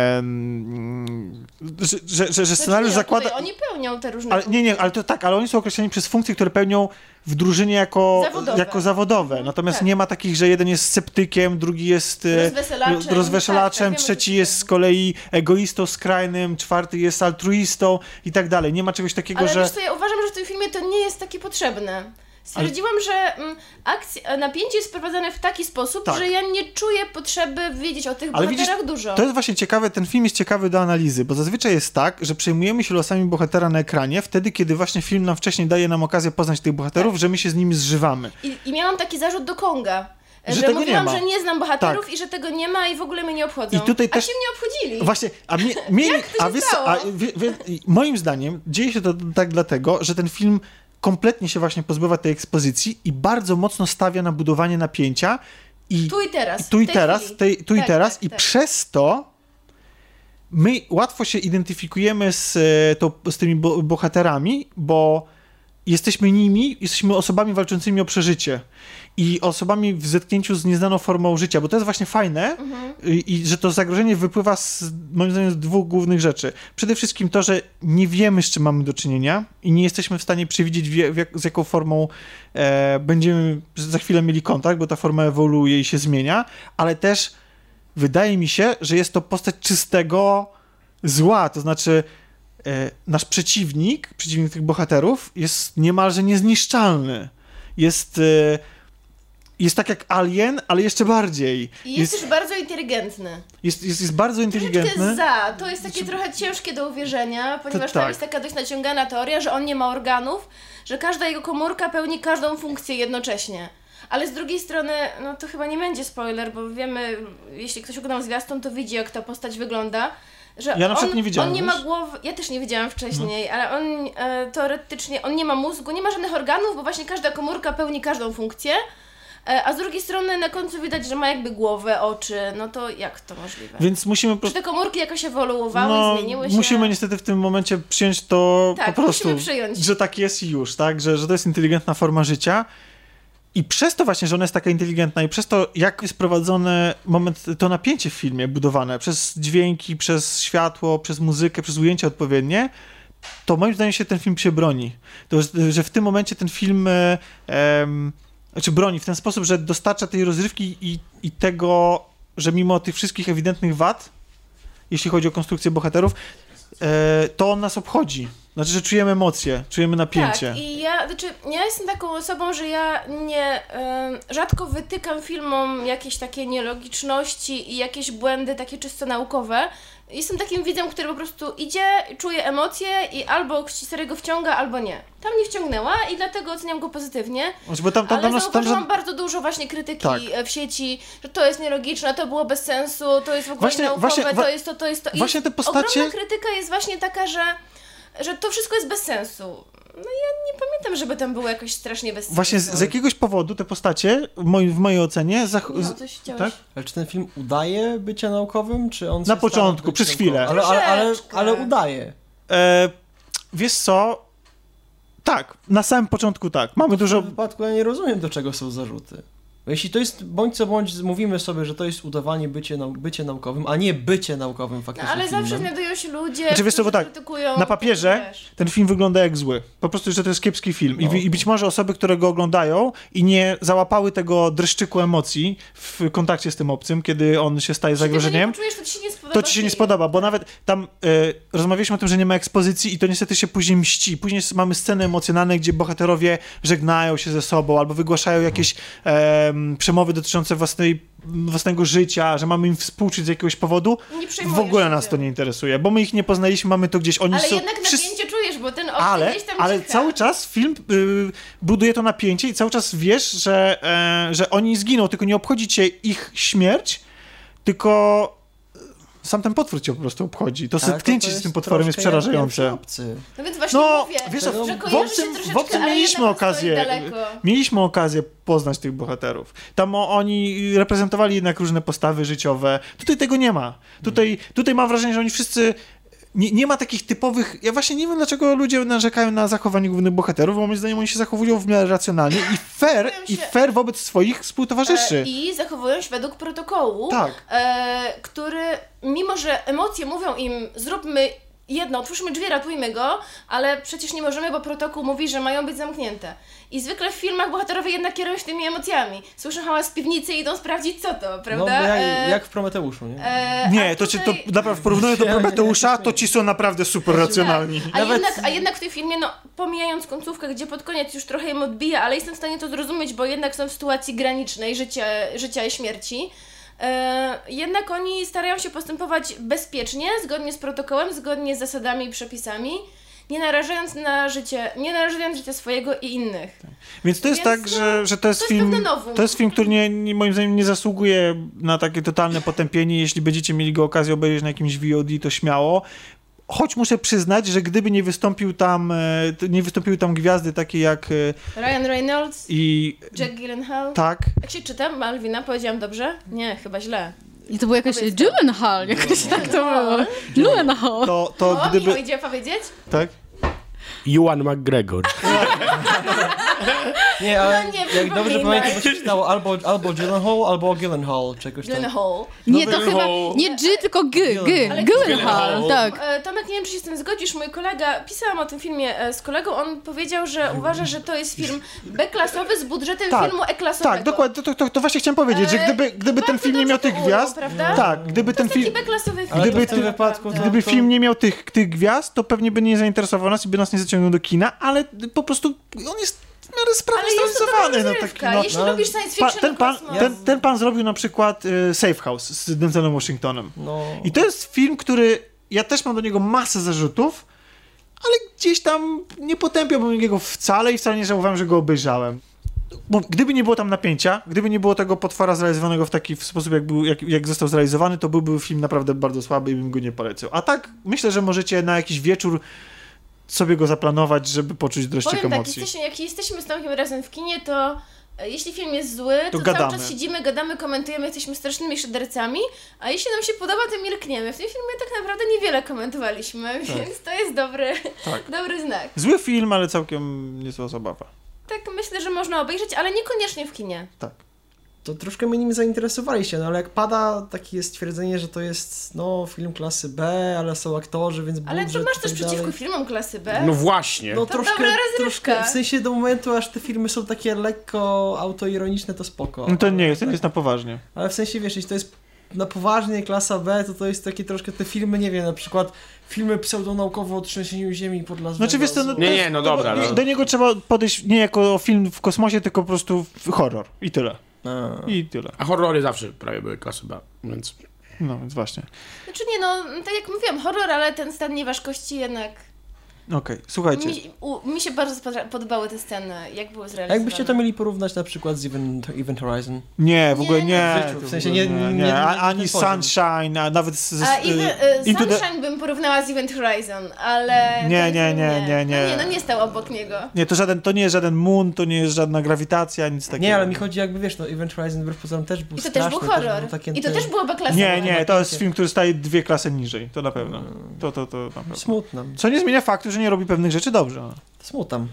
A: że scenariusz
B: nie,
A: zakłada...
B: Tutaj oni pełnią te różne
A: Ale,
B: funkcje.
A: nie, ale to tak, ale oni są określeni przez funkcje, które pełnią w drużynie jako zawodowe. Natomiast
B: tak.
A: nie ma takich, że jeden jest sceptykiem, drugi jest rozweszelaczem,
B: tak,
A: trzeci jest z kolei egoistą skrajnym, czwarty jest altruistą i tak dalej. Nie ma czegoś takiego,
B: ale
A: że...
B: wiesz co, ja uważam, że w tym filmie to nie jest takie potrzebne. Stwierdziłam, że napięcie jest prowadzone w taki sposób,
A: Tak.
B: że ja nie czuję potrzeby wiedzieć o tych
A: Ale
B: bohaterach
A: widzisz,
B: dużo.
A: To jest właśnie ciekawe, ten film jest ciekawy do analizy, bo zazwyczaj jest tak, że przejmujemy się losami bohatera na ekranie wtedy, kiedy właśnie film nam wcześniej daje nam okazję poznać tych bohaterów, że my się z nimi zżywamy.
B: I miałam taki zarzut do Konga,
A: Że
B: że
A: tego
B: mówiłam,
A: nie ma.
B: że nie znam bohaterów
A: Tak.
B: i że tego nie ma i w ogóle mnie nie obchodzą.
A: I tutaj
B: A
A: też-
B: się mnie obchodzili.
A: Właśnie,
B: Jak to się stało?
A: Moim zdaniem dzieje się to tak dlatego, że ten film kompletnie się właśnie pozbywa tej ekspozycji i bardzo mocno stawia na budowanie napięcia i
B: Tu i teraz.
A: tu i
B: w tej
A: teraz,
B: chwili.
A: tu i
B: Tak,
A: teraz
B: tak,
A: i
B: tak.
A: przez to my łatwo się identyfikujemy z tymi bohaterami, bo jesteśmy nimi, jesteśmy osobami walczącymi o przeżycie i osobami w zetknięciu z nieznaną formą życia, bo to jest właśnie fajne i że to zagrożenie wypływa moim zdaniem z dwóch głównych rzeczy. Przede wszystkim to, że nie wiemy, z czym mamy do czynienia i nie jesteśmy w stanie przewidzieć, z jaką formą będziemy za chwilę mieli kontakt, bo ta forma ewoluuje i się zmienia, ale też wydaje mi się, że jest to postać czystego zła, to znaczy nasz przeciwnik tych bohaterów jest niemalże niezniszczalny. Jest tak jak Alien, ale jeszcze bardziej.
B: I jest też bardzo inteligentny.
A: Jest bardzo inteligentny.
B: To jest takie trochę ciężkie do uwierzenia, ponieważ
A: tak.
B: tam jest taka dość naciągana teoria, że on nie ma organów, że każda jego komórka pełni każdą funkcję jednocześnie. Ale z drugiej strony, no to chyba nie będzie spoiler, bo wiemy, jeśli ktoś oglądał zwiastun, to widzi, jak ta postać wygląda, że
A: Ja na przykład nie widziałem,
B: on nie ma
A: wiesz?
B: głowy, ja też nie widziałam wcześniej, ale on teoretycznie, on nie ma mózgu, nie ma żadnych organów, bo właśnie każda komórka pełni każdą funkcję, a z drugiej strony na końcu widać, że ma jakby głowę, oczy, no to jak to możliwe?
A: Więc musimy po
B: Czy
A: prostu...
B: te komórki jakoś ewoluowały, zmieniły się?
A: Musimy niestety w tym momencie przyjąć to
B: Tak,
A: po prostu,
B: musimy przyjąć.
A: że tak jest i już, tak? Że to jest inteligentna forma życia. I przez to właśnie, że ona jest taka inteligentna i przez to, jak jest prowadzone to napięcie w filmie budowane, przez dźwięki, przez światło, przez muzykę, przez ujęcia odpowiednie, to moim zdaniem się ten film się broni. To, że w tym momencie ten film broni w ten sposób, że dostarcza tej rozrywki i tego, że mimo tych wszystkich ewidentnych wad, jeśli chodzi o konstrukcję bohaterów, to on nas obchodzi. Znaczy, że czujemy emocje, czujemy napięcie.
B: Tak, i ja jestem taką osobą, że ja rzadko wytykam filmom jakieś takie nielogiczności i jakieś błędy takie czysto naukowe. Jestem takim widzem, który po prostu idzie, czuje emocje i albo historia go wciąga, albo nie. Tam nie wciągnęła i dlatego oceniam go pozytywnie,
A: Bo
B: ale zauważyłam bardzo dużo właśnie krytyki w sieci, że to jest nielogiczne, to było bez sensu, to jest w ogóle naukowe, to jest to. I
A: właśnie te postacie...
B: ogromna krytyka jest właśnie taka, że to wszystko jest bez sensu. No ja nie pamiętam, żeby tam było jakoś strasznie bez sensu.
A: Właśnie z jakiegoś powodu te postacie, w mojej ocenie...
B: coś chciałeś...
A: Tak?
C: Ale czy ten film udaje bycie naukowym, czy on...
A: Na początku, przez chwilę.
C: Ale udaje.
A: Wiesz co? Tak, na samym początku tak. Mamy dużo...
C: W wypadku ja nie rozumiem, do czego są zarzuty. Bo jeśli to jest, bądź co bądź, mówimy sobie, że to jest udawanie bycie naukowym, a nie bycie naukowym faktycznie
B: ale
C: filmem.
B: zawsze znajdują się ludzie,
A: Znaczy, wiesz co, bo tak,
B: krytykują...
A: na papierze ten film wygląda jak zły. Po prostu, że to jest kiepski film. I być może osoby, które go oglądają i nie załapały tego dreszczyku emocji w kontakcie z tym obcym, kiedy on się staje zagrożeniem,
B: Ty czujesz, to ci się nie spodoba.
A: to ci się nie spodoba, bo nawet tam rozmawialiśmy o tym, że nie ma ekspozycji i to niestety się później mści. Później mamy sceny emocjonalne, gdzie bohaterowie żegnają się ze sobą albo wygłaszają jakieś przemowy dotyczące własnego życia, że mamy im współczuć z jakiegoś powodu. W ogóle nas to nie interesuje, bo my ich nie poznaliśmy, mamy to gdzieś. Oni
B: ale
A: są
B: jednak napięcie czujesz, bo ten obcy gdzieś tam
A: ale
B: czyha.
A: cały czas film buduje to napięcie i cały czas wiesz, że oni zginą, tylko nie obchodzi cię ich śmierć, tylko sam ten potwór cię po prostu obchodzi. To zetknięcie się z tym potworem jest przerażające.
B: No więc właśnie mówię,
A: wiesz,
B: że
A: w obcym mieliśmy okazję poznać tych bohaterów. Tam oni reprezentowali jednak różne postawy życiowe. Tutaj tego nie ma. Tutaj mam wrażenie, że oni wszyscy... Nie ma takich typowych... Ja właśnie nie wiem, dlaczego ludzie narzekają na zachowanie głównych bohaterów, bo moim zdaniem oni się zachowują w miarę racjonalnie i fair wobec swoich współtowarzyszy.
B: I zachowują się według protokołu, który, mimo że emocje mówią im, zróbmy jedno, otwórzmy drzwi, ratujmy go, ale przecież nie możemy, bo protokół mówi, że mają być zamknięte. I zwykle w filmach bohaterowie jednak kierują się tymi emocjami. Słyszą hałas z piwnicy i idą sprawdzić, co to, prawda?
C: No, jak w Prometeuszu, nie?
A: Nie, to naprawdę w porównaniu do Prometeusza, to ci są naprawdę super racjonalni.
B: A jednak w tym filmie, pomijając końcówkę, gdzie pod koniec już trochę im odbija, ale jestem w stanie to zrozumieć, bo jednak są w sytuacji granicznej życia i śmierci. Jednak oni starają się postępować bezpiecznie, zgodnie z protokołem, zgodnie z zasadami i przepisami, nie narażając życia swojego i innych.
A: Więc to jest tak, że to jest film, to jest film, który moim zdaniem nie zasługuje na takie totalne potępienie. Jeśli będziecie mieli go okazję obejrzeć na jakimś VOD, to śmiało. Choć muszę przyznać, że gdyby nie wystąpiły tam gwiazdy takie jak
B: Ryan Reynolds
A: i
B: Jack Gyllenhaal.
A: Tak.
B: Jak się czyta? Malwina? Powiedziałam dobrze? Nie, chyba źle.
D: I to było jakaś Gyllenhaal, jakoś tak to było. Gyllenhaal.
A: To gdyby...
B: Michał idzie powiedzieć?
A: Tak?
E: Ewan McGregor.
C: Nie, ale jak dobrze pamiętam, to się czytało albo Gyllenhaal, albo Gyllenhaal, czegoś tam.
B: Gyllenhaal.
D: Nie, to chyba nie G, tylko Gyllenhaal, tak.
B: Tomek, nie wiem, czy się z tym zgodzisz, mój kolega, pisałam o tym filmie z kolegą, on powiedział, że uważa, że to jest film B-klasowy z budżetem filmu E-klasowego.
A: Tak, dokładnie, to właśnie chciałem powiedzieć, że gdyby ten film nie miał tych gwiazd, gdyby ten film... Gdyby film nie miał tych gwiazd, to pewnie by nie zainteresował nas i by nas nie zaciągnął do kina, ale po prostu on jest w miarę sprawnie zrealizowany.
B: Jeśli lubisz science fiction,
A: ten pan zrobił na przykład Safe House z Denzelem Washingtonem. I to jest film, który ja też mam do niego masę zarzutów, ale gdzieś tam nie potępiałbym jego wcale i wcale nie żałowałem, że go obejrzałem. bo gdyby nie było tam napięcia, gdyby nie było tego potwora zrealizowanego w taki sposób, jak został zrealizowany, to byłby film naprawdę bardzo słaby i bym go nie polecał. A tak, myślę, że możecie na jakiś wieczór sobie go zaplanować, żeby poczuć dreszczyk
B: Powiem
A: emocji.
B: tak, jak jesteśmy z Tomkiem razem w kinie, to jeśli film jest zły, to
A: gadamy.
B: cały czas siedzimy, gadamy, komentujemy, jesteśmy strasznymi szydercami, a jeśli nam się podoba, to milkniemy. W tym filmie tak naprawdę niewiele komentowaliśmy, więc to jest dobry znak.
A: Zły film, ale całkiem niezła zabawa.
B: Tak myślę, że można obejrzeć, ale niekoniecznie w kinie.
A: Tak.
C: To troszkę mnie nim zainteresowaliście, no ale jak pada takie stwierdzenie, że to jest film klasy B, ale są aktorzy, więc budżet.
B: Ale co masz
C: i
B: coś
C: tak
B: przeciwko
C: dalej.
B: filmom klasy B?
E: No właśnie.
C: No
B: To dobra rozrywka.
C: w sensie do momentu, aż te filmy są takie lekko autoironiczne, to spoko.
A: No to nie jest na poważnie.
C: Ale w sensie, wiesz, jeśli to jest na poważnie klasa B, to jest takie troszkę te filmy, nie wiem, na przykład filmy pseudonaukowe o trzęsieniu ziemi pod Las Vegas.
A: Znaczy, wiesz co,
E: No dobra. No.
A: Do niego trzeba podejść nie jako film w kosmosie, tylko po prostu horror. I tyle. I tyle.
E: A horrory zawsze prawie były klasy B, więc...
A: No, więc właśnie.
B: Znaczy nie, no, tak jak mówiłam, horror, ale ten stan nieważkości jednak...
A: Okej, słuchajcie.
B: Mi się bardzo podobały te sceny, jak były
C: A
B: zrealizowane.
C: jakbyście to mieli porównać na przykład z Event Horizon?
A: Nie, w ogóle nie.
C: W sensie nie
A: ani
C: ten poziom.
A: Sunshine, a nawet
B: Sunshine bym porównała z Event Horizon, ale...
A: Nie.
B: nie stał obok niego.
A: Nie, to nie jest żaden Moon, to nie jest żadna grawitacja, nic takiego.
C: Nie, ale mi chodzi jakby, wiesz, Event Horizon wbrew pozorom też był
B: I to
C: straszny.
B: też był horror. I to też było B-klasa.
A: Nie, to jest film, który staje 2 klasy niżej, to na pewno. To na pewno.
C: Smutno.
A: Co nie zmienia faktu, że nie robi pewnych rzeczy dobrze.
C: Smutam.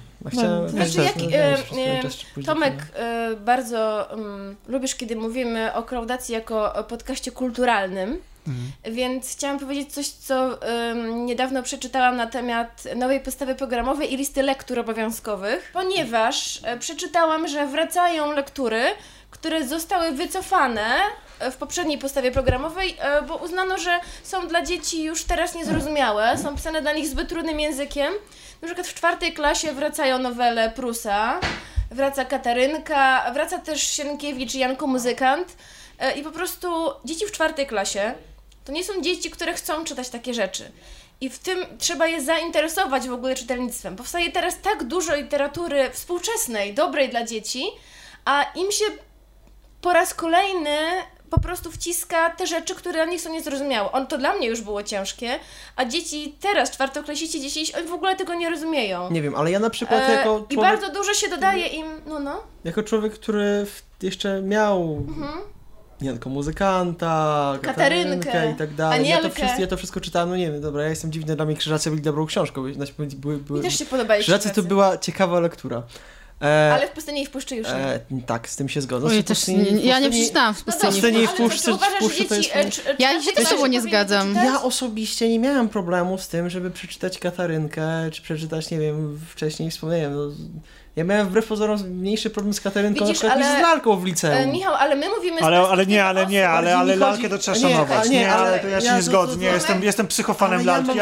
B: Tomek, bardzo lubisz, kiedy mówimy o Klaudacji jako o podcaście kulturalnym, więc chciałam powiedzieć coś, co niedawno przeczytałam na temat nowej podstawy programowej i listy lektur obowiązkowych, ponieważ przeczytałam, że wracają lektury, które zostały wycofane w poprzedniej podstawie programowej, bo uznano, że są dla dzieci już teraz niezrozumiałe, są pisane dla nich zbyt trudnym językiem. Na przykład w 4. klasie wracają nowele Prusa, wraca Katarynka, wraca też Sienkiewicz i Janko Muzykant i po prostu dzieci w 4. klasie to nie są dzieci, które chcą czytać takie rzeczy. I w tym trzeba je zainteresować w ogóle czytelnictwem. Powstaje teraz tak dużo literatury współczesnej, dobrej dla dzieci, a im się po raz kolejny po prostu wciska te rzeczy, które dla nich są niezrozumiałe. To dla mnie już było ciężkie, a dzieci teraz, 4-klasiści, dzieci, oni w ogóle tego nie rozumieją.
C: Nie wiem, ale ja na przykład jako człowiek...
B: I bardzo dużo się dodaje im,
C: Jako człowiek, który jeszcze miał... Janko Muzykanta, Katarynkę i tak dalej. Ja to wszystko czytałem, no nie wiem, dobra, ja jestem dziwny, dla mnie Krzyżacy byli dobrą książką.
B: Mi też się podobali
C: Krzyżacy to była ciekawa lektura.
B: Ale w Pustyni i w Puszczy już nie.
C: Tak, z tym się zgodzę.
D: Ja nie przeczytałam w Pustyni
C: i w Puszczy.
D: Ja się też z tobą nie zgadzam.
C: Ja osobiście nie miałem problemu z tym, żeby przeczytać Katarynkę, czy przeczytać, nie wiem, wcześniej wspomniałem, ja miałem wbrew pozorom mniejszy problem z Katarynką niż z lalką w liceum.
B: Michał, ale my mówimy
A: ale lalkę to trzeba szanować. Ale to ja się nie zgodzę. Jestem psychofanem lalki.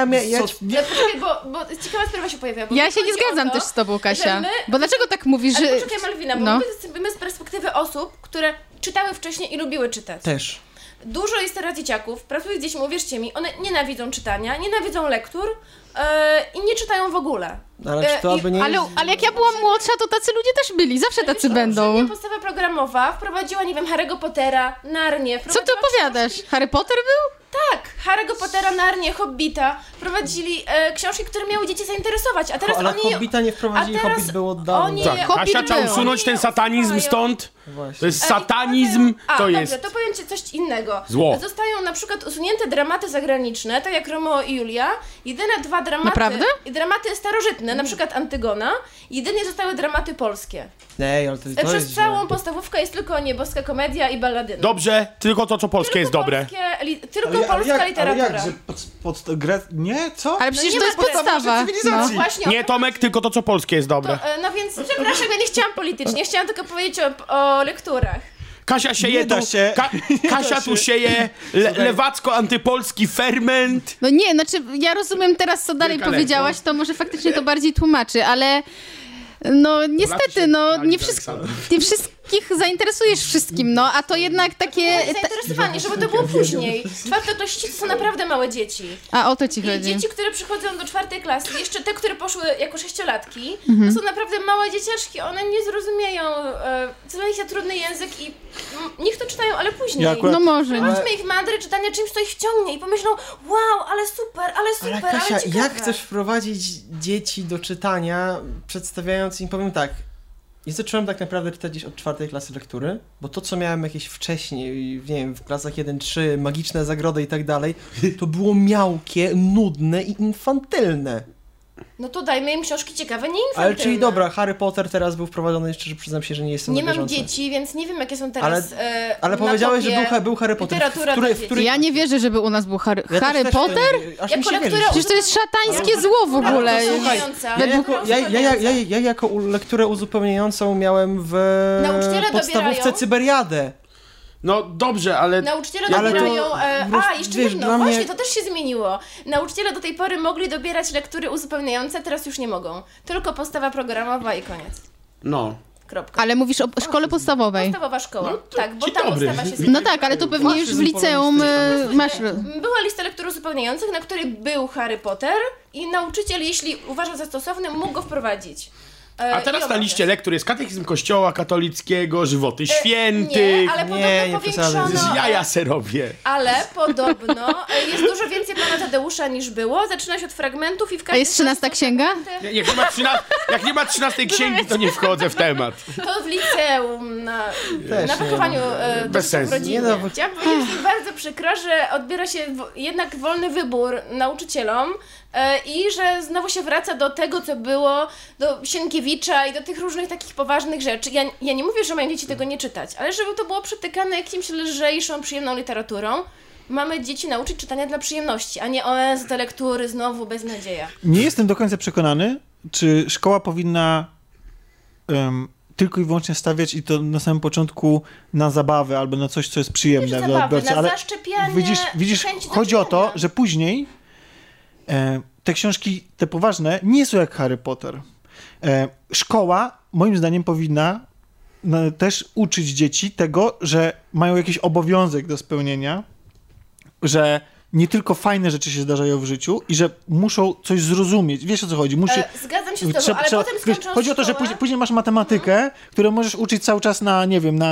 B: Bo ciekawa sprawa się pojawia.
D: Ja się nie zgadzam też z tobą, Kasia. Bo dlaczego tak mówisz, że...
B: Ale poczekaj, Malwina, bo my z perspektywy osób, które czytały wcześniej i lubiły czytać.
C: Też.
B: Dużo jest teraz dzieciaków, pracuję z dziećmi, uwierzcie mi, one nienawidzą czytania, nienawidzą lektur i nie czytają w ogóle.
D: Ale jak ja byłam młodsza, to tacy ludzie też byli, zawsze tacy będą.
B: Podstawa programowa wprowadziła, nie wiem, Harry'ego Pottera, Narnię.
D: Co ty opowiadasz? Harry Potter był?
B: Tak, Harry'ego Pottera, Narnię, Hobbita. Wprowadzili książki, które miały dzieci zainteresować, a teraz
C: ale
B: oni...
C: Hobbita nie wprowadzili, Hobbit był od dawna.
E: Tak, Kasia trzeba usunąć ten satanizm stąd. To jest satanizm, to jest...
B: Dobrze, to powiem ci coś innego.
E: Zło.
B: Zostają na przykład usunięte dramaty zagraniczne, tak jak Romeo i Julia. Jedyne 2 dramaty...
D: Naprawdę?
B: Dramaty starożytne, na przykład Antygona. Jedynie zostały dramaty polskie.
C: Nie, ale to
B: Przez
C: jest
B: całą podstawówkę jest tylko nieboska komedia i balladyna.
E: Dobrze, tylko to, co polskie jest dobre.
B: Tylko polska literatura.
A: Ale jak, grę... Nie? Co?
D: Ale przecież to jest podstawa.
B: Właśnie,
E: Nie, Tomek, tylko to, co polskie jest dobre.
B: No więc, przepraszam, ja nie chciałam politycznie, chciałam tylko powiedzieć o lekturach.
E: Kasia sieje tu, Kasia tu sieje lewacko-antypolski ferment.
D: No nie, znaczy ja rozumiem teraz, co dalej powiedziałaś, to może faktycznie to bardziej tłumaczy, ale no niestety, no nie wszystko... wszystkich zainteresujesz wszystkim, no, a to jednak takie...
B: Zainteresowanie, żeby to było później. Czwartoklasisty to są naprawdę małe dzieci.
D: A o to ci
B: I
D: chodzi.
B: dzieci, które przychodzą do 4. klasy, jeszcze te, które poszły jako 6-latki, to są naprawdę małe dzieciaczki, one nie zrozumieją, co dla nich jest trudny język i niech to czytają, ale później.
A: Ja akurat-
D: No może.
B: Prowadźmy ich w mandry czytania czymś, co ich wciągnie i pomyślą, wow, ale super,
C: Ale Kasia,
B: ale ciekawe.
C: jak chcesz wprowadzić dzieci do czytania, przedstawiając im, powiem tak, ja zacząłem tak naprawdę czytać gdzieś od 4. klasy lektury, bo to, co miałem jakieś wcześniej, nie wiem, w klasach 1-3, magiczne zagrody i tak dalej, to było miałkie, nudne i infantylne.
B: No to dajmy im książki ciekawe, nie infantylne.
C: Ale czyli dobra, Harry Potter teraz był wprowadzony, jeszcze przyznam się, że nie jestem
B: Nie
C: na
B: mam
C: bieżąco.
B: dzieci, więc nie wiem, jakie są teraz
C: Ale
B: na
C: powiedziałeś,
B: topie
C: że był Harry Potter.
B: literatura dla dzieci.
D: Ja nie wierzę, żeby u nas był Harry
C: Ja
D: Harry
C: też
D: Potter?
C: aż mi
B: Jako
C: się
B: lektura
C: wierzy.
D: Przecież to jest szatańskie zło w ogóle.
B: Ale to
C: Słuchaj,
B: uzupełniająca.
C: Ja jako lekturę uzupełniającą miałem w
B: Nauczyciele
C: podstawówce
B: dobierają?
C: Cyberiadę.
E: No dobrze, ale...
B: Nauczyciele
C: Ale to
B: dobierają...
C: po prostu,
B: jeszcze
C: wiesz,
B: jedno,
C: dla mnie-
B: właśnie, to też się zmieniło. Nauczyciele do tej pory mogli dobierać lektury uzupełniające, teraz już nie mogą. Tylko podstawa programowa i koniec.
E: No.
B: Kropka.
D: Ale mówisz o szkole podstawowej.
B: Podstawowa szkoła.
E: No to
B: Tak, bo
E: dzień
B: tam
E: dobry.
B: ustawa się zmieniła.
D: No tak, ale to pewnie już w liceum masz...
B: Była lista lektur uzupełniających, na której był Harry Potter i nauczyciel, jeśli uważał za stosowny, mógł go wprowadzić.
E: A teraz na liście lektur jest katechizm Kościoła katolickiego, żywoty świętych,
B: Nie, ale
C: nie
B: podobno
C: przesadzaj.
B: powiększono...
E: z jaja serowie.
B: Ale podobno jest dużo więcej Pana Tadeusza niż było. Zaczyna się od fragmentów i w
D: A
B: każdym...
D: jest 13 księga?
E: Jak nie ma 13 księgi, to nie wchodzę w temat.
B: To w liceum, na
C: Też nie
B: wychowaniu
E: Bez sensu.
B: rodziny.
C: Nie no, bo-
B: Chciałam powiedzieć, że mi bardzo przykro, że odbiera się jednak wolny wybór nauczycielom i że znowu się wraca do tego, co było, do Sienkiewicza i do tych różnych takich poważnych rzeczy. Ja nie mówię, że mają dzieci tego nie czytać, ale żeby to było przytykane jakimś lżejszą, przyjemną literaturą. Mamy dzieci nauczyć czytania dla przyjemności, a nie te lektury znowu beznadzieja.
A: Nie jestem do końca przekonany, czy szkoła powinna tylko i wyłącznie stawiać i to na samym początku na zabawę albo na coś, co jest przyjemne
B: Nie, że
A: dla
B: zabawy,
A: odbiorcy,
B: na
A: ale
B: zaszczepianie
A: widzisz
B: chęci do
A: chodzi o to,
B: czytania.
A: że później te książki, te poważne, nie są jak Harry Potter. Szkoła, moim zdaniem, powinna też uczyć dzieci tego, że mają jakiś obowiązek do spełnienia, że nie tylko fajne rzeczy się zdarzają w życiu i że muszą coś zrozumieć. Wiesz, o co chodzi?
B: Zgadzam się z tobą, ale potem skończąc
A: chodzi o to, że
B: szkołę...
A: później masz matematykę, którą możesz uczyć cały czas na, nie wiem,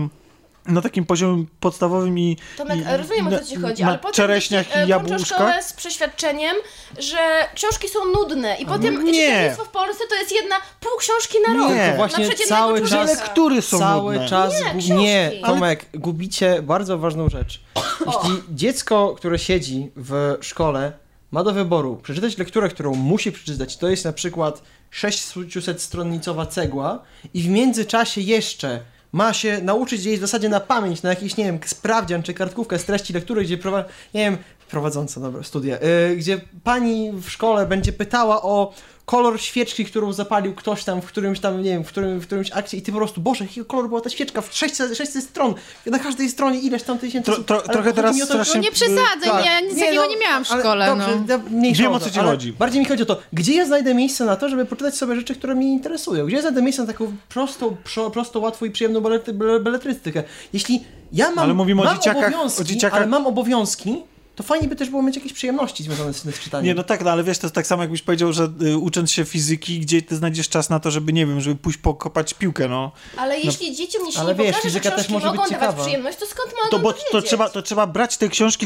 A: na takim poziomie podstawowym i...
B: Tomek, rozumiem, o co ci chodzi,
A: na
B: ale potem
A: czereśniach i
B: kończą
A: jabłuszkach.
B: szkołę z przeświadczeniem, że książki są nudne i potem
A: Nie.
B: czytelnictwo w Polsce to jest pół książki na rok.
A: Nie.
C: To właśnie
B: Na przeciętnego
C: cały
B: człowieka.
C: czas...
A: Lektury są
C: Cały
A: nudne.
C: czas...
B: Nie, książki.
C: Nie,
B: Ale-
C: Tomek, gubicie bardzo ważną rzecz. Jeśli dziecko, które siedzi w szkole, ma do wyboru przeczytać lekturę, którą musi przeczytać, to jest na przykład 600-stronnicowa cegła i w międzyczasie jeszcze ma się nauczyć jej w zasadzie na pamięć, na jakiś, nie wiem, sprawdzian czy kartkówkę z treści lektury, gdzie prowadząca, dobra, studia, gdzie pani w szkole będzie pytała o kolor świeczki, którą zapalił ktoś tam w którymś tam, nie wiem, w którymś akcie i ty po prostu, Boże, jaki kolor była ta świeczka w 600 stron, na każdej stronie ileś tam tysięcy...
A: Trochę
C: chodzi
A: teraz
C: mi o to,
A: strasznie...
D: Nie przesadzaj,
C: Tak.
D: ja nic takiego nie miałam w
C: ale
D: szkole.
C: Dobrze,
D: No.
C: mniejsza
A: Wiem, o
C: to,
A: co ci
C: ale
A: chodzi.
C: Bardziej mi chodzi o to, gdzie ja znajdę miejsce na to, żeby poczytać sobie rzeczy, które mnie interesują. Gdzie ja znajdę miejsce na taką prostą, łatwą i przyjemną beletrystykę. Jeśli ja mam,
A: Ale mówimy o
C: mam
A: dzieciakach,
C: obowiązki,
A: o dzieciakach.
C: ale mam obowiązki, to fajnie by też było mieć jakieś przyjemności związane z czytaniem.
A: Nie, no tak, no, ale wiesz, to jest tak samo jakbyś powiedział, że ucząc się fizyki, gdzie ty znajdziesz czas na to, żeby, nie wiem, żeby pójść pokopać piłkę, no.
B: Ale jeśli dzieciom się
C: ale
B: nie
C: wiesz,
B: pokaże, że
C: fizyka też
B: książki
C: może być
B: mogą dawać
C: ciekawa.
B: przyjemność, to skąd mogą
A: To trzeba brać te książki,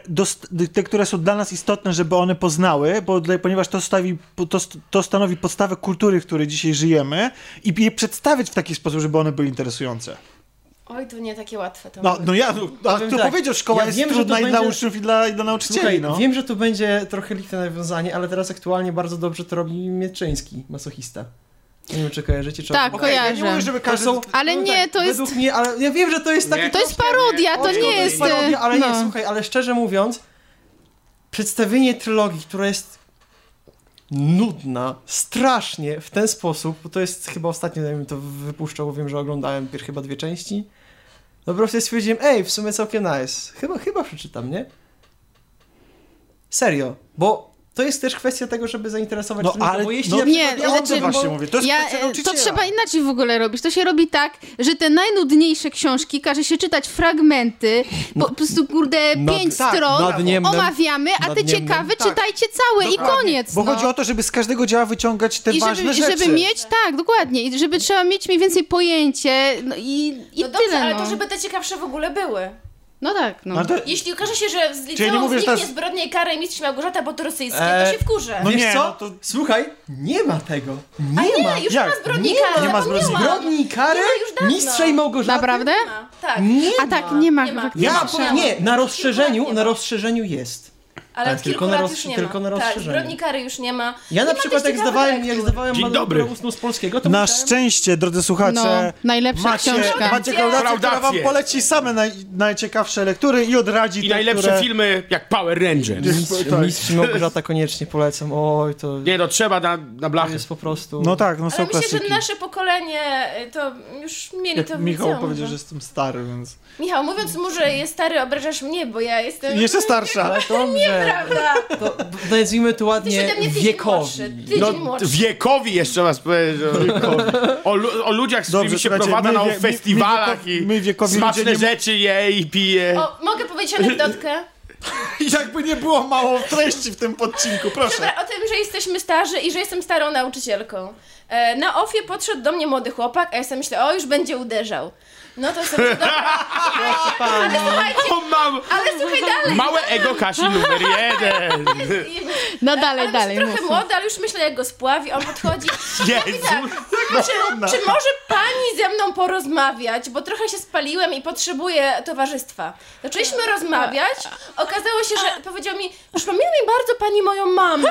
A: które są dla nas istotne, żeby one poznały, ponieważ to stanowi podstawę kultury, w której dzisiaj żyjemy i je przedstawić w taki sposób, żeby one były interesujące.
B: Oj, to nie takie łatwe. To
A: A
C: Powiem
A: kto
C: tak,
A: powiedział, szkoła
C: ja
A: jest
C: wiem, że
A: trudna
C: to
A: i dla
C: będzie-
A: uczniów, i dla nauczycieli,
C: Słuchaj,
A: no.
C: wiem, że to będzie trochę lichne nawiązanie, ale teraz aktualnie bardzo dobrze to robi Mieczyński, masochista. Nie wiem, czy kojarzycie, czy...
D: Tak,
A: Okej, ja nie
D: kojarzę.
A: mówię, żeby
C: To
A: każdy...
C: są,
D: Ale nie, to jest...
C: według mnie, ale ja wiem, że to jest takie...
D: To jest parodia, to nie jest...
C: parodia, ale nie,
D: no.
C: słuchaj, ale szczerze mówiąc, przedstawienie trylogii, która jest nudna, strasznie w ten sposób, bo to jest chyba ostatnio, ja bym to wypuszczał, bo wiem, że oglądałem chyba 2 części, no po prostu stwierdziłem, w sumie całkiem nice, chyba przeczytam, nie? Serio, bo to jest też kwestia tego, żeby zainteresować
A: No,
C: czytelnika,
A: ale-
C: bo jeśli
A: no,
C: na przykład
A: ja o tym właśnie mówię. To jest kwestia
D: to
A: nauczyciela.
D: trzeba inaczej w ogóle robić. To się robi tak, że te najnudniejsze książki każe się czytać fragmenty, po prostu kurde 5
C: tak,
D: stron,
C: nadniemnym-
D: omawiamy, a te
C: nadniemnym,
D: ciekawe
A: tak.
D: czytajcie całe i koniec.
A: Bo
D: no.
A: chodzi o to, żeby z każdego dzieła wyciągać te
D: I
A: ważne
D: żeby,
A: rzeczy.
D: żeby mieć, tak, dokładnie, i żeby trzeba mieć mniej więcej pojęcie, no i
B: No dobrze,
D: tyle,
B: ale
D: no.
B: to żeby te ciekawsze w ogóle były.
D: No tak, no.
A: Ale to,
B: Jeśli okaże się, że z
A: nie
B: liceum
A: mówię, że
B: zniknie
A: teraz-
B: Zbrodnia i kara i Mistrz Małgorzata, bo to rosyjskie, to się wkurzę.
A: No
C: Wiesz
A: nie,
C: co?
A: no to-
C: Słuchaj, nie ma tego.
B: A
C: Nie ma.
B: nie, już
A: Jak?
B: nie ma Zbrodni i
C: Nie
B: kary,
A: ma. Nie ma
B: zapomniałam.
A: Zbrodni-
C: Zbrodni i kary?
B: Nie ma już dawno.
C: Mistrza i Małgorzaty?
D: Naprawdę?
B: Nie ma, tak.
C: Nie
D: A tak, nie ma
B: Nie ma.
D: faktycznie.
C: Ja,
B: Faktycznie.
C: nie, na rozszerzeniu,
B: Nie ma.
C: na rozszerzeniu jest.
B: Ale
C: Tak,
B: od
C: tylko
B: kilku
C: na
B: lat
C: roz-
B: już nie
C: tylko
B: ma.
C: na
B: Tak,
C: rozszerzeniu.
B: Zbrodni kary już nie ma.
C: Ja
B: Nie
C: na
B: ma
C: przykład
B: też
C: jak
B: ciekawych
C: zdawałem
E: Dzień dobry.
C: maturę ustną z polskiego, to
A: na
C: musiałem...
A: szczęście, drodzy słuchacze,
D: No, najlepsza
A: macie
D: książka.
A: klaudację, która wam
E: Klaudację.
A: poleci same najciekawsze lektury i odradzi
E: I
A: te,
E: najlepsze
A: które...
E: filmy jak Power Rangers.
C: Mistrz i Małgorzata koniecznie polecam. Oj, to
E: Nie, no trzeba na
C: to
E: blachę.
C: jest po prostu...
A: No tak, no są
B: Ale myślę,
A: klasyki.
B: że nasze pokolenie to już mieli
A: Jak
B: to w
A: Michał
B: liceum,
A: powiedział,
B: że-
A: że jestem stary, więc...
B: Michał, mówiąc mu, że jest stary, obrażasz mnie, bo ja jestem...
A: Jeszcze starsza.
C: Ale dobrze,
B: Prawda?
C: to nazwijmy to
B: Ty
C: ładnie
B: ode mnie tydzień
C: wiekowi.
B: młodszy. Tydzień
E: No,
B: młodszy.
E: wiekowi jeszcze was powiedział. O ludziach, z którymi się
A: słuchajcie,
E: prowadza
A: my
E: na
A: wie-
E: festiwalach
A: my
E: i
A: wiekowi
E: smaczne
A: ludzie nie-
E: rzeczy je i pije.
B: O, mogę powiedzieć anegdotkę?
A: Jakby nie było mało treści w tym podcinku, proszę.
B: Dobra, o tym, że jesteśmy starzy i że jestem starą nauczycielką. Na ofie podszedł do mnie młody chłopak, a ja sobie myślę, o, już będzie uderzał. No to sobie... Ale słuchajcie,
E: O, mam
B: ale słuchaj dalej.
E: małe ego Kasi numer 1.
D: No dalej,
B: ale
D: dalej.
B: trochę
D: mów.
B: młody, ale już myślę, jak go spławi, on podchodzi.
E: Jezu.
B: Tak, czy może pani ze mną porozmawiać, bo trochę się spaliłem i potrzebuję towarzystwa. Zaczęliśmy rozmawiać, okazało się, że powiedział mi, przypomina mi bardzo pani moją mamę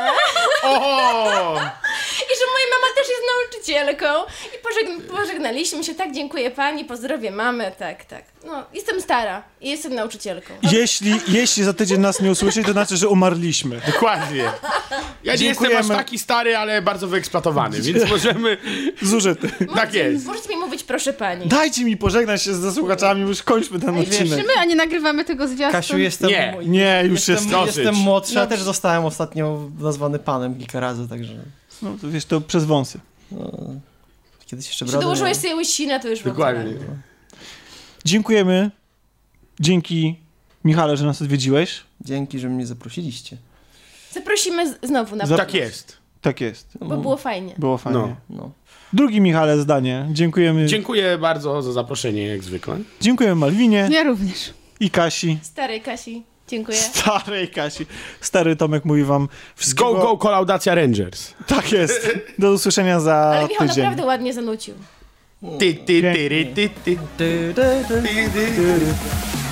E: O!
B: i że moja mama też jest nauczycielką. I pożegnaliśmy się, tak, dziękuję pani, pozdrowię mamę, tak. No, jestem stara i jestem nauczycielką.
A: Jeśli za tydzień nas nie usłyszy, to znaczy, że umarliśmy.
E: Dokładnie. Ja nie jestem
A: Dziękujemy.
E: aż taki stary, ale bardzo wyeksploatowany, więc możemy...
A: Zużyty.
E: Tak jest.
B: Możecie mi mówić proszę pani.
A: Dajcie mi pożegnać się ze słuchaczami, już kończmy ten odcinek.
D: Czy my, a nie nagrywamy tego zwiastun?
C: Kasiu, jestem...
E: Nie.
A: Już
C: jestem,
A: jest
E: dosyć.
C: jestem młodszy, a też zostałem ostatnio nazwany panem kilka razy, także...
A: No, to wiesz, to przez wąsy.
C: No, kiedyś jeszcze
B: Jeśli
C: brody
B: dołożyłeś
C: miałem.
B: sobie łysinę, to już w ogóle.
E: Dokładnie.
A: Dziękujemy. Dzięki, Michale, że nas odwiedziłeś.
C: Dzięki, że mnie zaprosiliście.
B: Zaprosimy znowu na
E: Tak jest.
A: Tak jest.
B: bo było fajnie.
A: Było fajnie.
E: No.
C: No.
A: Drugi Michale zdanie. Dziękujemy.
E: Dziękuję bardzo za zaproszenie, jak zwykle.
A: Dziękujemy Malwinie
D: Ja również.
A: i Kasi.
B: Starej Kasi, dziękuję.
A: Starej Kasi. Stary Tomek mówi wam wszystkiego.
E: Go, kolaudacja Rangers.
A: Tak jest. Do usłyszenia za
B: Ale Michał
A: tydzień.
B: naprawdę ładnie zanucił.
E: Ty.
C: Ty, ty, ty.